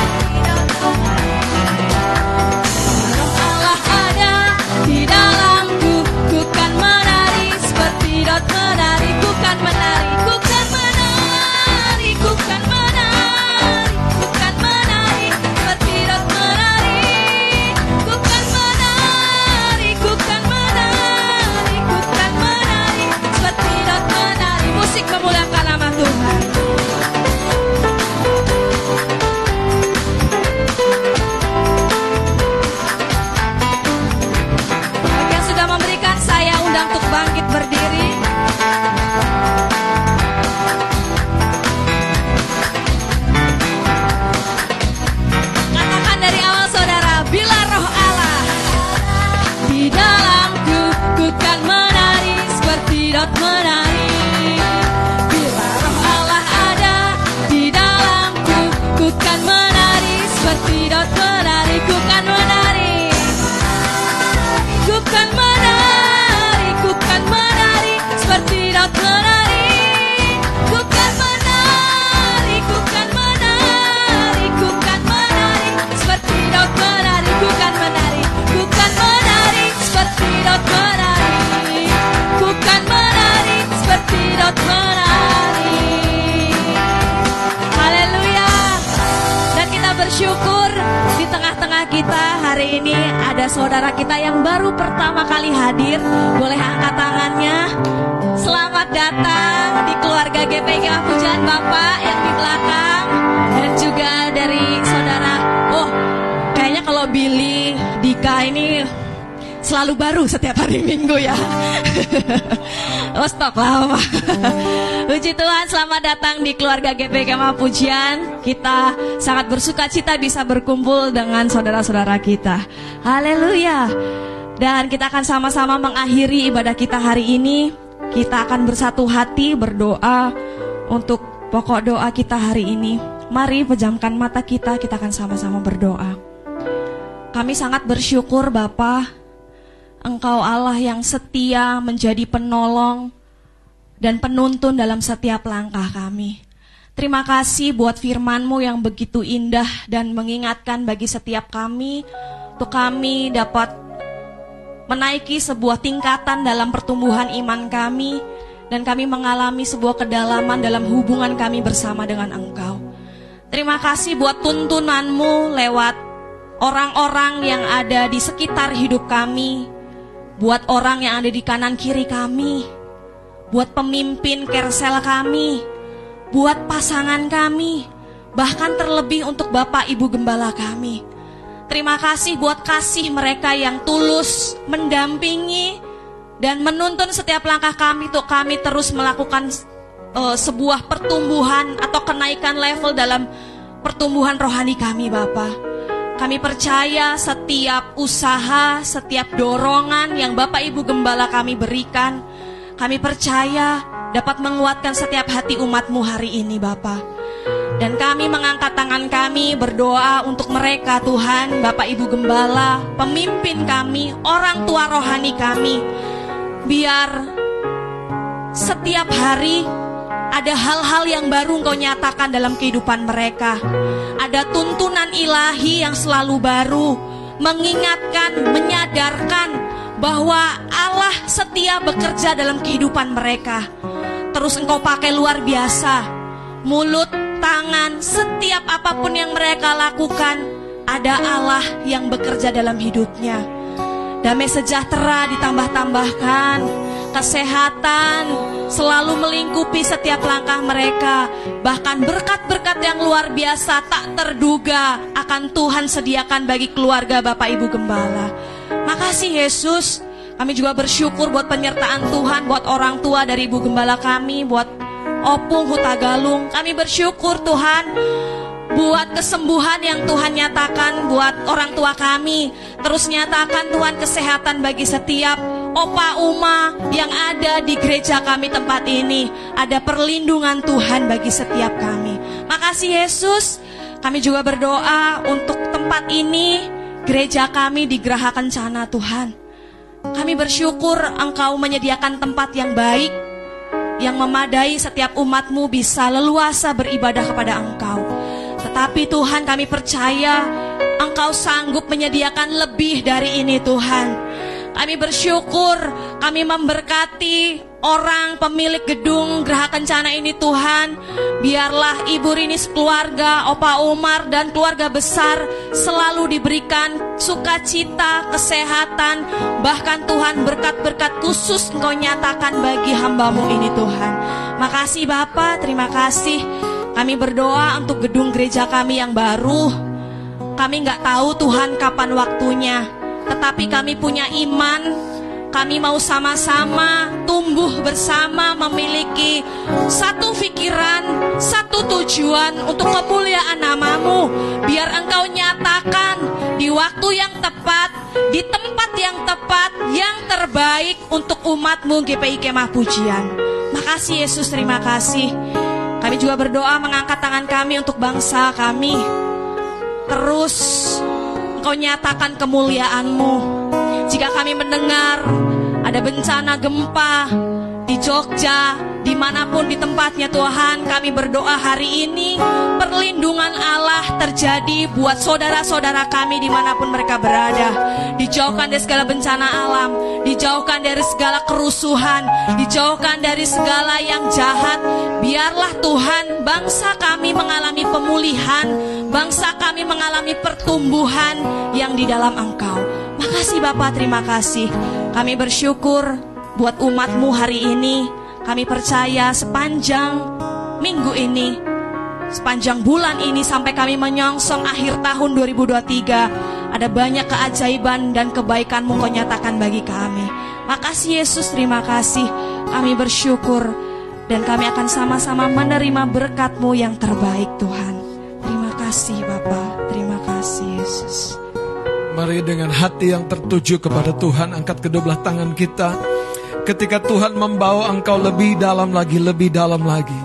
Roh Allah ada di dalamku, ku kan menari seperti Daud menari. Ku kan menari, ku kan menari, ku kan menari, ku kan menari seperti Daud menari. Ku kan menari, ku kan menari, ku kan menari seperti Daud menari. Musik memuliakan nama Tuhan. dot menari. Bila roh Allah ada di dalamku, ku kan menari seperti dot menari, ku kan menari. Ku kan menari, ku kan menari seperti dot menari. Ku kan menari, ku kan menari, ku kan menari seperti dot menari, ku kan menari, ku kan menari seperti dot menari, ku kan menari seperti dot menari. Haleluya. Dan kita bersyukur di tengah-tengah kita hari ini ada saudara kita yang baru pertama kali hadir. Boleh angkat tangannya. Selamat datang di keluarga G P G Pujian Bapak yang di belakang. Dan juga dari saudara, oh kayaknya kalau Billy, Dika ini selalu baru setiap hari Minggu ya. Oh stok lama. Puji Tuhan, selamat datang di keluarga G P G Pujian. Kita sangat bersuka cita bisa berkumpul dengan saudara-saudara kita. Haleluya. Dan kita akan sama-sama mengakhiri ibadah kita hari ini. Kita akan bersatu hati berdoa untuk pokok doa kita hari ini. Mari pejamkan mata kita, kita akan sama-sama berdoa. Kami sangat bersyukur Bapa, Engkau Allah yang setia menjadi penolong dan penuntun dalam setiap langkah kami. Terima kasih buat firman-Mu yang begitu indah dan mengingatkan bagi setiap kami, untuk kami dapat menaiki sebuah tingkatan dalam pertumbuhan iman kami, dan kami mengalami sebuah kedalaman dalam hubungan kami bersama dengan Engkau. Terima kasih buat tuntunan-Mu lewat orang-orang yang ada di sekitar hidup kami, buat orang yang ada di kanan kiri kami, buat pemimpin kersel kami, buat pasangan kami, bahkan terlebih untuk Bapak Ibu Gembala kami. Terima kasih buat kasih mereka yang tulus mendampingi dan menuntun setiap langkah kami untuk kami terus melakukan uh, sebuah pertumbuhan atau kenaikan level dalam pertumbuhan rohani kami Bapa. Kami percaya setiap usaha, setiap dorongan yang Bapak Ibu Gembala kami berikan, kami percaya dapat menguatkan setiap hati umat-Mu hari ini Bapa. Dan kami mengangkat tangan kami berdoa untuk mereka Tuhan, Bapak Ibu Gembala, pemimpin kami, orang tua rohani kami. Biar setiap hari ada hal-hal yang baru Engkau nyatakan dalam kehidupan mereka. Ada tuntunan ilahi yang selalu baru, mengingatkan, menyadarkan bahwa Allah setia bekerja dalam kehidupan mereka. Terus Engkau pakai luar biasa. Mulut, tangan, setiap apapun yang mereka lakukan, ada Allah yang bekerja dalam hidupnya. Damai sejahtera ditambah-tambahkan, kesehatan selalu melingkupi setiap langkah mereka. Bahkan berkat-berkat yang luar biasa tak terduga akan Tuhan sediakan bagi keluarga Bapak Ibu Gembala. Makasih Yesus. Kami juga bersyukur buat penyertaan Tuhan, buat orang tua dari Ibu Gembala kami, buat Opung Hutagalung. Kami bersyukur Tuhan buat kesembuhan yang Tuhan nyatakan buat orang tua kami. Terus nyatakan Tuhan kesehatan bagi setiap opa uma yang ada di gereja kami tempat ini. Ada perlindungan Tuhan bagi setiap kami. Makasih Yesus. Kami juga berdoa untuk tempat ini, gereja kami di Geraha Kencana Tuhan. Kami bersyukur Engkau menyediakan tempat yang baik, yang memadai setiap umat-Mu bisa leluasa beribadah kepada Engkau. Tetapi Tuhan kami percaya Engkau sanggup menyediakan lebih dari ini Tuhan. Kami bersyukur, kami memberkati orang pemilik gedung Geraha Kencana ini Tuhan. Biarlah Ibu Rini sekeluarga, Opa Umar dan keluarga besar selalu diberikan sukacita, kesehatan. Bahkan Tuhan berkat-berkat khusus Engkau nyatakan bagi hamba-Mu ini Tuhan. Makasih Bapa, terima kasih. Kami berdoa untuk gedung gereja kami yang baru. Kami gak tahu Tuhan kapan waktunya, tetapi kami punya iman. Kami mau sama-sama tumbuh bersama, memiliki satu pikiran, satu tujuan untuk kemuliaan nama-Mu. Biar Engkau nyatakan di di waktu yang tepat, di tempat yang tepat, yang terbaik untuk umat-Mu G P I Kemah Pujian. Makasih Yesus, terima kasih. Kami juga berdoa mengangkat tangan kami untuk bangsa kami. Terus Engkau nyatakan kemuliaan-Mu. Jika kami mendengar ada bencana gempa di Jogja, dimanapun di tempatnya Tuhan, kami berdoa hari ini perlindungan Allah terjadi buat saudara-saudara kami dimanapun mereka berada. Dijauhkan dari segala bencana alam, dijauhkan dari segala kerusuhan, dijauhkan dari segala yang jahat. Biarlah Tuhan bangsa kami mengalami pemulihan, bangsa kami mengalami pertumbuhan yang di dalam Engkau. Makasih Bapak, terima kasih. Kami bersyukur buat umat-Mu hari ini. Kami percaya sepanjang minggu ini, sepanjang bulan ini sampai kami menyongsong akhir tahun dua ribu dua puluh tiga, ada banyak keajaiban dan kebaikan-Mu Kau nyatakan bagi kami. Makasih Yesus, terima kasih. Kami bersyukur dan kami akan sama-sama menerima berkat-Mu yang terbaik Tuhan. Terima kasih Bapa, terima kasih Yesus. Mari dengan hati yang tertuju kepada Tuhan, angkat kedua belah tangan kita. Ketika Tuhan membawa engkau lebih dalam lagi, lebih dalam lagi.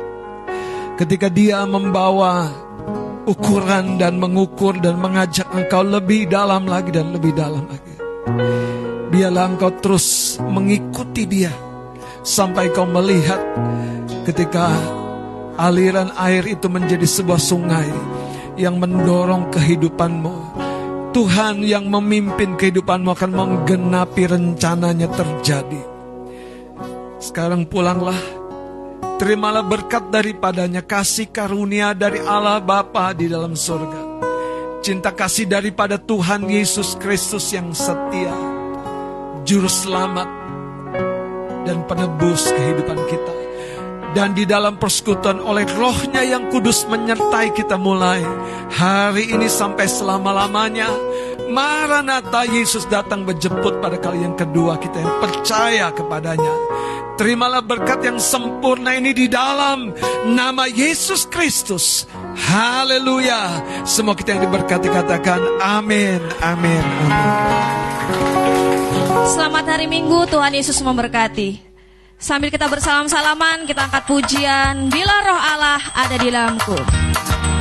Ketika Dia membawa ukuran dan mengukur dan mengajak engkau lebih dalam lagi dan lebih dalam lagi. Biarlah engkau terus mengikuti Dia sampai kau melihat ketika aliran air itu menjadi sebuah sungai yang mendorong kehidupanmu. Tuhan yang memimpin kehidupanmu akan menggenapi rencananya terjadi. Sekarang pulanglah, terimalah berkat daripadanya, kasih karunia dari Allah Bapa di dalam surga, cinta kasih daripada Tuhan Yesus Kristus yang setia, juru selamat dan penebus kehidupan kita. Dan di dalam persekutuan oleh Roh-Nya yang kudus menyertai kita mulai hari ini sampai selama-lamanya. Maranatha, Yesus datang menjemput pada kali yang kedua. Kita yang percaya kepadanya, terimalah berkat yang sempurna ini di dalam nama Yesus Kristus. Haleluya. Semua kita yang diberkati katakan amin, amin, amin. Selamat hari Minggu, Tuhan Yesus memberkati. Sambil kita bersalam-salaman, kita angkat pujian, bila roh Allah ada di dalamku.